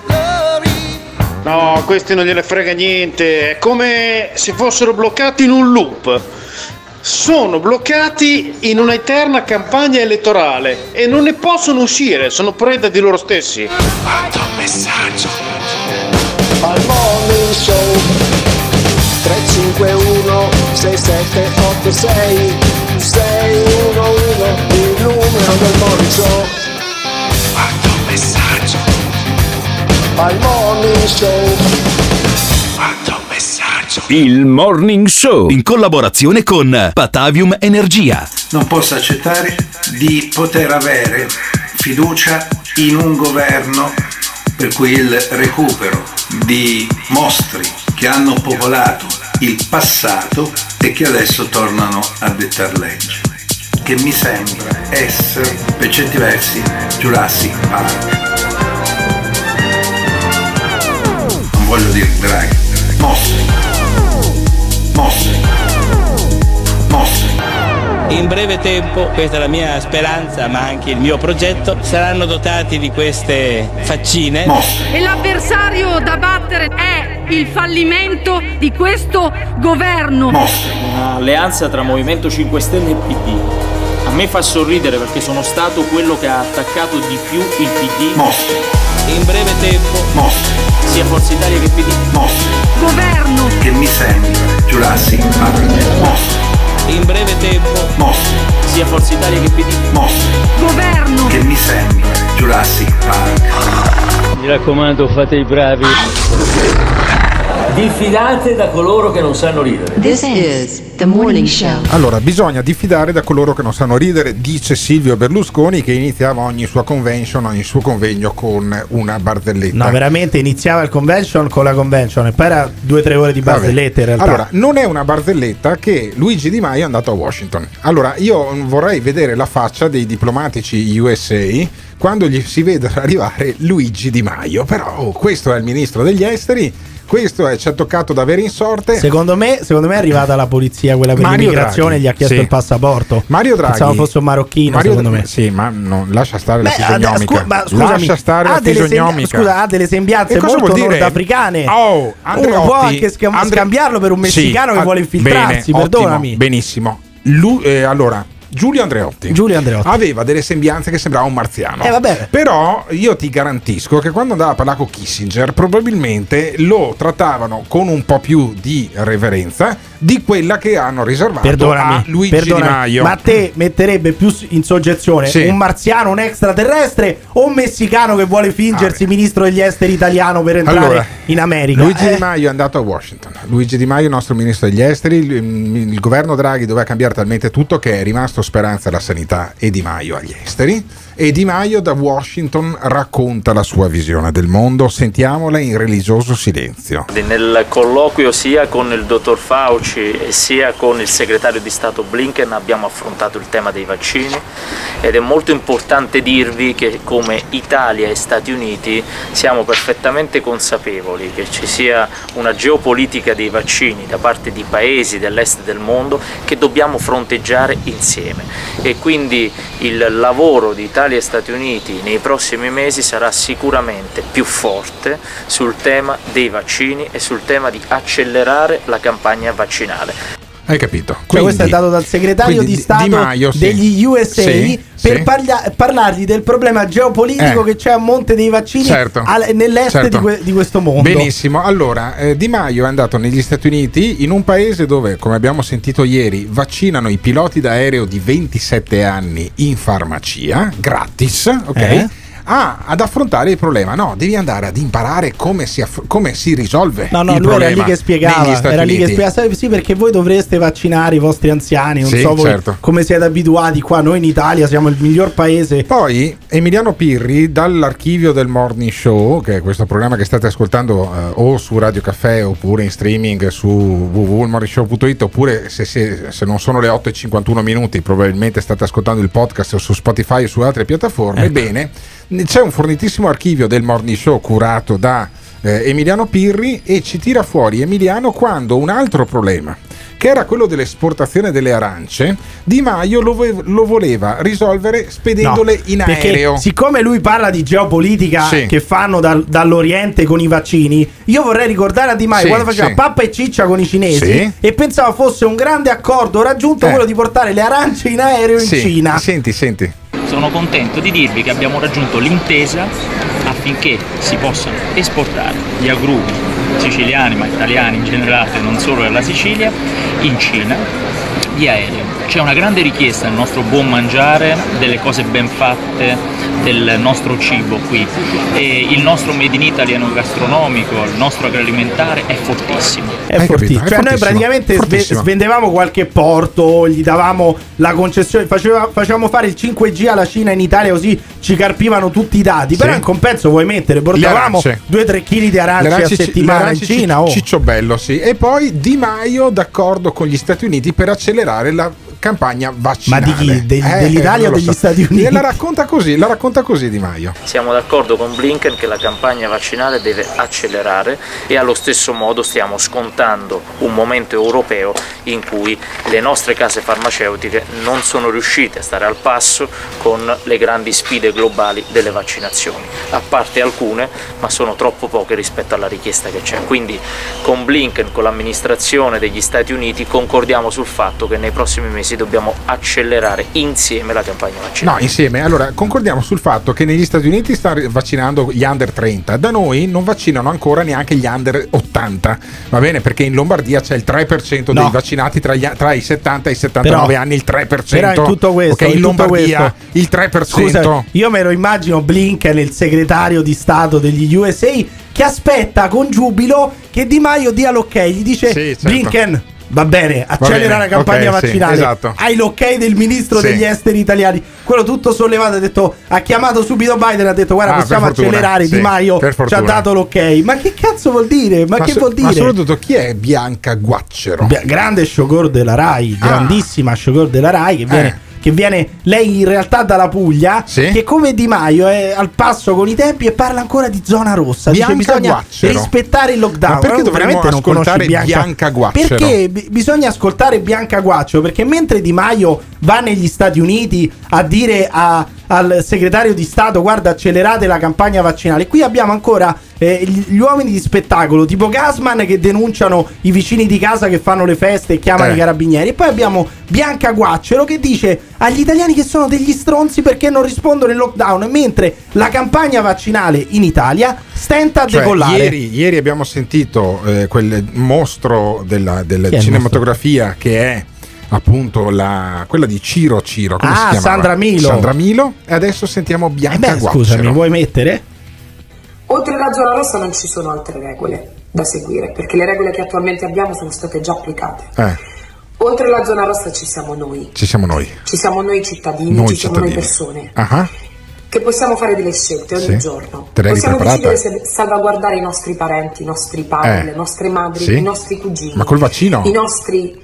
[SPEAKER 11] No, questi non gliene frega niente, è come se fossero bloccati in un loop. Sono bloccati in una eterna campagna elettorale e non ne possono uscire, sono preda di loro stessi.
[SPEAKER 16] Manda un messaggio
[SPEAKER 18] al Morning Show tre cinque uno sei sette otto sei sei uno uno, il numero del Morning Show.
[SPEAKER 16] Manda un messaggio
[SPEAKER 18] al Morning Show.
[SPEAKER 16] Manda un messaggio.
[SPEAKER 4] Il Morning Show in collaborazione con Patavium Energia.
[SPEAKER 19] Non posso accettare di poter avere fiducia in un governo per cui il recupero di mostri che hanno popolato il passato e che adesso tornano a dettar legge, che mi sembra essere per certi versi Jurassic Park. Non voglio dire Draghi, mostri, mostri, mostri.
[SPEAKER 26] In
[SPEAKER 2] breve tempo, questa è la mia speranza ma anche il mio progetto, saranno dotati di queste faccine.
[SPEAKER 8] E l'avversario da battere è il fallimento di questo governo.
[SPEAKER 13] Un'alleanza tra Movimento cinque Stelle e P D. A me fa sorridere perché sono stato quello che ha attaccato di più il P D.
[SPEAKER 2] In breve tempo,
[SPEAKER 13] sia Forza Italia che P D.
[SPEAKER 8] Governo
[SPEAKER 19] che mi sembra Jurassic Park.
[SPEAKER 2] In breve tempo,
[SPEAKER 13] sia Forza Italia che P D.
[SPEAKER 8] Governo
[SPEAKER 19] che mi sembra Jurassic Park.
[SPEAKER 13] Mi raccomando, fate i bravi. Diffidate da coloro che non sanno ridere.
[SPEAKER 5] This is The Morning Show.
[SPEAKER 6] Allora, bisogna diffidare da coloro che non sanno ridere, dice Silvio Berlusconi, che iniziava ogni sua convention, ogni suo convegno con una barzelletta.
[SPEAKER 9] No, veramente iniziava il convention con la convention e poi era due o tre ore di barzellette in realtà.
[SPEAKER 6] Allora, non è una barzelletta che Luigi Di Maio è andato a Washington. Allora, io vorrei vedere la faccia dei diplomatici U S A quando gli si vede arrivare Luigi Di Maio. Però oh, questo è il ministro degli esteri. Questo è, ci è toccato da avere in sorte.
[SPEAKER 9] Secondo me, secondo me è arrivata la polizia, quella per
[SPEAKER 6] Mario
[SPEAKER 9] l'immigrazione,
[SPEAKER 6] Draghi,
[SPEAKER 9] gli ha chiesto
[SPEAKER 6] sì.
[SPEAKER 9] il passaporto.
[SPEAKER 6] Mario Draghi.
[SPEAKER 9] Pensavo fosse un marocchino,
[SPEAKER 6] Mario
[SPEAKER 9] secondo
[SPEAKER 6] Dra-
[SPEAKER 9] me.
[SPEAKER 6] Sì, ma non, lascia stare la
[SPEAKER 9] Beh,
[SPEAKER 6] fisognomica.
[SPEAKER 9] scu- ma scusami,
[SPEAKER 6] lascia stare
[SPEAKER 9] ha
[SPEAKER 6] la
[SPEAKER 9] delle
[SPEAKER 6] fisognomica.
[SPEAKER 9] sembia- scusa, ha delle sembianze
[SPEAKER 6] E cosa
[SPEAKER 9] molto
[SPEAKER 6] vuol dire?
[SPEAKER 9] nordafricane.
[SPEAKER 6] Oh, Andreotti,
[SPEAKER 9] Uno può anche scam-
[SPEAKER 6] Andre-
[SPEAKER 9] scambiarlo per un messicano
[SPEAKER 6] sì,
[SPEAKER 9] che
[SPEAKER 6] a-
[SPEAKER 9] vuole infiltrarsi,
[SPEAKER 6] bene,
[SPEAKER 9] perdonami.
[SPEAKER 6] Ottimo, benissimo. Lu- eh, allora, Giulio Andreotti.
[SPEAKER 9] Giulio Andreotti
[SPEAKER 6] aveva delle sembianze che sembrava un marziano.
[SPEAKER 9] Eh, vabbè.
[SPEAKER 6] Però io ti garantisco che quando andava a parlare con Kissinger probabilmente lo trattavano con un po' più di reverenza di quella che hanno riservato
[SPEAKER 9] Perdonami,
[SPEAKER 6] a Luigi
[SPEAKER 9] perdonami,
[SPEAKER 6] Di Maio.
[SPEAKER 9] ma a te metterebbe più in soggezione
[SPEAKER 6] Sì.
[SPEAKER 9] un marziano, un extraterrestre o un messicano che vuole fingersi ministro degli esteri italiano per entrare
[SPEAKER 6] Allora,
[SPEAKER 9] in America?
[SPEAKER 6] Luigi
[SPEAKER 9] Eh.
[SPEAKER 6] Di Maio è andato a Washington. Luigi Di Maio, il nostro ministro degli esteri. Il, il governo Draghi doveva cambiare talmente tutto che è rimasto Speranza alla sanità e Di Maio agli esteri. E Di Maio da Washington racconta la sua visione del mondo. Sentiamola in religioso silenzio.
[SPEAKER 13] Nel colloquio sia con il dottor Fauci sia con il segretario di Stato Blinken abbiamo affrontato il tema dei vaccini ed è molto importante dirvi che come Italia e Stati Uniti siamo perfettamente consapevoli che ci sia una geopolitica dei vaccini da parte di paesi dell'est del mondo che dobbiamo fronteggiare insieme e quindi il lavoro di Italia e Stati Uniti nei prossimi mesi sarà sicuramente più forte sul tema dei vaccini e sul tema di accelerare la campagna vaccinale.
[SPEAKER 6] Hai capito?
[SPEAKER 9] Cioè,
[SPEAKER 6] Quindi-
[SPEAKER 9] questo è dato dal segretario
[SPEAKER 6] quindi
[SPEAKER 9] di
[SPEAKER 6] Di-
[SPEAKER 9] Stato
[SPEAKER 6] Di Maio, sì.
[SPEAKER 9] degli U S A
[SPEAKER 6] Sì,
[SPEAKER 9] per
[SPEAKER 6] sì.
[SPEAKER 9] parlia- parlargli del problema geopolitico
[SPEAKER 6] Eh.
[SPEAKER 9] che c'è a monte dei vaccini
[SPEAKER 6] Certo.
[SPEAKER 9] al- nell'est
[SPEAKER 6] Certo.
[SPEAKER 9] di, que- di questo mondo.
[SPEAKER 6] Benissimo, allora eh, Di Maio è andato negli Stati Uniti, in un paese dove, come abbiamo sentito ieri, vaccinano i piloti d'aereo di ventisette anni in farmacia, gratis, ok?
[SPEAKER 9] Eh?
[SPEAKER 6] Ah, ad affrontare il problema. No, devi andare ad imparare come si, aff- come si risolve
[SPEAKER 9] No, no,
[SPEAKER 6] il
[SPEAKER 9] lui era
[SPEAKER 6] problema
[SPEAKER 9] lì che spiegava,
[SPEAKER 6] negli Stati
[SPEAKER 9] era lì che
[SPEAKER 6] Uniti.
[SPEAKER 9] spiegava, sì, perché voi dovreste vaccinare i vostri anziani, non
[SPEAKER 6] Sì,
[SPEAKER 9] so voi
[SPEAKER 6] certo.
[SPEAKER 9] come siete abituati qua, noi in Italia siamo il miglior paese.
[SPEAKER 6] Poi Emiliano Pirri dall'archivio del Morning Show, che è questo programma che state ascoltando eh, o su Radio Caffè oppure in streaming su w w w punto il morning show punto it, oppure se, se, se non sono le otto e cinquantuno minuti probabilmente state ascoltando il podcast o su Spotify o su altre piattaforme.
[SPEAKER 9] Ecco.
[SPEAKER 6] Bene, c'è un fornitissimo archivio del Morning Show curato da eh, Emiliano Pirri e ci tira fuori Emiliano quando un altro problema, che era quello dell'esportazione delle arance, Di Maio lo, vo- lo voleva risolvere spedendole
[SPEAKER 9] No,
[SPEAKER 6] in
[SPEAKER 9] perché
[SPEAKER 6] aereo.
[SPEAKER 9] siccome lui parla di geopolitica
[SPEAKER 6] Sì.
[SPEAKER 9] che fanno dal- dall'Oriente con i vaccini, io vorrei ricordare a Di Maio
[SPEAKER 6] Sì,
[SPEAKER 9] quando faceva
[SPEAKER 6] sì.
[SPEAKER 9] pappa e ciccia con i cinesi
[SPEAKER 6] Sì.
[SPEAKER 9] e pensavo fosse un grande accordo raggiunto
[SPEAKER 6] Eh.
[SPEAKER 9] quello di portare le arance in aereo in
[SPEAKER 6] Sì,
[SPEAKER 9] Cina.
[SPEAKER 6] Senti, senti.
[SPEAKER 13] Sono contento di dirvi che abbiamo raggiunto l'intesa affinché si possano esportare gli agrumi siciliani, ma italiani in generale, non solo della Sicilia, in Cina di aereo. C'è una grande richiesta nel nostro buon mangiare, delle cose ben fatte, del nostro cibo qui e il nostro Made in Italy enogastronomico, il nostro agroalimentare è fortissimo.
[SPEAKER 9] È fortissimo. Cioè, noi praticamente sve- svendevamo qualche porto, gli davamo la concessione, faceva- facevamo fare il cinque G alla Cina in Italia, così ci carpivano tutti i dati. Però in compenso vuoi mettere, portavamo
[SPEAKER 6] arance.
[SPEAKER 9] due o tre chili di arance,
[SPEAKER 6] Le arance
[SPEAKER 9] a
[SPEAKER 6] ci-
[SPEAKER 9] settimana
[SPEAKER 6] le
[SPEAKER 9] in
[SPEAKER 6] arance
[SPEAKER 9] Cina.
[SPEAKER 6] ci-
[SPEAKER 9] Oh.
[SPEAKER 6] Cicciobello, sì. E poi Di Maio d'accordo con gli Stati Uniti per accelerare la campagna vaccinale.
[SPEAKER 9] Ma di chi? Degli-
[SPEAKER 6] Eh,
[SPEAKER 9] dell'Italia
[SPEAKER 6] non
[SPEAKER 9] o
[SPEAKER 6] lo
[SPEAKER 9] degli
[SPEAKER 6] so.
[SPEAKER 9] Stati Uniti?
[SPEAKER 6] E la racconta così, la racconta così Di Maio.
[SPEAKER 13] Siamo d'accordo con Blinken che la campagna vaccinale deve accelerare e allo stesso modo stiamo scontando un momento europeo in cui le nostre case farmaceutiche non sono riuscite a stare al passo con le grandi sfide globali delle vaccinazioni, a parte alcune, ma sono troppo poche rispetto alla richiesta che c'è. Quindi con Blinken, con l'amministrazione degli Stati Uniti, concordiamo sul fatto che nei prossimi mesi dobbiamo accelerare insieme la campagna vaccinale.
[SPEAKER 6] No, insieme. Allora, concordiamo sul fatto che negli Stati Uniti stanno vaccinando gli under trenta, da noi non vaccinano ancora neanche gli under ottanta, va bene? Perché in Lombardia c'è il tre per cento
[SPEAKER 9] No.
[SPEAKER 6] dei vaccinati tra, gli, tra i settanta e i settantanove
[SPEAKER 9] Però-
[SPEAKER 6] anni, il tre per cento.
[SPEAKER 9] Però in tutto questo,
[SPEAKER 6] ok,
[SPEAKER 9] in
[SPEAKER 6] in
[SPEAKER 9] tutto
[SPEAKER 6] Lombardia
[SPEAKER 9] questo-
[SPEAKER 6] il tre per cento.
[SPEAKER 9] Scusa, io me lo immagino Blinken, il segretario di Stato degli U S A, che aspetta con giubilo che Di Maio dia l'ok. Gli dice:
[SPEAKER 6] Sì, certo.
[SPEAKER 9] Blinken, va bene, accelera
[SPEAKER 6] bene,
[SPEAKER 9] la campagna
[SPEAKER 6] ok, sì,
[SPEAKER 9] vaccinale.
[SPEAKER 6] esatto.
[SPEAKER 9] Hai l'ok del ministro
[SPEAKER 6] Sì.
[SPEAKER 9] degli esteri italiani. Quello tutto sollevato, ha detto, ha chiamato subito Biden, ha detto: guarda,
[SPEAKER 6] Ah,
[SPEAKER 9] possiamo
[SPEAKER 6] per fortuna,
[SPEAKER 9] accelerare.
[SPEAKER 6] sì,
[SPEAKER 9] Di Maio
[SPEAKER 6] per
[SPEAKER 9] ci ha
[SPEAKER 6] fortuna.
[SPEAKER 9] dato l'ok. Ma che cazzo vuol dire? Ma,
[SPEAKER 6] Ma
[SPEAKER 9] che
[SPEAKER 6] so-
[SPEAKER 9] vuol dire?
[SPEAKER 6] Ma soprattutto chi è Bianca Guaccero?
[SPEAKER 9] Bia- grande showgirl della Rai,
[SPEAKER 6] Ah.
[SPEAKER 9] grandissima showgirl della Rai che viene,
[SPEAKER 6] Eh.
[SPEAKER 9] che viene lei in realtà dalla Puglia,
[SPEAKER 6] Sì.
[SPEAKER 9] che come Di Maio è al passo con i tempi e parla ancora di zona rossa. Dice
[SPEAKER 6] Bianca
[SPEAKER 9] bisogna
[SPEAKER 6] Guaccero.
[SPEAKER 9] rispettare il lockdown.
[SPEAKER 6] Ma perché
[SPEAKER 9] Eh,
[SPEAKER 6] dovremmo
[SPEAKER 9] veramente non conosci
[SPEAKER 6] ascoltare Bianca Guaccero?
[SPEAKER 9] Perché bi- bisogna ascoltare Bianca Guaccero? Perché mentre Di Maio va negli Stati Uniti a dire a- al segretario di Stato: guarda, accelerate la campagna vaccinale, qui abbiamo ancora eh, gli gli uomini di spettacolo tipo Gasman che denunciano i vicini di casa che fanno le feste e chiamano
[SPEAKER 6] Eh.
[SPEAKER 9] i carabinieri, e poi abbiamo Bianca Guaccero che dice agli italiani che sono degli stronzi perché non rispondono in lockdown, mentre la campagna vaccinale in Italia stenta a
[SPEAKER 6] Cioè,
[SPEAKER 9] decollare.
[SPEAKER 6] ieri, ieri abbiamo sentito eh, quel mostro della, della
[SPEAKER 9] Chi è il
[SPEAKER 6] cinematografia che è appunto la, quella di Ciro Ciro, come
[SPEAKER 9] Ah,
[SPEAKER 6] si chiamava?
[SPEAKER 9] Sandra Milo.
[SPEAKER 6] Sandra Milo. E adesso sentiamo Bianca
[SPEAKER 9] Eh beh,
[SPEAKER 6] Guaccero.
[SPEAKER 9] scusami, vuoi mettere?
[SPEAKER 7] Oltre la zona rossa non ci sono altre regole da seguire, perché le regole che attualmente abbiamo sono state già applicate.
[SPEAKER 6] Eh,
[SPEAKER 7] Oltre la zona rossa ci siamo noi,
[SPEAKER 6] ci siamo noi.
[SPEAKER 7] ci siamo noi cittadini,
[SPEAKER 6] Noi
[SPEAKER 7] ci siamo noi
[SPEAKER 6] cittadini.
[SPEAKER 7] persone,
[SPEAKER 6] Ah,
[SPEAKER 7] che possiamo fare delle scelte ogni
[SPEAKER 6] Sì.
[SPEAKER 7] giorno.
[SPEAKER 6] Te l'hai
[SPEAKER 7] Possiamo
[SPEAKER 6] ripreparata?
[SPEAKER 7] decidere se salvaguardare i nostri parenti, i nostri padri,
[SPEAKER 6] Eh.
[SPEAKER 7] le nostre madri,
[SPEAKER 6] Sì.
[SPEAKER 7] i nostri cugini,
[SPEAKER 6] Ma col vaccino?
[SPEAKER 7] i nostri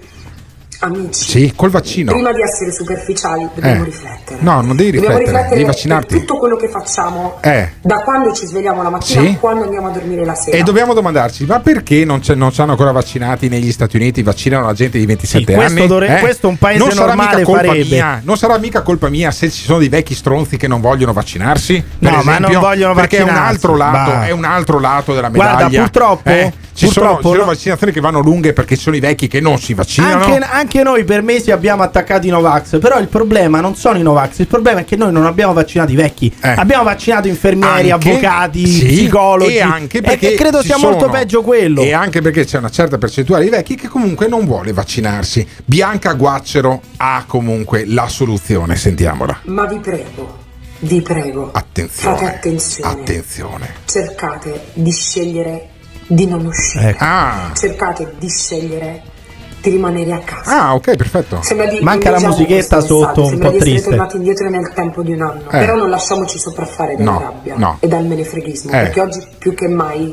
[SPEAKER 7] amici.
[SPEAKER 6] Sì, col vaccino.
[SPEAKER 7] Prima di essere superficiali dobbiamo
[SPEAKER 6] Eh.
[SPEAKER 7] riflettere.
[SPEAKER 6] No, non devi
[SPEAKER 7] Dobbiamo
[SPEAKER 6] riflettere,
[SPEAKER 7] riflettere
[SPEAKER 6] devi
[SPEAKER 7] per
[SPEAKER 6] vaccinarti.
[SPEAKER 7] tutto quello che facciamo
[SPEAKER 6] Eh.
[SPEAKER 7] da quando ci svegliamo la mattina
[SPEAKER 6] Sì.
[SPEAKER 7] a quando andiamo a dormire la sera.
[SPEAKER 6] E dobbiamo domandarci, ma perché non, c'è, non ci hanno ancora vaccinati negli Stati Uniti? Vaccinano la gente di ventisette
[SPEAKER 9] Sì, questo
[SPEAKER 6] anni?
[SPEAKER 9] dovre-
[SPEAKER 6] Eh?
[SPEAKER 9] questo un paese
[SPEAKER 6] non sarà
[SPEAKER 9] normale
[SPEAKER 6] mica colpa
[SPEAKER 9] farebbe.
[SPEAKER 6] mia, non sarà mica colpa mia se ci sono dei vecchi stronzi che non vogliono vaccinarsi? Per
[SPEAKER 9] No, ma
[SPEAKER 6] esempio?
[SPEAKER 9] non vogliono
[SPEAKER 6] perché è un
[SPEAKER 9] vaccinarsi.
[SPEAKER 6] altro lato,
[SPEAKER 9] Bah.
[SPEAKER 6] è un altro lato della
[SPEAKER 9] Guarda,
[SPEAKER 6] medaglia.
[SPEAKER 9] purtroppo-
[SPEAKER 6] Eh? Ci sono,
[SPEAKER 9] purtroppo
[SPEAKER 6] ci sono
[SPEAKER 9] no.
[SPEAKER 6] vaccinazioni che vanno lunghe perché ci sono i vecchi che non si vaccinano.
[SPEAKER 9] Anche, anche noi per mesi abbiamo attaccato i Novax, però il problema non sono i Novax, il problema è che noi non abbiamo vaccinato i vecchi,
[SPEAKER 6] Eh.
[SPEAKER 9] abbiamo vaccinato infermieri,
[SPEAKER 6] Anche-
[SPEAKER 9] avvocati,
[SPEAKER 6] sì,
[SPEAKER 9] psicologi,
[SPEAKER 6] e anche
[SPEAKER 9] e
[SPEAKER 6] perché
[SPEAKER 9] che credo
[SPEAKER 6] ci
[SPEAKER 9] sia molto
[SPEAKER 6] sono-
[SPEAKER 9] peggio quello.
[SPEAKER 6] E anche perché c'è una certa percentuale di vecchi che comunque non vuole vaccinarsi. Bianca Guaccero ha comunque la soluzione, sentiamola.
[SPEAKER 7] Ma vi prego, vi prego,
[SPEAKER 6] Attenzione.
[SPEAKER 7] fate attenzione.
[SPEAKER 6] Attenzione.
[SPEAKER 7] Cercate di scegliere di non uscire.
[SPEAKER 6] Ecco. Ah.
[SPEAKER 7] Cercate di scegliere di rimanere a casa.
[SPEAKER 6] Ah, ok, perfetto.
[SPEAKER 7] Sembra di
[SPEAKER 9] Manca la
[SPEAKER 7] leggiamo
[SPEAKER 9] musichetta
[SPEAKER 7] questo messaggio,
[SPEAKER 9] sotto, un
[SPEAKER 7] sembra
[SPEAKER 9] po'
[SPEAKER 7] di essere
[SPEAKER 9] triste.
[SPEAKER 7] tornati indietro nel tempo di un anno.
[SPEAKER 6] Eh.
[SPEAKER 7] Però non lasciamoci sopraffare dalla
[SPEAKER 6] No,
[SPEAKER 7] rabbia
[SPEAKER 6] no.
[SPEAKER 7] e dal menefreghismo,
[SPEAKER 6] Eh.
[SPEAKER 7] perché oggi più che mai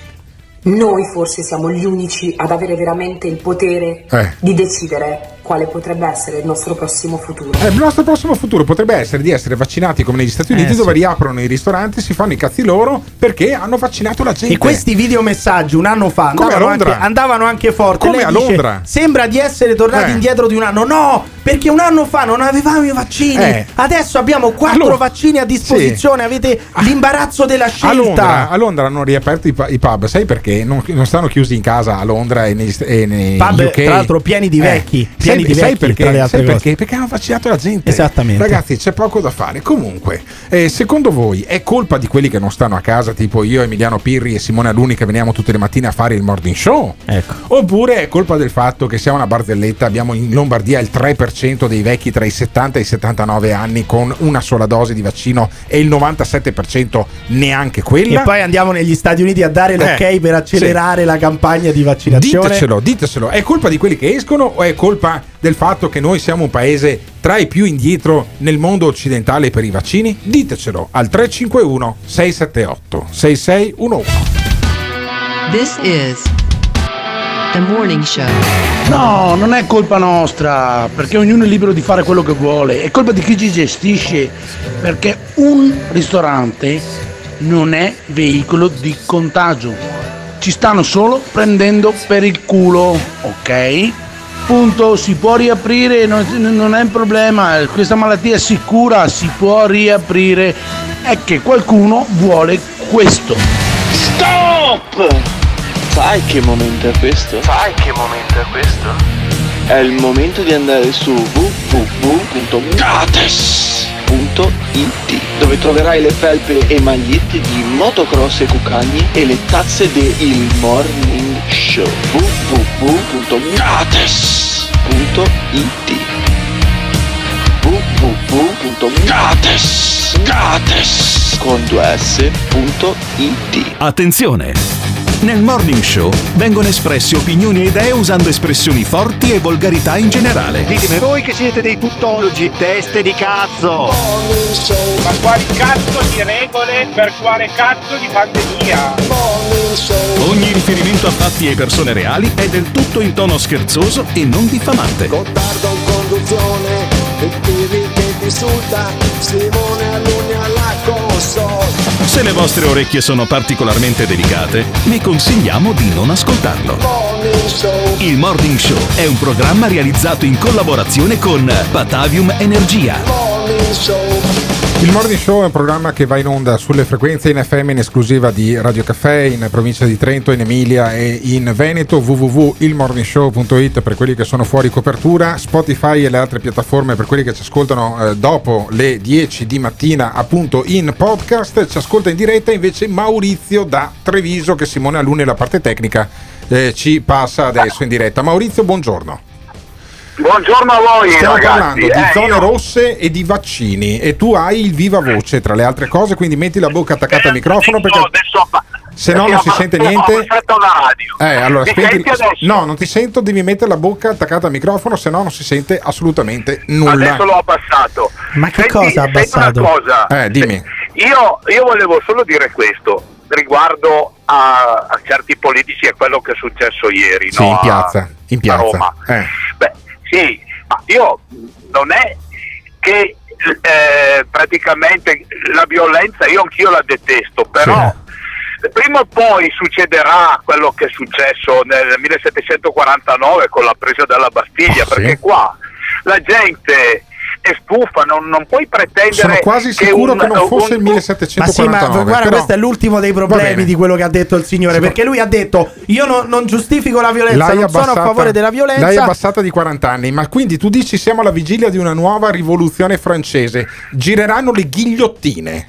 [SPEAKER 7] noi forse siamo gli unici ad avere veramente il potere
[SPEAKER 6] Eh.
[SPEAKER 7] di decidere quale potrebbe essere il nostro prossimo futuro.
[SPEAKER 6] Eh, il nostro prossimo futuro potrebbe essere di essere vaccinati come negli Stati Uniti,
[SPEAKER 9] Eh, sì.
[SPEAKER 6] dove riaprono i ristoranti, si fanno i cazzi loro perché hanno vaccinato la gente.
[SPEAKER 9] E questi videomessaggi un anno fa
[SPEAKER 6] Come a
[SPEAKER 9] andavano
[SPEAKER 6] Londra.
[SPEAKER 9] anche, andavano anche forte.
[SPEAKER 6] Come
[SPEAKER 9] Lei
[SPEAKER 6] a
[SPEAKER 9] dice,
[SPEAKER 6] Londra.
[SPEAKER 9] sembra di essere tornati
[SPEAKER 6] Eh.
[SPEAKER 9] indietro di un anno. No, perché un anno fa non avevamo i vaccini.
[SPEAKER 6] Eh.
[SPEAKER 9] Adesso abbiamo quattro
[SPEAKER 6] Allora,
[SPEAKER 9] vaccini a disposizione. Avete l'imbarazzo della
[SPEAKER 6] A
[SPEAKER 9] scelta.
[SPEAKER 6] Londra, a Londra hanno riaperto i, pu- i pub, sai perché? Non, non stanno chiusi in casa a Londra e negli, e nei
[SPEAKER 9] Pub,
[SPEAKER 6] U K.
[SPEAKER 9] tra l'altro, pieni di vecchi, pieni
[SPEAKER 6] sai,
[SPEAKER 9] di
[SPEAKER 6] sai
[SPEAKER 9] vecchi,
[SPEAKER 6] perché?
[SPEAKER 9] tra le altre
[SPEAKER 6] Sai
[SPEAKER 9] cose.
[SPEAKER 6] perché? Perché hanno vaccinato la gente.
[SPEAKER 9] Esattamente.
[SPEAKER 6] Ragazzi, c'è poco da fare. Comunque, eh, secondo voi è colpa di quelli che non stanno a casa, tipo io, Emiliano Pirri e Simone Aluni, che veniamo tutte le mattine a fare il morning show?
[SPEAKER 9] Ecco.
[SPEAKER 6] Oppure è colpa del fatto che siamo una barzelletta, abbiamo in Lombardia il tre per cento dei vecchi tra i settanta e i settantanove anni con una sola dose di vaccino e il novantasette per cento neanche quella?
[SPEAKER 9] E poi andiamo negli Stati Uniti a dare l'ok
[SPEAKER 6] Eh,
[SPEAKER 9] per accelerare la campagna di vaccinazione.
[SPEAKER 6] Ditecelo, ditecelo, è colpa di quelli che escono o è colpa del fatto che noi siamo un paese tra i più indietro nel mondo occidentale per i vaccini? Ditecelo al tre cinque uno sei sette otto sei sei uno uno.
[SPEAKER 5] This is The Morning Show.
[SPEAKER 12] No, non è colpa nostra, perché ognuno è libero di fare quello che vuole, è colpa di chi ci gestisce, perché un ristorante non è veicolo di contagio, ci stanno solo prendendo per il culo, ok? Punto, si può riaprire, non, non è un problema, questa malattia è sicura, si può riaprire, è che qualcuno vuole questo.
[SPEAKER 17] Stop! Sai che momento è questo? Sai che momento è questo? È il momento di andare su w w w punto gates punto i t, dove troverai le felpe e magliette di motocross e cucagni e le tazze del Morning Show. w w w punto gates punto i t w w w punto gates gates con due s punto i t.
[SPEAKER 4] Attenzione! Nel Morning Show vengono espresse opinioni e idee usando espressioni forti e volgarità in generale.
[SPEAKER 14] Ditemi voi che siete dei tuttologi, teste di cazzo!
[SPEAKER 15] Ma quali cazzo di regole per quale cazzo di pandemia?
[SPEAKER 4] Ogni riferimento a fatti e persone reali è del tutto in tono scherzoso e non diffamante.
[SPEAKER 18] Gottardo in conduzione, il Pirri che ti insulta, Simone all'ugna alla console.
[SPEAKER 4] Se le vostre orecchie sono particolarmente delicate, vi consigliamo di non ascoltarlo. Il Morning Show è un programma realizzato in collaborazione con Batavium Energia.
[SPEAKER 6] Il Morning Show è un programma che va in onda sulle frequenze in F M in esclusiva di Radio Caffè in provincia di Trento, in Emilia e in Veneto. w w w punto il morning show punto i t per quelli che sono fuori copertura, Spotify e le altre piattaforme per quelli che ci ascoltano eh, dopo le dieci di mattina, appunto in podcast. Ci ascolta in diretta invece Maurizio da Treviso, che Simone Alunni, la parte tecnica, eh, ci passa adesso in diretta. Maurizio, buongiorno.
[SPEAKER 20] Buongiorno a voi.
[SPEAKER 6] Stiamo
[SPEAKER 20] ragazzi.
[SPEAKER 6] parlando di
[SPEAKER 20] eh,
[SPEAKER 6] zone
[SPEAKER 20] io...
[SPEAKER 6] rosse e di vaccini e tu hai il viva voce tra le altre cose, quindi metti la bocca attaccata al microfono perché
[SPEAKER 20] adesso,
[SPEAKER 6] se no non si sente niente.
[SPEAKER 20] Ho aperto la radio.
[SPEAKER 6] Eh, allora
[SPEAKER 20] Mi
[SPEAKER 6] spegni...
[SPEAKER 20] senti adesso?
[SPEAKER 6] No, non ti sento, devi mettere la bocca attaccata al microfono, se no non si sente assolutamente nulla.
[SPEAKER 20] Adesso l'ho abbassato.
[SPEAKER 9] Ma che
[SPEAKER 20] Senti,
[SPEAKER 9] cosa ha abbassato?
[SPEAKER 20] Una cosa.
[SPEAKER 6] Eh, dimmi.
[SPEAKER 20] Io, io volevo solo dire questo riguardo a, a certi politici e quello che è successo ieri,
[SPEAKER 6] Sì,
[SPEAKER 20] no?
[SPEAKER 6] in piazza, in
[SPEAKER 20] a
[SPEAKER 6] piazza.
[SPEAKER 20] Roma.
[SPEAKER 6] Eh.
[SPEAKER 20] Beh, sì, ma io non è che eh, praticamente la violenza, io anch'io la detesto, però sì. Prima o poi succederà quello che è successo nel millesettecentoquarantanove con la presa della Bastiglia,
[SPEAKER 6] oh,
[SPEAKER 20] perché
[SPEAKER 6] sì.
[SPEAKER 20] qua la gente è stufa, non, non puoi pretendere.
[SPEAKER 6] Sono quasi
[SPEAKER 20] che
[SPEAKER 6] sicuro
[SPEAKER 20] un,
[SPEAKER 6] che non fosse
[SPEAKER 20] un,
[SPEAKER 6] il millesettecentoquarantanove.
[SPEAKER 9] Ma sì, ma guarda,
[SPEAKER 6] però...
[SPEAKER 9] questo è l'ultimo dei problemi di quello che ha detto il signore, perché lui ha detto io no, non giustifico la violenza,
[SPEAKER 6] l'hai
[SPEAKER 9] non
[SPEAKER 6] abbassata,
[SPEAKER 9] sono a favore della violenza.
[SPEAKER 6] L'hai abbassata di quaranta anni, ma quindi tu dici siamo alla vigilia di una nuova rivoluzione francese, gireranno le ghigliottine.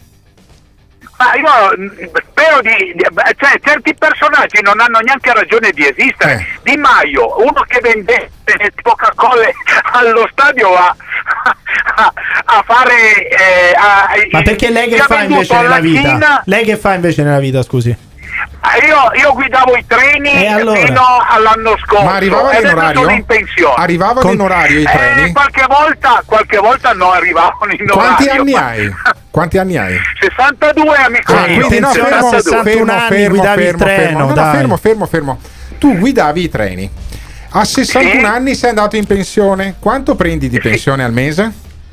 [SPEAKER 20] Ma io spero di, di cioè certi personaggi non hanno neanche ragione di esistere.
[SPEAKER 6] Eh.
[SPEAKER 20] Di Maio, uno che vende Coca-Cola allo stadio a, a, a fare eh, a,
[SPEAKER 9] Ma perché lei che
[SPEAKER 20] ha
[SPEAKER 9] fa
[SPEAKER 20] venduto
[SPEAKER 9] invece nella
[SPEAKER 20] alla
[SPEAKER 9] vita?
[SPEAKER 20] Cina.
[SPEAKER 9] Lei che fa invece nella vita, scusi?
[SPEAKER 20] Io, io guidavo i treni
[SPEAKER 9] E allora?
[SPEAKER 20] fino all'anno scorso.
[SPEAKER 6] Ma arrivavano
[SPEAKER 20] ed
[SPEAKER 6] in
[SPEAKER 20] adesso
[SPEAKER 6] orario?
[SPEAKER 20] sono in pensione.
[SPEAKER 6] Arrivavano
[SPEAKER 20] Con-
[SPEAKER 6] in orario i
[SPEAKER 20] eh,
[SPEAKER 6] treni?
[SPEAKER 20] qualche volta, qualche volta non arrivavano in
[SPEAKER 6] Quanti
[SPEAKER 20] orario.
[SPEAKER 6] anni hai? Quanti anni hai?
[SPEAKER 20] sessantadue, amico
[SPEAKER 6] Ah,
[SPEAKER 20] mio.
[SPEAKER 6] quindi no, fermo,
[SPEAKER 20] sessantadue.
[SPEAKER 9] sessantuno anni guidavi il treno,
[SPEAKER 6] fermo. No, no,
[SPEAKER 9] dai.
[SPEAKER 6] fermo, fermo, fermo. Tu guidavi i treni. A sessantuno
[SPEAKER 20] Sì.
[SPEAKER 6] anni sei andato in pensione. Quanto prendi di pensione al mese?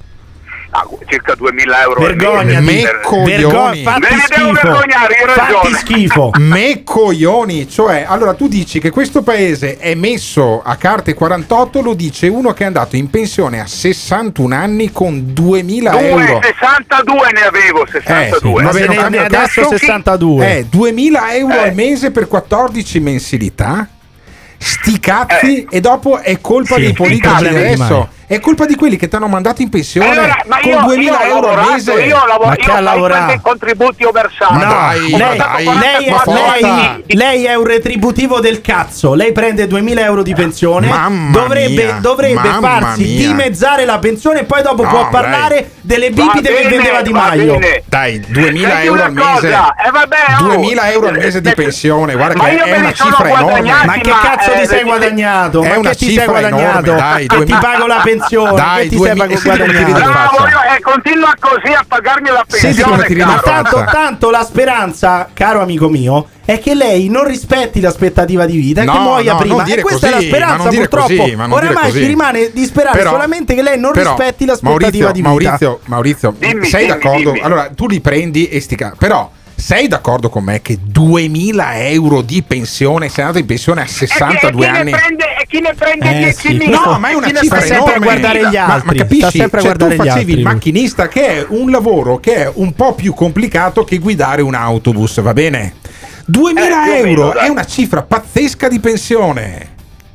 [SPEAKER 20] Ah, circa duemila euro
[SPEAKER 9] Vergognati.
[SPEAKER 20] al mese.
[SPEAKER 6] Me coglioni.
[SPEAKER 9] Fatti
[SPEAKER 20] Me ne devo
[SPEAKER 9] schifo.
[SPEAKER 20] vergognare, hai ragione.
[SPEAKER 9] Fatti schifo.
[SPEAKER 6] Me coglioni, cioè, allora tu dici che questo paese è messo a carte quarantotto, lo dice uno che è andato in pensione a sessantuno anni con duemila euro.
[SPEAKER 20] Due, sessantadue ne avevo,
[SPEAKER 6] Eh, sì,
[SPEAKER 20] sessantadue.
[SPEAKER 6] va bene,
[SPEAKER 9] ne-
[SPEAKER 6] non cambia
[SPEAKER 9] ne
[SPEAKER 6] il
[SPEAKER 9] adesso
[SPEAKER 6] cazzo.
[SPEAKER 9] sessantadue.
[SPEAKER 6] Eh, duemila euro
[SPEAKER 20] Eh.
[SPEAKER 6] al mese per quattordici mensilità? Sti cazzi, e dopo è colpa
[SPEAKER 9] Sì,
[SPEAKER 6] dei politici di
[SPEAKER 9] problemi di
[SPEAKER 6] adesso.
[SPEAKER 9] mano.
[SPEAKER 6] È colpa di quelli che ti hanno mandato in pensione
[SPEAKER 20] Allora, ma io,
[SPEAKER 6] con duemila
[SPEAKER 20] io ho
[SPEAKER 6] euro al
[SPEAKER 20] lavorato,
[SPEAKER 6] mese.
[SPEAKER 20] Io ho lavorato,
[SPEAKER 9] Ma che
[SPEAKER 20] io
[SPEAKER 9] ha
[SPEAKER 20] sai
[SPEAKER 9] lavorato?
[SPEAKER 20] quanti contributi ho versato.
[SPEAKER 6] Ma
[SPEAKER 9] No,
[SPEAKER 6] dai,
[SPEAKER 20] Ho
[SPEAKER 9] lei,
[SPEAKER 20] versato
[SPEAKER 6] dai,
[SPEAKER 9] lei, è,
[SPEAKER 6] ma
[SPEAKER 20] quarantaquattro
[SPEAKER 6] forza.
[SPEAKER 20] anni.
[SPEAKER 9] lei, lei è un retributivo del cazzo. Lei prende duemila euro di pensione.
[SPEAKER 6] Mamma
[SPEAKER 9] dovrebbe
[SPEAKER 6] mia,
[SPEAKER 9] dovrebbe
[SPEAKER 6] mamma
[SPEAKER 9] farsi
[SPEAKER 6] mia.
[SPEAKER 9] dimezzare la pensione e poi dopo
[SPEAKER 6] No,
[SPEAKER 9] può
[SPEAKER 6] dai.
[SPEAKER 9] parlare delle
[SPEAKER 20] Va
[SPEAKER 9] bibite che
[SPEAKER 20] bene,
[SPEAKER 9] vendeva Di
[SPEAKER 20] va
[SPEAKER 9] Maio.
[SPEAKER 20] bene.
[SPEAKER 6] Dai, duemila
[SPEAKER 20] Senti
[SPEAKER 6] euro
[SPEAKER 20] una
[SPEAKER 6] al mese.
[SPEAKER 20] cosa, eh, vabbè, oh.
[SPEAKER 6] duemila euro al mese di
[SPEAKER 20] Eh,
[SPEAKER 6] pensione, guarda
[SPEAKER 20] ma
[SPEAKER 6] che
[SPEAKER 20] io
[SPEAKER 6] è
[SPEAKER 20] me
[SPEAKER 6] una
[SPEAKER 20] li sono
[SPEAKER 6] cifra enorme.
[SPEAKER 20] guadagnati.
[SPEAKER 9] Ma che
[SPEAKER 20] ma,
[SPEAKER 9] cazzo
[SPEAKER 20] eh,
[SPEAKER 9] ti sei
[SPEAKER 20] le-
[SPEAKER 9] guadagnato?
[SPEAKER 6] è
[SPEAKER 9] Ma
[SPEAKER 6] una
[SPEAKER 9] che ti sei
[SPEAKER 6] cifra
[SPEAKER 9] guadagnato?
[SPEAKER 6] enorme, dai,
[SPEAKER 9] che ti
[SPEAKER 6] duemila
[SPEAKER 9] pago la pensione?
[SPEAKER 6] Dai,
[SPEAKER 9] che ti
[SPEAKER 6] duemila-
[SPEAKER 9] sei
[SPEAKER 6] sì, come ti ridi in
[SPEAKER 9] guadagnato?
[SPEAKER 6] faccia.
[SPEAKER 20] Bravo, io, eh, continua così a pagarmi la
[SPEAKER 6] Senti come
[SPEAKER 20] pensione,
[SPEAKER 6] ti ridi in
[SPEAKER 9] Ma
[SPEAKER 20] caro.
[SPEAKER 6] faccia.
[SPEAKER 9] tanto, tanto la speranza, caro amico mio, è che lei non rispetti l'aspettativa di vita e
[SPEAKER 6] No,
[SPEAKER 9] che muoia
[SPEAKER 6] no,
[SPEAKER 9] prima.
[SPEAKER 6] non dire
[SPEAKER 9] E questa
[SPEAKER 6] così,
[SPEAKER 9] è la speranza,
[SPEAKER 6] ma non dire
[SPEAKER 9] purtroppo.
[SPEAKER 6] così, ma non dire
[SPEAKER 9] Oramai
[SPEAKER 6] così.
[SPEAKER 9] ci rimane di sperare
[SPEAKER 6] Però-
[SPEAKER 9] solamente che lei non
[SPEAKER 6] però,
[SPEAKER 9] rispetti l'aspettativa
[SPEAKER 6] Maurizio,
[SPEAKER 9] di vita.
[SPEAKER 6] Maurizio, Maurizio,
[SPEAKER 20] Dimmi,
[SPEAKER 6] sei
[SPEAKER 20] dimmi,
[SPEAKER 6] d'accordo?
[SPEAKER 20] dimmi.
[SPEAKER 6] Allora, tu li prendi e sti ca- però sei d'accordo con me che duemila euro di pensione, sei andato in pensione a sessantadue
[SPEAKER 20] e chi
[SPEAKER 6] anni?
[SPEAKER 20] Ne prende, e chi ne prende
[SPEAKER 9] Eh,
[SPEAKER 20] diecimila?
[SPEAKER 9] sì,
[SPEAKER 6] No, ma è una
[SPEAKER 20] Chi ne
[SPEAKER 6] cifra
[SPEAKER 20] prende
[SPEAKER 9] sempre a
[SPEAKER 6] enorme.
[SPEAKER 9] guardare gli
[SPEAKER 6] Ma- Ma,
[SPEAKER 9] altri,
[SPEAKER 6] capisci?
[SPEAKER 9] sta sempre a
[SPEAKER 6] Cioè,
[SPEAKER 9] guardare
[SPEAKER 6] tu
[SPEAKER 9] gli
[SPEAKER 6] facevi
[SPEAKER 9] altri,
[SPEAKER 6] il
[SPEAKER 9] lui.
[SPEAKER 6] macchinista, che è un lavoro che è un po' più complicato che guidare un autobus, va bene? duemila
[SPEAKER 20] Eh, più o
[SPEAKER 6] euro
[SPEAKER 20] meno, dai.
[SPEAKER 6] è una cifra pazzesca di pensione.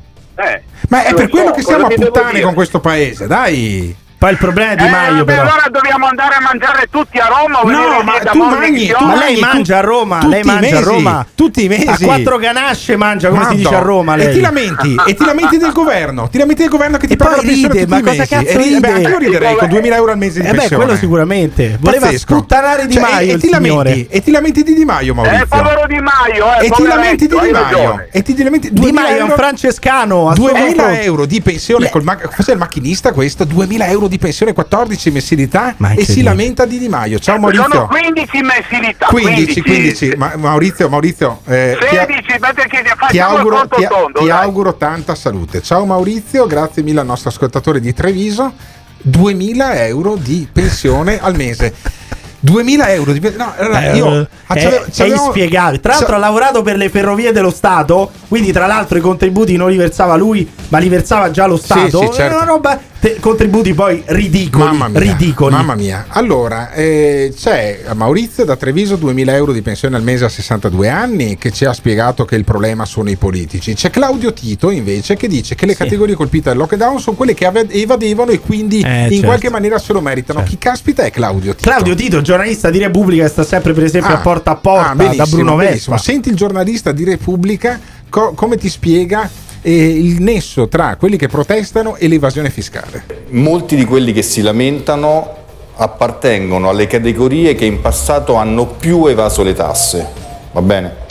[SPEAKER 20] Eh,
[SPEAKER 6] Ma è
[SPEAKER 20] lo
[SPEAKER 6] per
[SPEAKER 20] so,
[SPEAKER 6] quello che
[SPEAKER 20] cosa
[SPEAKER 6] siamo a
[SPEAKER 20] ti devo
[SPEAKER 6] puttane
[SPEAKER 20] dire?
[SPEAKER 6] con questo paese, dai.
[SPEAKER 9] Poi il problema è Di
[SPEAKER 20] Eh,
[SPEAKER 9] Maio,
[SPEAKER 20] vabbè,
[SPEAKER 9] però.
[SPEAKER 20] allora dobbiamo andare a mangiare tutti a Roma o
[SPEAKER 6] No,
[SPEAKER 20] venire
[SPEAKER 6] ma
[SPEAKER 20] lì da
[SPEAKER 6] tu
[SPEAKER 20] Morning
[SPEAKER 6] mangi-
[SPEAKER 20] Show?
[SPEAKER 6] tu
[SPEAKER 9] Ma lei
[SPEAKER 6] mangi
[SPEAKER 9] mangia a Roma,
[SPEAKER 6] tutti
[SPEAKER 9] lei
[SPEAKER 6] i
[SPEAKER 9] mangia a
[SPEAKER 6] mesi,
[SPEAKER 9] Roma.
[SPEAKER 6] tutti i mesi.
[SPEAKER 9] A quattro ganasce mangia, come si
[SPEAKER 6] Madò.
[SPEAKER 9] dice a Roma lei.
[SPEAKER 6] E ti lamenti, e ti lamenti del governo, ti lamenti del governo che ti
[SPEAKER 9] E
[SPEAKER 6] paga
[SPEAKER 9] poi
[SPEAKER 6] la pensione
[SPEAKER 9] ride,
[SPEAKER 6] tutti
[SPEAKER 9] ma
[SPEAKER 6] i
[SPEAKER 9] cosa
[SPEAKER 6] mesi.
[SPEAKER 9] cazzo
[SPEAKER 6] E ride? Beh,
[SPEAKER 9] ride?
[SPEAKER 6] anche io riderei con duemila euro al mese di
[SPEAKER 9] Eh beh,
[SPEAKER 6] pensione.
[SPEAKER 9] quello sicuramente. Voleva
[SPEAKER 6] Pazzesco.
[SPEAKER 9] sputtanare Di
[SPEAKER 6] Cioè,
[SPEAKER 9] Maio
[SPEAKER 6] e,
[SPEAKER 9] il
[SPEAKER 6] ti lamenti,
[SPEAKER 9] signore.
[SPEAKER 6] e ti lamenti di Di Maio, Maurizio.
[SPEAKER 20] Eh, povero Di Maio, eh,
[SPEAKER 6] e ti lamenti di
[SPEAKER 20] poveretto,
[SPEAKER 6] Di
[SPEAKER 20] hai
[SPEAKER 6] Maio.
[SPEAKER 20] ragione.
[SPEAKER 6] E ti lamenti
[SPEAKER 9] Di
[SPEAKER 6] duemila
[SPEAKER 9] Maio è un
[SPEAKER 6] euro-
[SPEAKER 9] francescano. a suo
[SPEAKER 6] duemila
[SPEAKER 9] confronto.
[SPEAKER 6] euro di pensione
[SPEAKER 9] Le-
[SPEAKER 6] col ma- cos'è il macchinista questo? duemila euro di pensione, quattordici mensilità
[SPEAKER 9] Ma
[SPEAKER 6] e si
[SPEAKER 9] incredibile.
[SPEAKER 6] lamenta di Di Maio. Ciao
[SPEAKER 20] Sono
[SPEAKER 6] Maurizio.
[SPEAKER 20] quindici mensilità.
[SPEAKER 6] quindici, quindici. Ma- Maurizio, Maurizio, eh, ti,
[SPEAKER 20] sedici, perché
[SPEAKER 6] ti
[SPEAKER 20] facciamo il
[SPEAKER 6] auguro,
[SPEAKER 20] conto
[SPEAKER 6] ti,
[SPEAKER 20] tondo,
[SPEAKER 6] ti
[SPEAKER 20] dai.
[SPEAKER 6] auguro tanta salute. Ciao Maurizio, grazie mille al nostro ascoltatore di Treviso. duemila euro di pensione al mese. duemila euro di pensione. No, allora,
[SPEAKER 9] Eh,
[SPEAKER 6] io
[SPEAKER 9] è,
[SPEAKER 6] c'avevo-
[SPEAKER 9] è
[SPEAKER 6] c'avevo-
[SPEAKER 9] inspiegabile. Tra l'altro
[SPEAKER 6] c'ha-
[SPEAKER 9] ha lavorato per le ferrovie dello Stato, quindi tra l'altro i contributi non li versava lui, ma li versava già lo Stato.
[SPEAKER 6] sì,
[SPEAKER 9] È
[SPEAKER 6] certo.
[SPEAKER 9] una roba, te- contributi poi ridicoli,
[SPEAKER 6] Mamma mia,
[SPEAKER 9] ridicoli.
[SPEAKER 6] mamma mia. Allora, eh, c'è Maurizio da Treviso, duemila euro di pensione al mese a sessantadue anni, che ci ha spiegato che il problema sono i politici. C'è Claudio Tito invece che dice che le
[SPEAKER 9] Sì.
[SPEAKER 6] categorie colpite dal lockdown sono quelle che ave- evadevano e quindi
[SPEAKER 9] Eh,
[SPEAKER 6] in
[SPEAKER 9] certo.
[SPEAKER 6] qualche maniera se lo meritano.
[SPEAKER 9] Certo.
[SPEAKER 6] Chi caspita è Claudio Tito?
[SPEAKER 9] Claudio Tito, giornalista di Repubblica, che sta sempre per esempio
[SPEAKER 6] Ah,
[SPEAKER 9] a porta a porta
[SPEAKER 6] ah,
[SPEAKER 9] da
[SPEAKER 6] benissimo,
[SPEAKER 9] Bruno
[SPEAKER 6] benissimo.
[SPEAKER 9] Vespa.
[SPEAKER 6] Senti il giornalista di Repubblica co- come ti spiega eh, il nesso tra quelli che protestano e l'evasione fiscale.
[SPEAKER 21] Molti di quelli che si lamentano appartengono alle categorie che in passato hanno più evaso le tasse, va bene?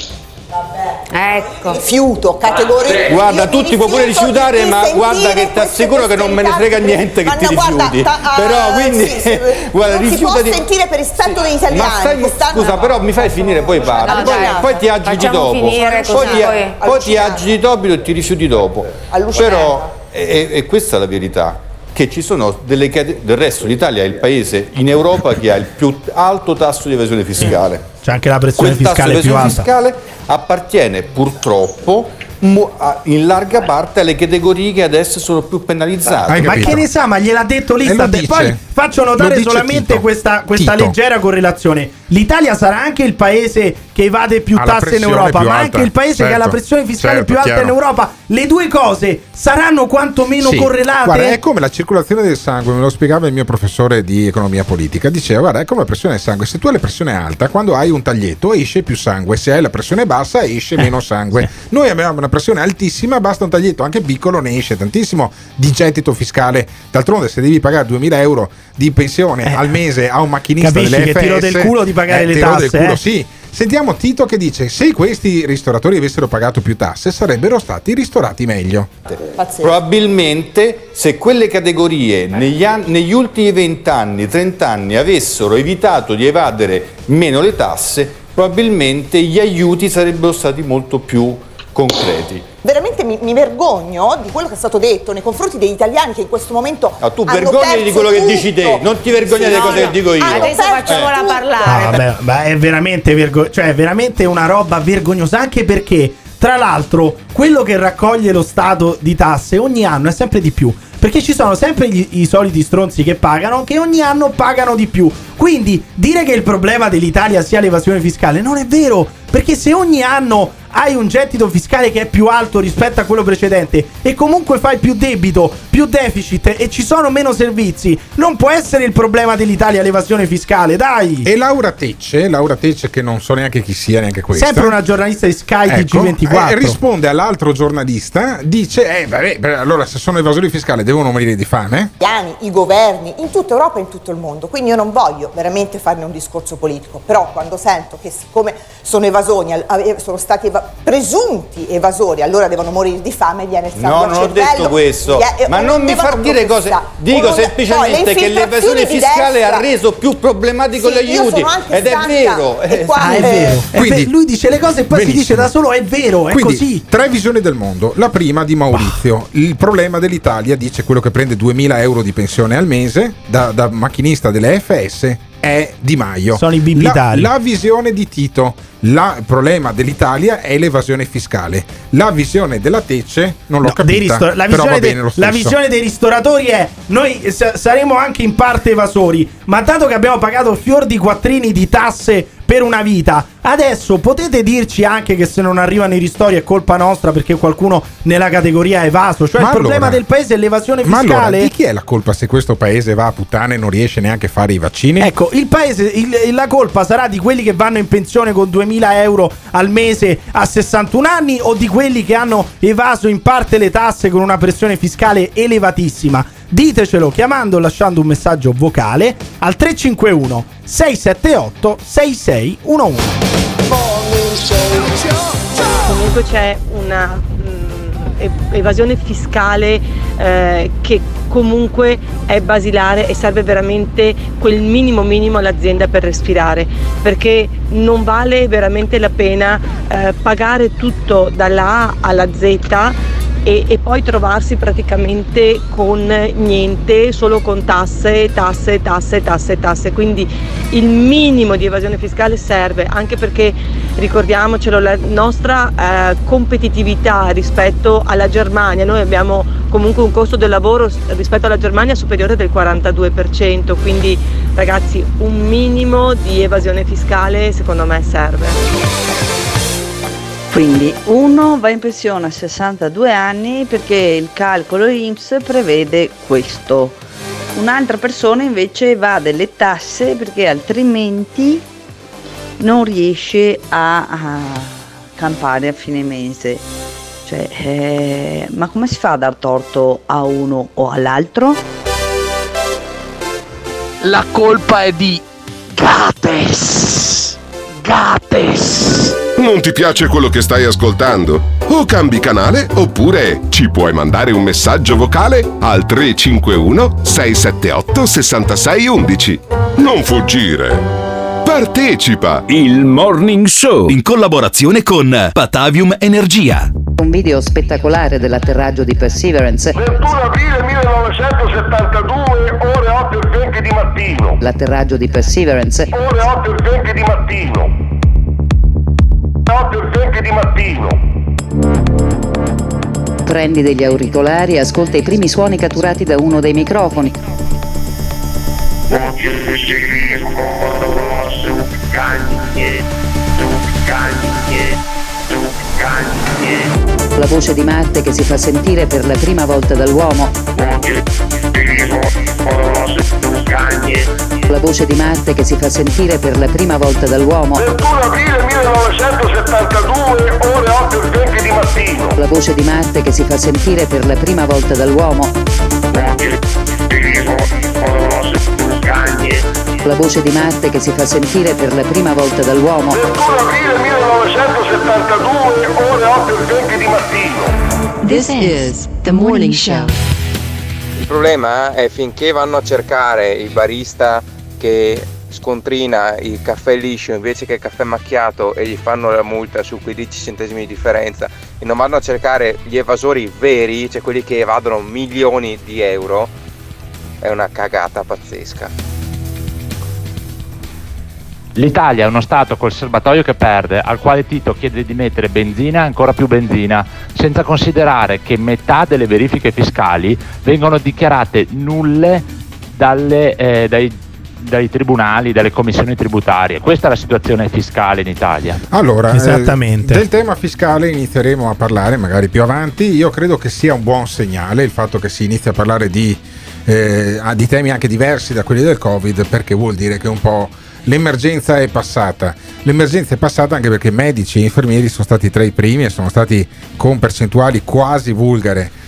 [SPEAKER 22] Ecco. Rifiuto, categoria.
[SPEAKER 21] Guarda,
[SPEAKER 22] Io
[SPEAKER 21] tu
[SPEAKER 22] mi
[SPEAKER 21] ti puoi pure
[SPEAKER 22] rifiuto
[SPEAKER 21] rifiutare,
[SPEAKER 22] di
[SPEAKER 21] ma
[SPEAKER 22] sentire
[SPEAKER 21] guarda che ti
[SPEAKER 22] queste
[SPEAKER 21] assicuro che non me ne frega niente che
[SPEAKER 22] Ma
[SPEAKER 21] ti
[SPEAKER 22] no, guarda,
[SPEAKER 21] rifiuti.
[SPEAKER 22] ta- ah,
[SPEAKER 21] Però quindi
[SPEAKER 22] sì, sì,
[SPEAKER 21] guarda,
[SPEAKER 22] non si può
[SPEAKER 21] rifiutati.
[SPEAKER 22] sentire per rispetto degli italiani.
[SPEAKER 21] Ma stai,
[SPEAKER 22] che stanno-
[SPEAKER 21] scusa, però mi fai finire, poi parli,
[SPEAKER 22] No,
[SPEAKER 21] poi,
[SPEAKER 22] dai,
[SPEAKER 21] poi ti agiti
[SPEAKER 22] facciamo
[SPEAKER 21] dopo,
[SPEAKER 22] finire
[SPEAKER 21] poi
[SPEAKER 22] così,
[SPEAKER 21] ti,
[SPEAKER 22] poi-
[SPEAKER 21] poi ti agiti dopo e ti rifiuti dopo.
[SPEAKER 22] Allucinante.
[SPEAKER 21] Però, e, e questa è la verità, che ci sono delle cate- del resto l'Italia è il paese in Europa che ha il più alto tasso di evasione fiscale.
[SPEAKER 9] C'è anche la pressione
[SPEAKER 21] Quel tasso di
[SPEAKER 9] fiscale più
[SPEAKER 21] evasione
[SPEAKER 9] alta.
[SPEAKER 21] fiscale appartiene purtroppo mo- a- in larga parte alle categorie che adesso sono più penalizzate.
[SPEAKER 9] Ma che ne sa, ma gliel'ha detto
[SPEAKER 21] E lo
[SPEAKER 9] l'Istat.
[SPEAKER 21] dice.
[SPEAKER 9] Poi faccio
[SPEAKER 21] Lo
[SPEAKER 9] notare
[SPEAKER 21] dice
[SPEAKER 9] solamente
[SPEAKER 21] Tito.
[SPEAKER 9] questa, questa
[SPEAKER 21] Tito.
[SPEAKER 9] leggera correlazione. L'Italia sarà anche il paese che evade più
[SPEAKER 6] Ha la
[SPEAKER 9] tasse in
[SPEAKER 6] pressione
[SPEAKER 9] Europa,
[SPEAKER 6] più
[SPEAKER 9] ma
[SPEAKER 6] alta.
[SPEAKER 9] anche il paese che ha la
[SPEAKER 6] Certo,
[SPEAKER 9] pressione fiscale
[SPEAKER 6] certo,
[SPEAKER 9] più alta
[SPEAKER 6] chiaro.
[SPEAKER 9] in Europa. Le due cose saranno quantomeno
[SPEAKER 6] Sì.
[SPEAKER 9] correlate?
[SPEAKER 6] Guarda, è come la circolazione del sangue, me lo spiegava il mio professore di economia politica. Diceva, guarda, è come la pressione del sangue. Se tu hai la pressione alta, quando hai un taglietto esce più sangue. Se hai la pressione bassa esce meno sangue. Noi abbiamo una pressione altissima, basta un taglietto anche piccolo, ne esce tantissimo di gettito fiscale. D'altronde, se devi pagare duemila euro di pensione al mese a un macchinista
[SPEAKER 9] Capisci
[SPEAKER 6] delle
[SPEAKER 9] che
[SPEAKER 6] F S,
[SPEAKER 9] tiro del culo di pagare
[SPEAKER 6] eh,
[SPEAKER 9] le
[SPEAKER 6] tiro
[SPEAKER 9] tasse,
[SPEAKER 6] del culo,
[SPEAKER 9] eh?
[SPEAKER 6] sì. Sentiamo Tito che dice: se questi ristoratori avessero pagato più tasse sarebbero stati ristorati meglio.
[SPEAKER 21] Probabilmente se quelle categorie negli, an- negli ultimi venti anni, trenta anni avessero evitato di evadere meno le tasse, probabilmente gli aiuti sarebbero stati molto più concreti.
[SPEAKER 22] Veramente mi, mi vergogno di quello che è stato detto nei confronti degli italiani che in questo momento
[SPEAKER 21] Ah, tu
[SPEAKER 22] hanno
[SPEAKER 21] vergognati
[SPEAKER 22] perso
[SPEAKER 21] di quello che
[SPEAKER 22] tutto.
[SPEAKER 21] dici te, non ti vergogni
[SPEAKER 22] Sì,
[SPEAKER 21] delle
[SPEAKER 22] no,
[SPEAKER 21] cose
[SPEAKER 22] no.
[SPEAKER 21] che dico io.
[SPEAKER 22] Adesso facciamola parlare.
[SPEAKER 9] Ah, vabbè, ma è veramente vergo- cioè è veramente una roba vergognosa, anche perché tra l'altro quello che raccoglie lo Stato di tasse ogni anno è sempre di più, perché ci sono sempre gli- i soliti stronzi che pagano, che ogni anno pagano di più. Quindi dire che il problema dell'Italia sia l'evasione fiscale non è vero, perché se ogni anno hai un gettito fiscale che è più alto rispetto a quello precedente e comunque fai più debito, più deficit e ci sono meno servizi, non può essere il problema dell'Italia l'evasione fiscale, dai!
[SPEAKER 6] E Laura Tecce, Laura Tecce che non so neanche chi sia neanche questa.
[SPEAKER 9] Sempre una giornalista di Sky T G ventiquattro.
[SPEAKER 6] eh, risponde all'altro giornalista, dice: eh, vabbè, beh, allora se sono evasori fiscali devono morire di fame?
[SPEAKER 22] I governi in tutta Europa e in tutto il mondo, quindi io non voglio voglio veramente farne un discorso politico, però quando sento che siccome sono evasori, sono stati eva- presunti evasori, allora devono morire di fame, viene il sangue
[SPEAKER 21] No,
[SPEAKER 22] al
[SPEAKER 21] non ho
[SPEAKER 22] cervello,
[SPEAKER 21] detto questo,
[SPEAKER 22] eh,
[SPEAKER 21] ma non mi far dire cose. Dico semplicemente che l'evasione fiscale ha reso più problematico
[SPEAKER 22] Sì,
[SPEAKER 21] gli
[SPEAKER 22] io
[SPEAKER 21] aiuti
[SPEAKER 22] sono anche
[SPEAKER 21] ed è
[SPEAKER 22] stanca
[SPEAKER 21] vero.
[SPEAKER 22] e
[SPEAKER 21] eh,
[SPEAKER 22] qua-
[SPEAKER 9] Ah, è vero. È
[SPEAKER 6] Quindi-
[SPEAKER 9] ve- lui dice le cose e poi si
[SPEAKER 6] Benissimo.
[SPEAKER 9] dice da solo è vero, è
[SPEAKER 6] Quindi,
[SPEAKER 9] così.
[SPEAKER 6] tre visioni del mondo. La prima di Maurizio. Il problema dell'Italia, dice quello che prende duemila euro di pensione al mese da, da macchinista delle F S, è Di Maio.
[SPEAKER 9] Sono i
[SPEAKER 6] la,
[SPEAKER 9] bibitari.
[SPEAKER 6] la visione di Tito. La- il problema dell'Italia è l'evasione fiscale. La visione della Tecce non l'ho
[SPEAKER 9] No, dei
[SPEAKER 6] capita,
[SPEAKER 9] ristor- la,
[SPEAKER 6] però
[SPEAKER 9] visione
[SPEAKER 6] va
[SPEAKER 9] de-
[SPEAKER 6] bene lo
[SPEAKER 9] la
[SPEAKER 6] stesso.
[SPEAKER 9] visione dei ristoratori è noi sa- saremo anche in parte evasori, ma dato che abbiamo pagato fior di quattrini di tasse per una vita, adesso potete dirci anche che se non arrivano i ristori è colpa nostra perché qualcuno nella categoria è evaso, cioè
[SPEAKER 6] Ma
[SPEAKER 9] il problema
[SPEAKER 6] allora-
[SPEAKER 9] del paese è l'evasione
[SPEAKER 6] Ma
[SPEAKER 9] fiscale.
[SPEAKER 6] allora, di chi è la colpa se questo paese va a puttane e non riesce neanche a fare i vaccini?
[SPEAKER 9] Ecco, il paese, il- la colpa sarà di quelli che vanno in pensione con duemila euro al mese a sessantuno anni o di quelli che hanno evaso in parte le tasse con una pressione fiscale elevatissima? Ditecelo chiamando o lasciando un messaggio vocale al tre cinque uno sei sette otto sei sei uno uno.
[SPEAKER 1] Comunque c'è una mh, ev- evasione fiscale eh, che comunque è basilare e serve veramente quel minimo minimo all'azienda per respirare, perché non vale veramente la pena eh, pagare tutto dalla A alla Z e, e poi trovarsi praticamente con niente, solo con tasse, tasse, tasse, tasse, tasse. Quindi il minimo di evasione fiscale serve, anche perché ricordiamocelo, la nostra eh, competitività rispetto alla Germania, noi abbiamo comunque un costo del lavoro rispetto alla Germania superiore del quarantadue per cento, quindi ragazzi un minimo di evasione fiscale secondo me serve.
[SPEAKER 3] Quindi uno va in pensione a sessantadue anni perché il calcolo I N P S prevede questo. Un'altra persona invece va a delle tasse perché altrimenti non riesce a, a campare a fine mese. Cioè, eh, ma come si fa a dar torto a uno o all'altro?
[SPEAKER 12] La colpa è di Gates. Gates.
[SPEAKER 23] Non ti piace quello che stai ascoltando? O cambi canale oppure ci puoi mandare un messaggio vocale al tre cinque uno sei sette otto sei sei uno uno. Non fuggire. Partecipa!
[SPEAKER 4] Il Morning Show in collaborazione con Patavium Energia.
[SPEAKER 3] Un video spettacolare dell'atterraggio di Perseverance.
[SPEAKER 18] ventuno aprile millenovecentosettantadue, ore otto e venti di mattino.
[SPEAKER 3] L'atterraggio di Perseverance.
[SPEAKER 18] Ore otto e venti di mattino. otto e venti di mattino.
[SPEAKER 3] Prendi degli auricolari e ascolta i primi suoni catturati da uno dei microfoni. La voce di Marte che si fa sentire per la prima volta dall'uomo. La voce di Marte che si fa sentire per la prima volta dall'uomo.
[SPEAKER 18] ventuno aprile millenovecentosettantadue, ore otto e venti di mattino.
[SPEAKER 3] La voce di Marte che si fa sentire per la prima volta dall'uomo. La voce di Marte che si fa sentire per la prima volta dall'uomo.
[SPEAKER 18] ventuno aprile millenovecentosettantadue, ore otto e venti di mattino.
[SPEAKER 5] This is the morning show.
[SPEAKER 24] Il problema è finché vanno a cercare il barista che scontrina il caffè liscio invece che il caffè macchiato e gli fanno la multa su quei dieci centesimi di differenza e non vanno a cercare gli evasori veri, cioè quelli che evadono milioni di euro, è una cagata pazzesca.
[SPEAKER 25] L'Italia è uno Stato col serbatoio che perde, al quale Tito chiede di mettere benzina e ancora più benzina, senza considerare che metà delle verifiche fiscali vengono dichiarate nulle dalle, eh, dai, dai tribunali, dalle commissioni tributarie. Questa è la situazione fiscale in Italia.
[SPEAKER 6] Allora,
[SPEAKER 9] Esattamente.
[SPEAKER 6] eh, del tema fiscale inizieremo a parlare magari più avanti. Io credo che sia un buon segnale il fatto che si inizi a parlare di, eh, di temi anche diversi da quelli del Covid, perché vuol dire che un po' l'emergenza è passata. L'emergenza è passata anche perché medici e infermieri sono stati tra i primi e sono stati con percentuali quasi vulgare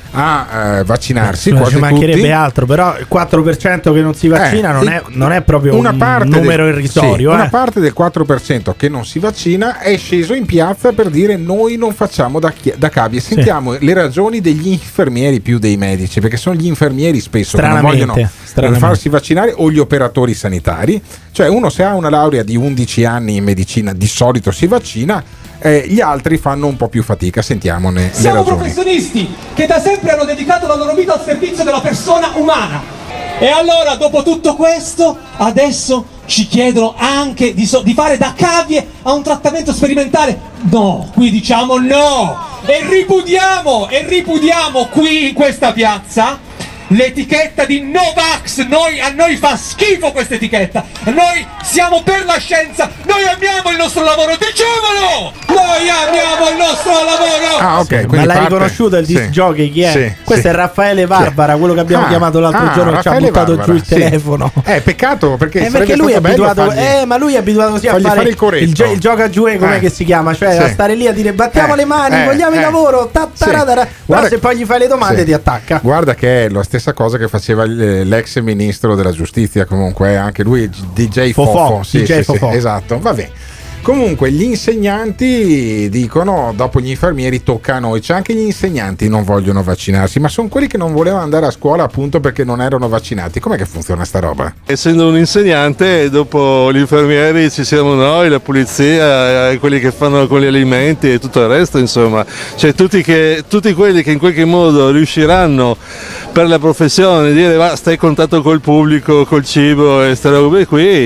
[SPEAKER 6] a eh, vaccinarsi,
[SPEAKER 9] non
[SPEAKER 6] quasi
[SPEAKER 9] ci mancherebbe
[SPEAKER 6] tutti.
[SPEAKER 9] altro, però il quattro per cento che non si vaccina
[SPEAKER 6] Eh,
[SPEAKER 9] non, è, non è proprio
[SPEAKER 6] una
[SPEAKER 9] un
[SPEAKER 6] parte
[SPEAKER 9] numero
[SPEAKER 6] del,
[SPEAKER 9] irrisorio.
[SPEAKER 6] sì,
[SPEAKER 9] eh.
[SPEAKER 6] Una parte del quattro per cento che non si vaccina è sceso in piazza per dire noi non facciamo da, chi- da cavie. Sentiamo le ragioni degli infermieri più dei medici, perché sono gli infermieri spesso che non
[SPEAKER 9] Stranamente,
[SPEAKER 6] vogliono eh,
[SPEAKER 9] stranamente.
[SPEAKER 6] farsi vaccinare, o gli operatori sanitari. Cioè uno, se ha una laurea di undici anni in medicina, di solito si vaccina, eh, gli altri fanno un po' più fatica. Sentiamone le
[SPEAKER 2] Siamo
[SPEAKER 6] ragioni.
[SPEAKER 2] professionisti che da sempre hanno dedicato la loro vita al servizio della persona umana. E allora, dopo tutto questo, adesso ci chiedono anche di, so- di fare da cavie a un trattamento sperimentale? No, qui diciamo no! E ripudiamo, e ripudiamo qui in questa piazza l'etichetta di Novax. Noi, a noi fa schifo questa etichetta. Noi siamo per la scienza, noi amiamo il nostro lavoro, diciamolo! Noi amiamo il nostro lavoro!
[SPEAKER 6] Ah, ok,
[SPEAKER 9] Sì,
[SPEAKER 6] quindi
[SPEAKER 9] ma l'hai
[SPEAKER 6] parte-
[SPEAKER 9] riconosciuto il disc
[SPEAKER 6] sì.
[SPEAKER 9] jockey chi è?
[SPEAKER 6] Sì,
[SPEAKER 9] Questo
[SPEAKER 6] sì.
[SPEAKER 9] è Raffaele Barbara, quello che abbiamo
[SPEAKER 6] Ah,
[SPEAKER 9] chiamato l'altro
[SPEAKER 6] ah,
[SPEAKER 9] giorno, che ci ha
[SPEAKER 6] Raffaele
[SPEAKER 9] buttato
[SPEAKER 6] Barbara,
[SPEAKER 9] giù il
[SPEAKER 6] sì.
[SPEAKER 9] telefono.
[SPEAKER 6] Eh, peccato perché,
[SPEAKER 9] Eh,
[SPEAKER 6] sarebbe
[SPEAKER 9] perché lui è
[SPEAKER 6] stato bello
[SPEAKER 9] abituato,
[SPEAKER 6] fargli-
[SPEAKER 9] eh, ma lui è abituato sia a
[SPEAKER 6] fargli
[SPEAKER 9] fare,
[SPEAKER 6] fare il corretto.
[SPEAKER 9] il, gio- il gioca giù, com'è
[SPEAKER 6] Eh.
[SPEAKER 9] che si chiama? Cioè
[SPEAKER 6] Sì.
[SPEAKER 9] a stare lì a dire battiamo
[SPEAKER 6] Eh,
[SPEAKER 9] le mani,
[SPEAKER 6] eh,
[SPEAKER 9] vogliamo
[SPEAKER 6] eh.
[SPEAKER 9] il lavoro, ta-
[SPEAKER 6] Sì.
[SPEAKER 9] taradara. Però
[SPEAKER 6] Guarda-
[SPEAKER 9] se poi gli fai le domande
[SPEAKER 6] Sì.
[SPEAKER 9] ti attacca.
[SPEAKER 6] Guarda che è la stessa cosa che faceva il- l'ex ministro della giustizia, comunque, eh, anche lui D J
[SPEAKER 9] Fofò,
[SPEAKER 6] Fofo. Sì,
[SPEAKER 9] D J
[SPEAKER 6] sì, sì,
[SPEAKER 9] Fofò.
[SPEAKER 6] esatto, vabbè. Comunque gli insegnanti dicono dopo gli infermieri tocca a noi. C'è anche gli insegnanti non vogliono vaccinarsi, ma sono quelli che non volevano andare a scuola appunto perché non erano vaccinati. Com'è che funziona sta roba?
[SPEAKER 8] Essendo un insegnante, dopo gli infermieri ci siamo noi, la polizia, eh, quelli che fanno con gli alimenti e tutto il resto, insomma, cioè tutti, che, tutti quelli che in qualche modo riusciranno per la professione a dire va, stai in contatto col pubblico, col cibo e queste robe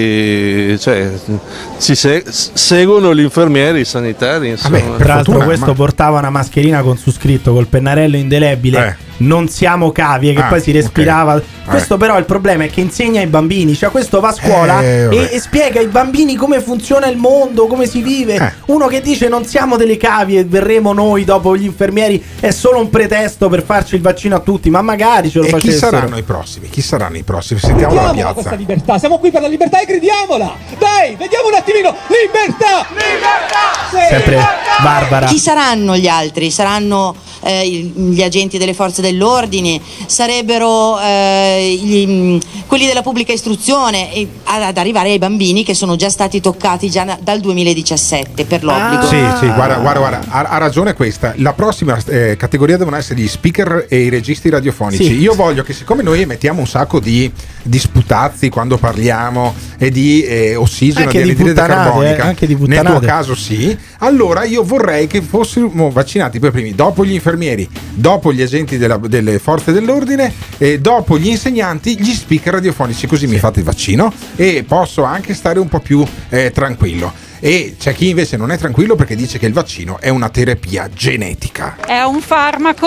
[SPEAKER 8] qui, cioè, ci se- seguono gli infermieri, i sanitari, insomma.
[SPEAKER 9] Tra l'altro
[SPEAKER 8] fortuna,
[SPEAKER 9] questo
[SPEAKER 8] ma-
[SPEAKER 9] portava una mascherina con su scritto col pennarello indelebile
[SPEAKER 8] Eh.
[SPEAKER 9] non siamo cavie, che
[SPEAKER 8] Ah,
[SPEAKER 9] poi si respirava.
[SPEAKER 8] ok.
[SPEAKER 9] Questo però il problema è che insegna ai bambini, cioè questo va a scuola
[SPEAKER 6] Eh, vabbè.
[SPEAKER 9] e, e spiega ai bambini come funziona il mondo, come si vive.
[SPEAKER 6] Eh.
[SPEAKER 9] Uno che dice non siamo delle cavie, verremo noi dopo gli infermieri, è solo un pretesto per farci il vaccino a tutti, ma magari ce lo
[SPEAKER 6] E chi
[SPEAKER 9] facessero.
[SPEAKER 6] saranno i prossimi? Chi saranno i prossimi? Sentiamo la
[SPEAKER 2] Crediamola questa
[SPEAKER 6] piazza.
[SPEAKER 2] libertà, siamo qui per la libertà e crediamola! Dai, vediamo un attimino! Libertà! Libertà!
[SPEAKER 9] Sempre Barbara.
[SPEAKER 10] Chi saranno gli altri? Saranno eh, gli agenti delle forze dell'ordine? Sarebbero eh, gli- quelli della pubblica istruzione? E ad, ad arrivare ai bambini che sono già stati toccati già na- dal duemiladiciassette per l'obbligo.
[SPEAKER 6] Sì, sì, guarda, guarda, guarda, ha, ha ragione questa. La prossima eh, categoria devono essere gli speaker e i registi radiofonici.
[SPEAKER 9] Sì.
[SPEAKER 6] Io voglio che, siccome noi emettiamo un sacco di, di sputazzi quando parliamo e di eh, ossigeno,
[SPEAKER 9] Anche
[SPEAKER 6] di
[SPEAKER 9] di
[SPEAKER 6] anidride
[SPEAKER 9] puttanate,
[SPEAKER 6] carbonica,
[SPEAKER 9] eh, anche di
[SPEAKER 6] nel tuo
[SPEAKER 9] puttanate.
[SPEAKER 6] caso sì, allora io vorrei che fossimo vaccinati per primi, dopo gli infermieri, dopo gli agenti della- delle forze dell'ordine e dopo gli insegnanti, gli speaker radiofonici, così mi fate il vaccino e posso anche stare un po' più eh, tranquillo. E c'è chi invece non è tranquillo perché dice che il vaccino è una terapia genetica.
[SPEAKER 11] È un farmaco,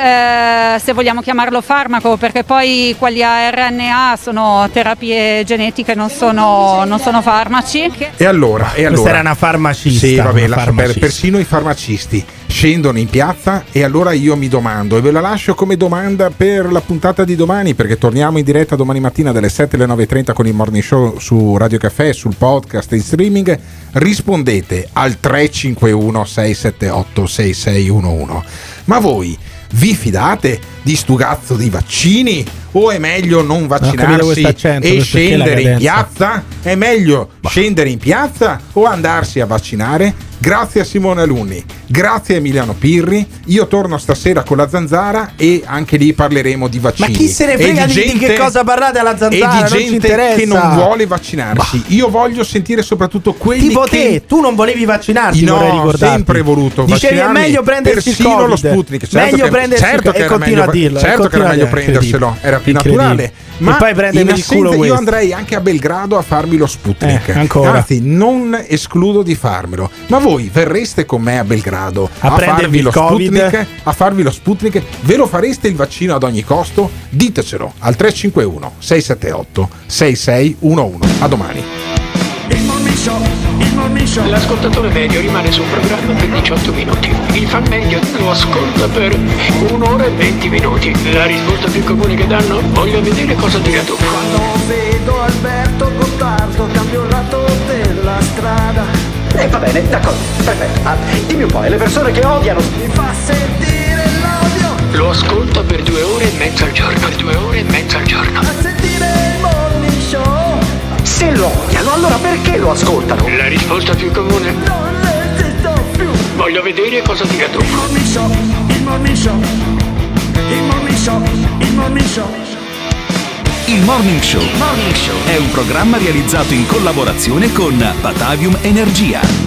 [SPEAKER 11] eh, se vogliamo chiamarlo farmaco, perché poi quelli a R N A sono terapie genetiche, non sono, non sono farmaci.
[SPEAKER 6] E allora, e
[SPEAKER 9] Questa
[SPEAKER 6] allora
[SPEAKER 9] era una farmacista.
[SPEAKER 6] Sì, vabbè,
[SPEAKER 9] una
[SPEAKER 6] lascia
[SPEAKER 9] farmacista.
[SPEAKER 6] perdere, persino i farmacisti scendono in piazza e allora io mi domando e ve la lascio come domanda per la puntata di domani, perché torniamo in diretta domani mattina dalle sette alle nove e trenta con il Morning Show su Radio Caffè, sul podcast e in streaming. Rispondete al tre cinque uno sei sette otto sei sei uno uno. Ma voi vi fidate di stu cazzo di vaccini o è meglio non
[SPEAKER 9] capito
[SPEAKER 6] vaccinarsi
[SPEAKER 9] questo accento,
[SPEAKER 6] e
[SPEAKER 9] perché la
[SPEAKER 6] scendere in
[SPEAKER 9] cadenza.
[SPEAKER 6] piazza? È meglio scendere in piazza o andarsi a vaccinare? Grazie a Simone Alunni, grazie a Emiliano Pirri. Io torno stasera con la Zanzara e anche lì parleremo di
[SPEAKER 9] Ma
[SPEAKER 6] vaccini.
[SPEAKER 9] chi se ne
[SPEAKER 6] E
[SPEAKER 9] frega di, di
[SPEAKER 6] gente-
[SPEAKER 9] che cosa parlate alla zanzara?
[SPEAKER 6] E di
[SPEAKER 9] non ci
[SPEAKER 6] gente
[SPEAKER 9] interessa.
[SPEAKER 6] che non vuole vaccinarsi. Io voglio sentire soprattutto quelli
[SPEAKER 9] Tipo
[SPEAKER 6] che
[SPEAKER 9] te, tu non volevi vaccinarti,
[SPEAKER 6] no,
[SPEAKER 9] vorrei ricordarti.
[SPEAKER 6] sempre voluto
[SPEAKER 9] Dicevi è
[SPEAKER 6] vaccinarmi,
[SPEAKER 9] meglio prendersi il
[SPEAKER 6] persino
[SPEAKER 9] Covid.
[SPEAKER 6] lo Sputnik. Certo
[SPEAKER 9] meglio
[SPEAKER 6] che,
[SPEAKER 9] prendersi
[SPEAKER 6] certo
[SPEAKER 9] il
[SPEAKER 6] che
[SPEAKER 9] e
[SPEAKER 6] era
[SPEAKER 9] continua
[SPEAKER 6] meglio,
[SPEAKER 9] a dirlo.
[SPEAKER 6] certo
[SPEAKER 9] e
[SPEAKER 6] che era
[SPEAKER 9] continua a
[SPEAKER 6] meglio
[SPEAKER 9] dirlo,
[SPEAKER 6] prenderselo, era più
[SPEAKER 9] incredibile.
[SPEAKER 6] naturale. Ma
[SPEAKER 9] e poi prendermi
[SPEAKER 6] in
[SPEAKER 9] il culo
[SPEAKER 6] assenza, io
[SPEAKER 9] questo.
[SPEAKER 6] andrei anche a Belgrado a farmi lo Sputnik.
[SPEAKER 9] Eh, ancora.
[SPEAKER 6] Anzi, non escludo di farmelo. Ma voi verreste con me a Belgrado
[SPEAKER 9] A
[SPEAKER 6] a,
[SPEAKER 9] prendervi
[SPEAKER 6] farvi
[SPEAKER 9] il
[SPEAKER 6] lo
[SPEAKER 9] Covid?
[SPEAKER 6] Sputnik? A farvi lo Sputnik? Ve lo fareste il vaccino ad ogni costo? Ditecelo al tre cinque uno sei sette otto sei sei uno uno. A domani.
[SPEAKER 16] Il Morning Show, il Morning Show. L'ascoltatore medio rimane sul programma per diciotto minuti. Il fan medio lo ascolta per un'ora e venti minuti. La risposta più comune che danno? Voglio vedere cosa dirà tu.
[SPEAKER 18] Quando vedo Alberto Gottardo cambio il lato della strada.
[SPEAKER 14] Eh, va bene, d'accordo, perfetto. Ah, dimmi un po', e le persone che odiano?
[SPEAKER 18] Mi fa sentire l'odio.
[SPEAKER 16] Lo ascolta per lo ascoltano. La risposta più comune? Non resisto più. Voglio vedere cosa dirà tu. Il Morning Show, il Morning Show, il Morning Show, il Morning Show.
[SPEAKER 4] Il Morning Show. Morning Show è un programma realizzato in collaborazione con Batavium Energia.